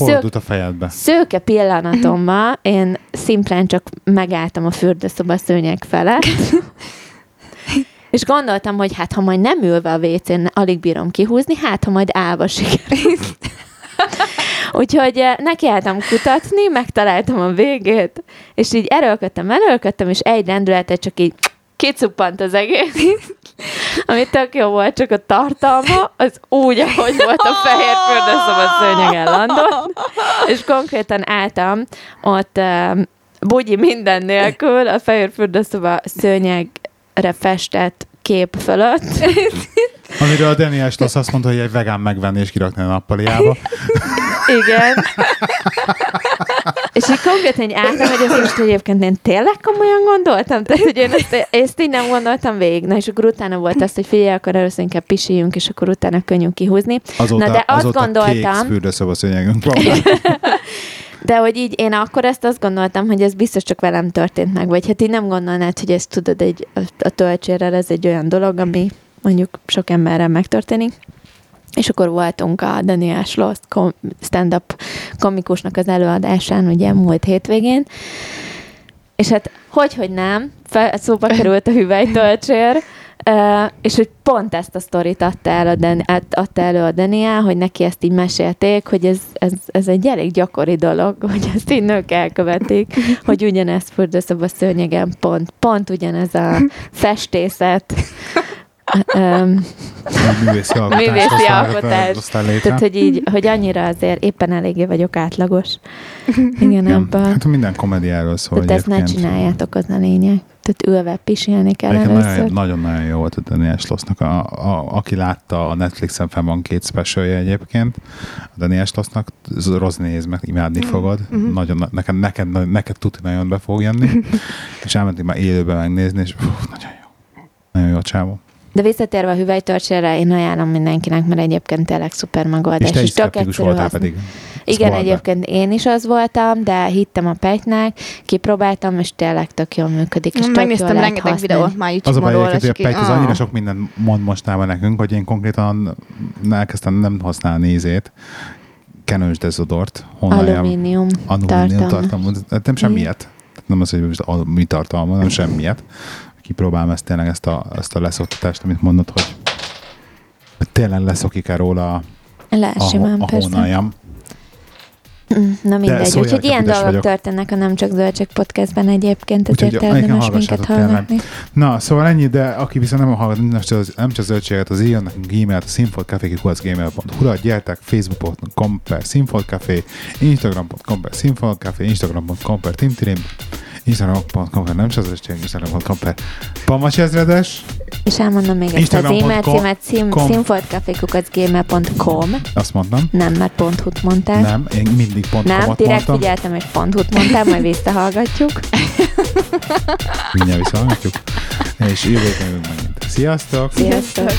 [SPEAKER 3] szőke pillanatommal én szimplán csak megálltam a fürdőszoba szőnyeg felett, és gondoltam, hogy hát, ha majd nem ülve a WC-n alig bírom kihúzni, hát, ha majd állva sikerül. Úgyhogy nekiálltam kutatni, megtaláltam a végét, és így erőlködtem, és egy rendületet csak így kicuppant az egész, ami tök jó volt, csak a tartalma, az úgy, ahogy volt a fehér fürdőszoba szőnyegen landott, és konkrétan álltam ott bugyi minden nélkül a fehér fürdőszoba szőnyegre festett kép fölött,
[SPEAKER 1] Amiről a Daniel Sloss azt mondta, hogy egy vegán megvenni és kirakni a nappaliába.
[SPEAKER 3] Igen. És így konkrétan így álltam, hogy ezt most egyébként én tényleg komolyan gondoltam? Tehát, hogy én ezt így nem gondoltam végig. Na, és akkor utána volt az, hogy figyelj, akkor először inkább pisiljünk, és akkor utána könnyű kihúzni.
[SPEAKER 1] Azóta,
[SPEAKER 3] de azt gondoltam...
[SPEAKER 1] kék fürdőszobaszőnyegünk van.
[SPEAKER 3] De hogy így én akkor azt gondoltam, hogy ez biztos csak velem történt meg, vagy hát így nem gondolnád, hogy ezt tudod, a töltsérrel ez egy olyan dolog, ami mondjuk sok emberrel megtörténik. És akkor voltunk a Daniel Sloss stand-up komikusnak az előadásán, ugye múlt hétvégén, és hát hogy nem, szóba került a hüvelytöltsér, és hogy pont ezt a sztorit adta elő a Daniel, hogy neki ezt így mesélték, hogy ez egy elég gyakori dolog, hogy ezt így nők elkövetik, hogy ugyanezt fürdőszoba szőnyegen pont ugyanez a festészet,
[SPEAKER 1] művészi alkotás.
[SPEAKER 3] Tehát, hogy annyira azért éppen eléggé vagyok átlagos. Igen, ebben.
[SPEAKER 1] Hát minden komédiáról szól.
[SPEAKER 3] Tehát ezt ne csináljátok, az a lényeg. Tehát ülve pisilni kell először.
[SPEAKER 1] Nagyon-nagyon jó volt a Daniel Slossnak. Aki látta, a Netflixen fenn van 2 specialja egyébként. A Daniel Slossnak rossz néz meg, imádni fogod. Nagyon, neked tuti nagyon be fog jönni. És elmentünk már élőben megnézni, és nagyon jó. Nagyon jó a csávó.
[SPEAKER 3] De visszatérve a hüvelytöltsérre, én ajánlom mindenkinek, mert egyébként tényleg szuper megoldás.
[SPEAKER 1] És te is szkeptikus voltál pedig.
[SPEAKER 3] Igen, egyébként én is az voltam, de hittem a Pejtnek, kipróbáltam, és tényleg tök jól működik. És
[SPEAKER 2] megnéztem rengeteg videót már YouTube-on róla.
[SPEAKER 1] Az a baj, hogy a Pejt az annyira sok mindent mond mostában nekünk, hogy én konkrétan elkezdtem nem használni ízét. Kenős dezodort.
[SPEAKER 3] Alumínium tartalma.
[SPEAKER 1] Nem semmiet. Nem az, hogy mi tartalma, nem semmiet. Kipróbálom ezt tényleg ezt a leszoktatást, amit mondod, hogy tényleg leszokik-e róla a hónaljam.
[SPEAKER 3] Na mindegy, úgyhogy ilyen dolgok történnek a Nem Csak Zöldség podcastben egyébként, ezért érdemes minket hallgatni.
[SPEAKER 1] Na, szóval ennyi, de aki viszont nem hallgat, nem csak zöldséget, az írjon nekünk e-mailt a színfoldcafé@gmail.hu-ra, gyertek facebook.com/színfoldcafé, instagram.com/színfoldcafé, instagram.com/timtirim, instagram.com nem csak zöldség, instagram.com/Pamacsi ezredes.
[SPEAKER 3] És elmondom még ezt az e-mail címet, színfoldcafé@gmail.com.
[SPEAKER 1] Azt mondtam.
[SPEAKER 3] Nem, mert .hu-t mondtál.
[SPEAKER 1] Nem, én mindig .com-ot mondtam.
[SPEAKER 3] Nem, direkt figyeltem, és .hu-t mondtam, majd visszahallgatjuk.
[SPEAKER 1] Mindjárt visszahallgatjuk. És jövő jövünk megint. Sziasztok!
[SPEAKER 3] Sziasztok!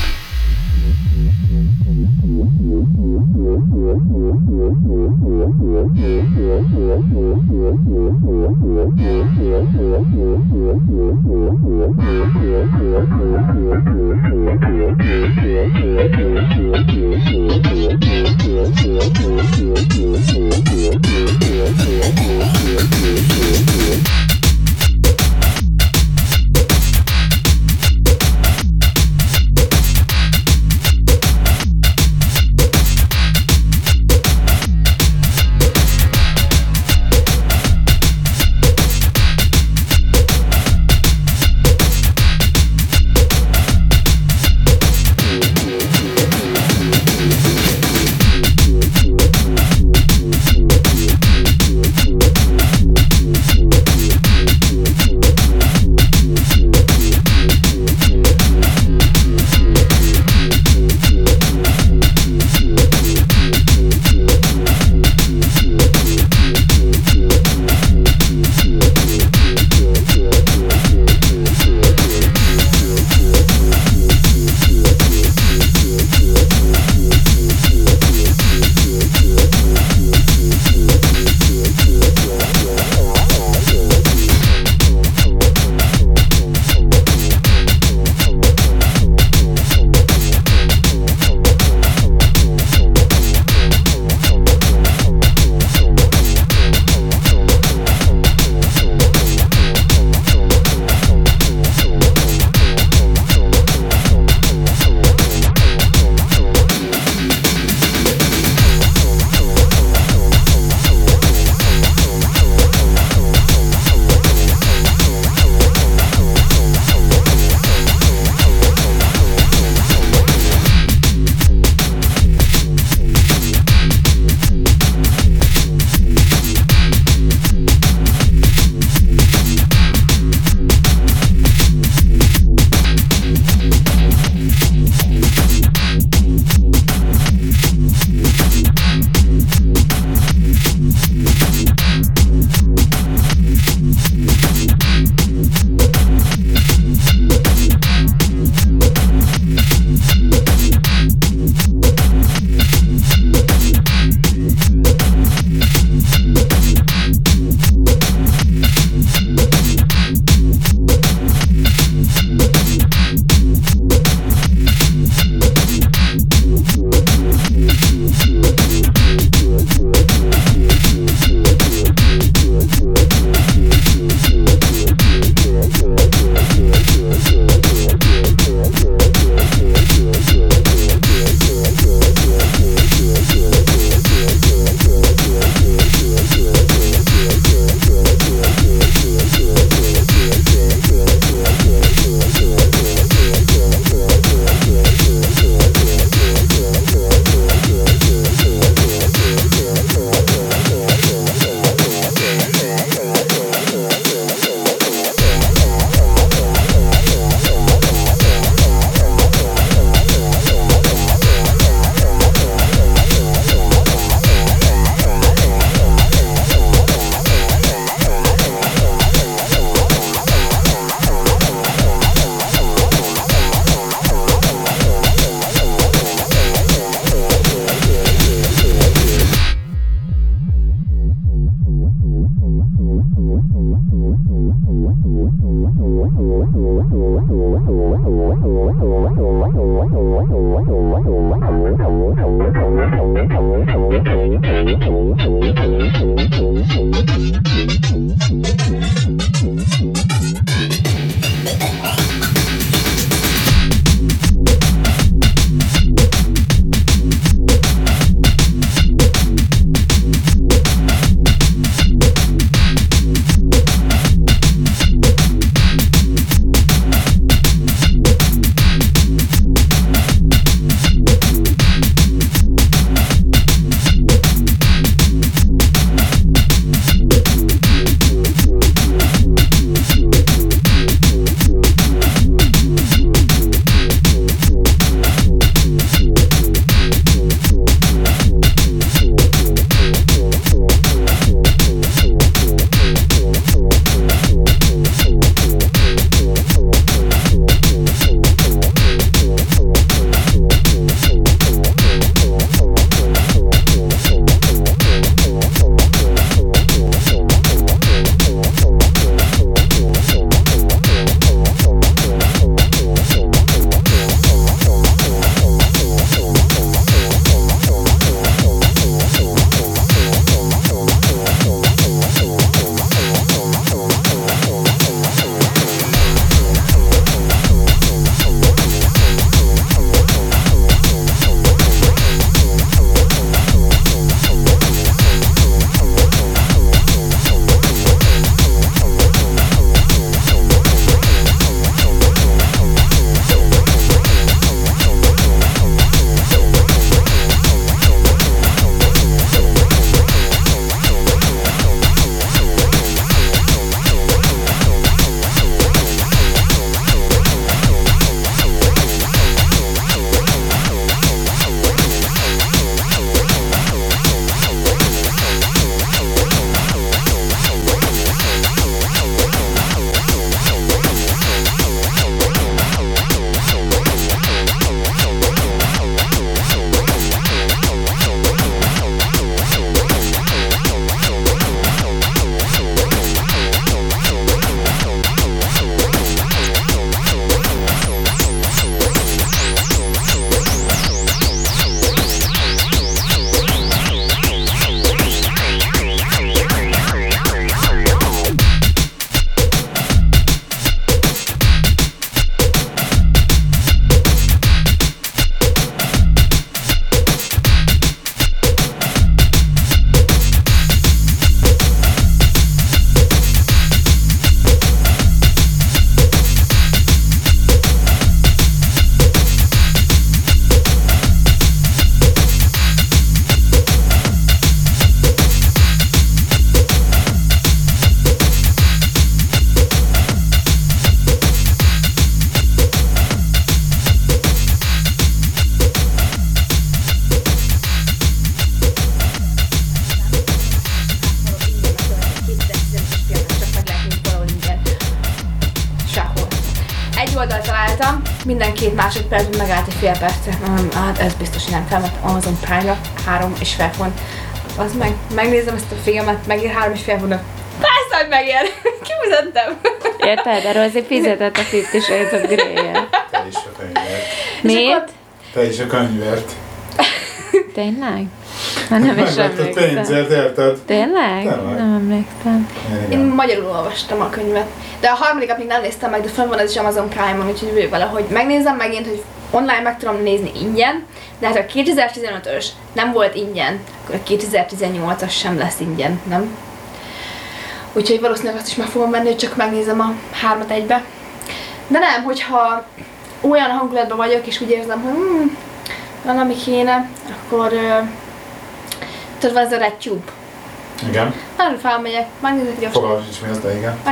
[SPEAKER 2] oldalt találtam, minden 2 másodpercben megállt egy fél percre. Hát ez biztos, hogy nem felmet Amazon Prime-ra, 3,5 font. Az meg, megnézem ezt a filmet, megér 3,5 fontot. Persze, hogy megér! Kifizettem!
[SPEAKER 3] Érted? De Rozi fizetett a 50 Shades of Grey-jel.
[SPEAKER 1] Te is a könyvert.
[SPEAKER 3] Miért?
[SPEAKER 1] Te is a könyvert.
[SPEAKER 3] Tényleg? Már nem is
[SPEAKER 1] emlékszem. Megvett a pénzért, érted?
[SPEAKER 3] Tényleg? Nem emlékszem.
[SPEAKER 2] Én magyarul olvastam a könyvet. De a harmadikat még nem néztem meg, de fönn van ez is Amazon Prime-on, úgyhogy vagyok vele, hogy megnézem megint, hogy online meg tudom nézni ingyen, de hát a 2015-ös nem volt ingyen, akkor a 2018-as sem lesz ingyen, nem? Úgyhogy valószínűleg azt is meg fogom venni, hogy csak megnézem a 3-at egybe. De nem, hogyha olyan hangulatban vagyok, és úgy érzem, hogy valami kéne, akkor tudod, van ez a RedTube.
[SPEAKER 1] Igen.
[SPEAKER 2] Nagyon felmegyek, megnézek egy
[SPEAKER 1] Fogalmas is mi az, de igen.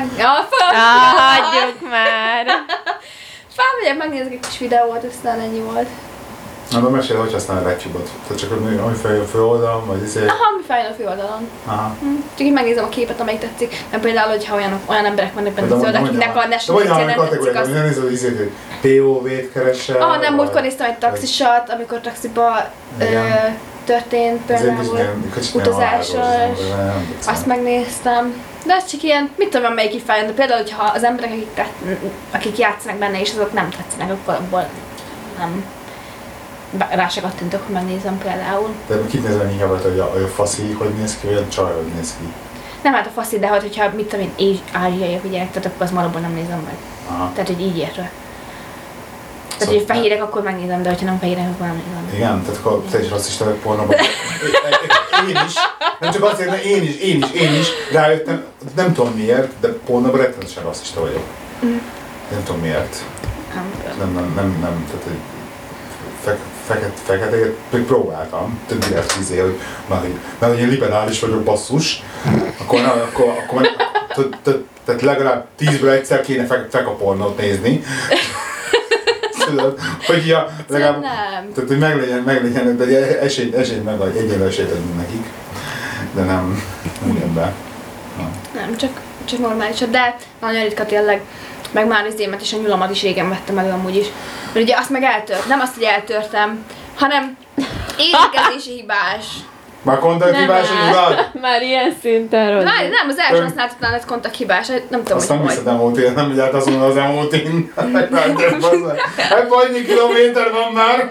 [SPEAKER 3] Hagyjuk már!
[SPEAKER 2] Felmegyek, megnézek egy kis videót, aztán ennyi volt.
[SPEAKER 1] Na, de mesélj, hogy használod a RedTube-ot? Tehát csak ami feljön a főoldalon, vagy izé?
[SPEAKER 2] Aha, ami feljön a főoldalon.
[SPEAKER 1] Aha.
[SPEAKER 2] Csak így megnézem a képet, amelyik tetszik. Mert például, hogyha olyan emberek vannak benne, akiknek a National Geographic nem tetszik, azt...
[SPEAKER 1] Nem nézed, hogy izé, hogy POV-t keresel?
[SPEAKER 2] Nem, múltkor néztem egy taxisat, amikor taxiba történt például utazással, azt megnéztem. De ez csak ilyen, mit tudom, melyik így feljön, de például, hogyha az emberek, akik játszanak benne, és azok nem tetszenek, akkor abból nem rá se kattintok, hogy megnézem például.
[SPEAKER 1] De kit nézem inkább, hogy a faszi hogy néz ki, vagy a csaj hogy néz ki?
[SPEAKER 2] Nem, hát a faszi, de hogyha mit tudom én, ázsiaiak ügyelek, tehát akkor az marabban nem nézem meg.
[SPEAKER 1] Aha.
[SPEAKER 2] Tehát, hogy így értve. Tehát, hogy fehérek, akkor megnézem, de hogyha nem fehérek, akkor nem nézem.
[SPEAKER 1] Igen, tehát akkor te is rasszista vagy pornóban. Én is. Nem csak azért, mert én is rájöttem, nem tudom miért, de pornóban rettenetesen rasszista vagyok. Nem tudom miért. Nem, tehát feketét még próbáltam, több direkt hogy mert hogy én liberális vagyok, basszus, akkor tehát legalább 10-ből egyszer kéne fekapornót nézni. Tudod, hogy legalább, tehát, hogy meglegyen, de esélyt megadj, egyenlő esélyt adjunk nekik, de nem jön be.
[SPEAKER 2] Nem, csak normálisat, de nagyon ritka tényleg. Meg már az émet és a nyulamat is régen vettem elő amúgy is. Mert ugye azt meg nem azt, hogy eltörtem, hanem étkezési hibás.
[SPEAKER 1] Már kontakthibás a nyulad?
[SPEAKER 3] Már ilyen szinten rossz.
[SPEAKER 2] Várj, nem, az első használatotnál lett kontakthibás, nem tudom,
[SPEAKER 1] azt nem
[SPEAKER 2] hogy
[SPEAKER 1] hiszed emótin, nem vigyált azt mondod az emótin. Ebben annyi kilométer van már.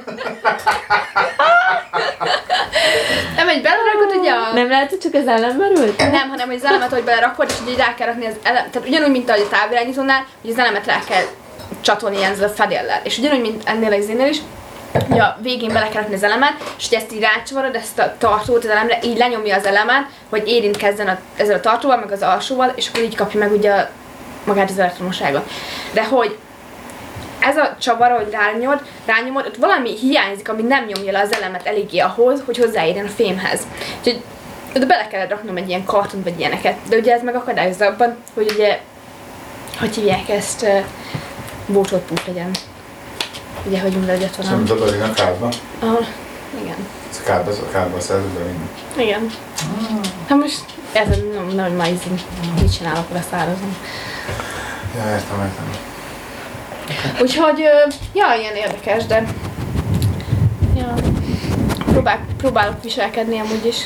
[SPEAKER 2] Nem, egy belerakod ugye a...
[SPEAKER 3] Nem lehet, hogy csak az ellen merült?
[SPEAKER 2] Nem, hanem hogy az elemet, hogy belerakod, és így rá kell rakni az elemet, tehát ugyanúgy, mint ahogy a távirányítónál, hogy az elemet rá kell csatolni ilyen a fedéllel. És ugyanúgy, mint ennél az énnél is, hogy a végén bele kell rakni az elemet, és hogy ezt így rácsavarod, ezt a tartót az elemre, így lenyomja az elemet, hogy érintkezzen ezzel a tartóval, meg az alsóval, és akkor így kapja meg ugye magát az elektromosságot. De hogy ez a csavar, hogy rányomod, ott valami hiányzik, ami nem nyomja le az elemet eléggé ahhoz, hogy hozzáérjen a fémhez. Úgyhogy oda bele kellett raknom egy ilyen kartont, vagy ilyeneket. De ugye ez meg akadályozza abban, hogy ugye, hogy hívják ezt, bócsolt pult legyen. Ugye, hogy minden egyet van.
[SPEAKER 1] Szóval dobálni a kádba?
[SPEAKER 2] Igen.
[SPEAKER 1] Ez a kádba szerzed be minden?
[SPEAKER 2] Igen. Hát most ez nem már mit csinálok, akkor szárazom.
[SPEAKER 1] Ja, értem.
[SPEAKER 2] Úgyhogy, ja, ilyen érdekes, de ja, próbálok viselkedni amúgy is.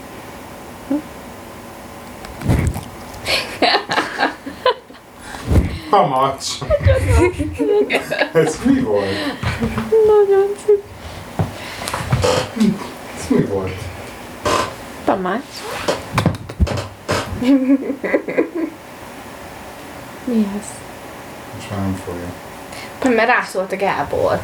[SPEAKER 1] Pamacs! Ez mi volt?
[SPEAKER 3] Nagyon szép.
[SPEAKER 1] Ez mi volt?
[SPEAKER 3] Pamacs. Mi ez?
[SPEAKER 1] Most már nem fogja.
[SPEAKER 2] Mert rászólt a Gábor.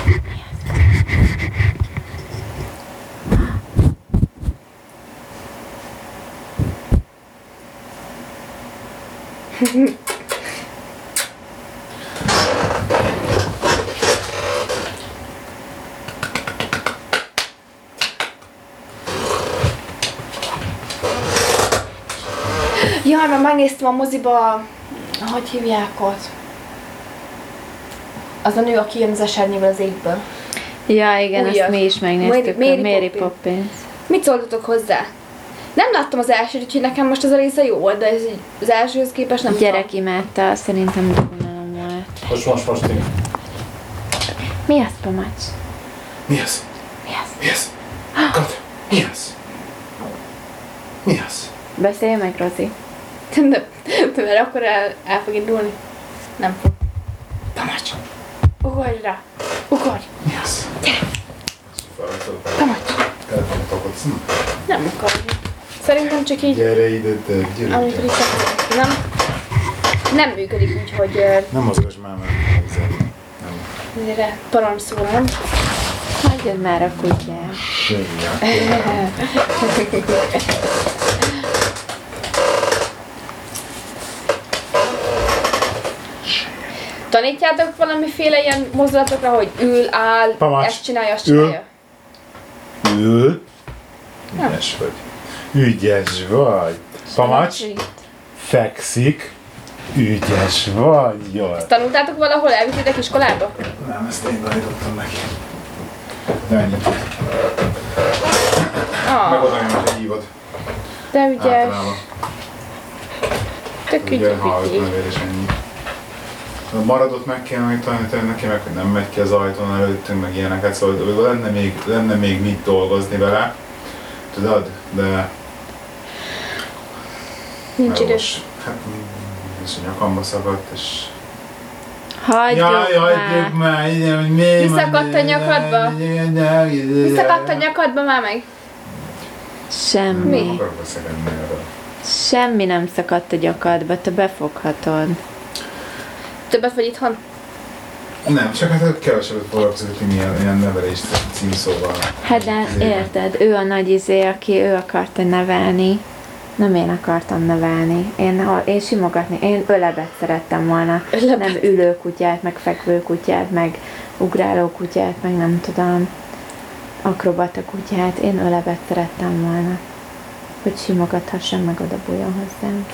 [SPEAKER 2] Jaj, mert megnéztem a moziba, hogy hívják ott? Az a nő, aki jön az esernyővel az égből.
[SPEAKER 3] Ja, igen,
[SPEAKER 2] Újat.
[SPEAKER 3] ezt mi is megnéztük. Mary Poppins.
[SPEAKER 2] Mit szóltatok hozzá? Nem láttam az elsőt, úgyhogy nekem most ez a része jó volt, de ez így az elsőhöz képest nem
[SPEAKER 3] Gyerek imádta, szerintem unalom volt.
[SPEAKER 1] Most én.
[SPEAKER 3] Mi az, Pamacs?
[SPEAKER 1] Mi az?
[SPEAKER 3] Mi az?
[SPEAKER 1] Mi az? God, mi az? Mi az?
[SPEAKER 3] Beszélj meg, Rozi.
[SPEAKER 2] De mert akkor el fog indulni. Nem fog.
[SPEAKER 1] Pamacs!
[SPEAKER 2] Ugorj rá! Ugorj!
[SPEAKER 1] Mi az?
[SPEAKER 2] Pamacs!
[SPEAKER 1] Telefonot akarsz?
[SPEAKER 2] Nem akarja. Szerintem csak így...
[SPEAKER 1] Gyere ide, te, gyere
[SPEAKER 2] Amikor
[SPEAKER 1] ide.
[SPEAKER 2] így nem működik úgy, hogy...
[SPEAKER 1] Nem mozgass már, mert nem.
[SPEAKER 2] Erre parancs szól, nem?
[SPEAKER 3] Hagyjad már a kutyát.
[SPEAKER 2] Tanítjátok valamiféle ilyen mozdulatokra, hogy ül, áll,
[SPEAKER 1] Pamacs.
[SPEAKER 2] ezt csinálja, azt csinálja?
[SPEAKER 1] Ül. Ügyes vagy. Ügyes vagy. Pamacs. Fekszik. Ügyes vagy. Jól.
[SPEAKER 2] Tanultátok valahol? Elvittétek iskolába?
[SPEAKER 1] Nem, ezt én tanítottam neki. De ennyi. Megoldani, hogy hívod.
[SPEAKER 2] De ügyes.
[SPEAKER 1] Általában.
[SPEAKER 2] Tök
[SPEAKER 1] Ugye hallgat
[SPEAKER 2] ügyes.
[SPEAKER 1] nevér és ennyi. A maradot meg kéne még tanítani neki, meg hogy nem megy ki az ajtón előttünk, meg ilyeneket, szóval lenne még mit dolgozni vele, tudod, de...
[SPEAKER 2] Nincs idő.
[SPEAKER 1] Hát, és a nyakamba szakadt, és...
[SPEAKER 3] Hagyjuk már!
[SPEAKER 2] Visszakadt a nyakadba? Visszakadt a nyakadba már meg?
[SPEAKER 3] Semmi.
[SPEAKER 1] Nem akarok beszélni erről.
[SPEAKER 3] Semmi nem szakadt a nyakadba, te befoghatod.
[SPEAKER 2] Többet vagy itthon?
[SPEAKER 1] Nem, csak hát kevesebbet foglalkozik, ilyen nevelést címszóval.
[SPEAKER 3] Hát de érted, ő a nagy aki ő akarta nevelni. Nem én akartam nevelni. Én simogatni, én ölebet szerettem volna. Nem ülő kutyát, meg fekvő kutyát, meg ugráló kutyát, meg nem tudom, akrobata kutyát. Én ölebet szerettem volna. Hogy simogathassam, meg oda bújjon hozzám.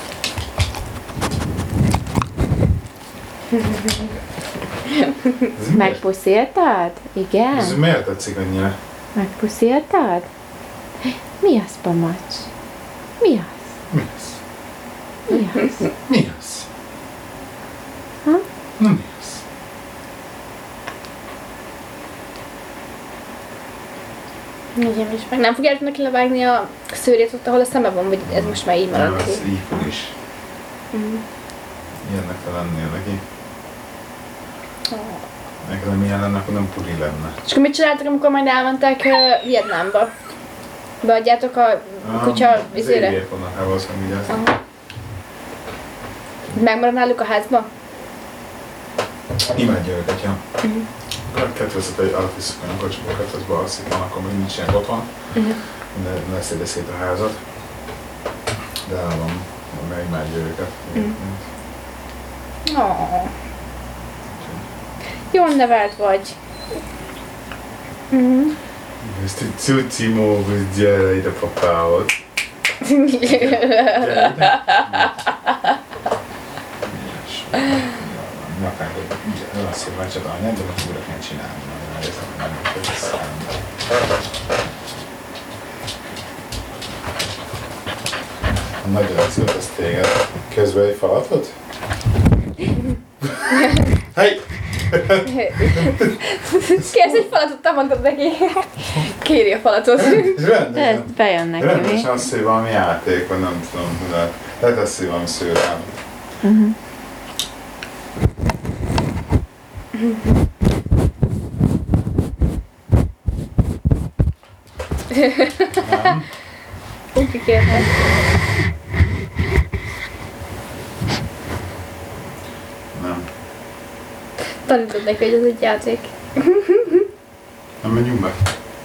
[SPEAKER 3] Megpusziltad? Igen?
[SPEAKER 1] Ez miért tetszik annyira?
[SPEAKER 3] Megpusziltad? Mi az, Pamacs? Mi az?
[SPEAKER 1] Mi az?
[SPEAKER 3] Mi az?
[SPEAKER 1] Mi az?
[SPEAKER 3] Ha?
[SPEAKER 1] Na mi az?
[SPEAKER 2] Igen, és meg nem fogjátok neki levágni a szőrét ott, ahol a szeme van, vagy ez most már így marad
[SPEAKER 1] Nem,
[SPEAKER 2] neki?
[SPEAKER 1] ez így fog is. Ilyennek te lennél neki. Neked nem ilyen lenne, akkor nem puri lenne.
[SPEAKER 2] És akkor mit csináltak, amikor majd elmentek Vietnámba? Beadjátok a kutya vizére?
[SPEAKER 1] Az vannak el valószínűleg vigyázni.
[SPEAKER 2] Megmarad náluk a házba?
[SPEAKER 1] Imádja őket, ja. Kettőszet egy átvisszük olyan kocsibokat, az balszik van, akkor még nincsenek otthon. Ne széde szét a házat. De el van, mert imádja őket.
[SPEAKER 2] Oh. Jól nevelt vagy.
[SPEAKER 1] Ezt egy cuci mógus, gyere ide papához. Gyere ide. Nyakánkat, azt hiszem, hogy csak anyád, de most újra kell csinálni. Mert érzem, hogy nem kell visszaállni. Nagyon születesz téged. Közben egy falatot? Hey!
[SPEAKER 2] Kérsz egy falatot, te mondtad neki. Kéri a falatot.
[SPEAKER 3] Ez bejön neki, mi?
[SPEAKER 1] Rendesen azt, hogy valami játék, vagy nem tudom, de leteszi valami szőrám. Nem.
[SPEAKER 2] Úgy kikérhet.
[SPEAKER 1] Nem.
[SPEAKER 2] Tanítod neki, hogy ez egy játék.
[SPEAKER 1] Nem menjünk be.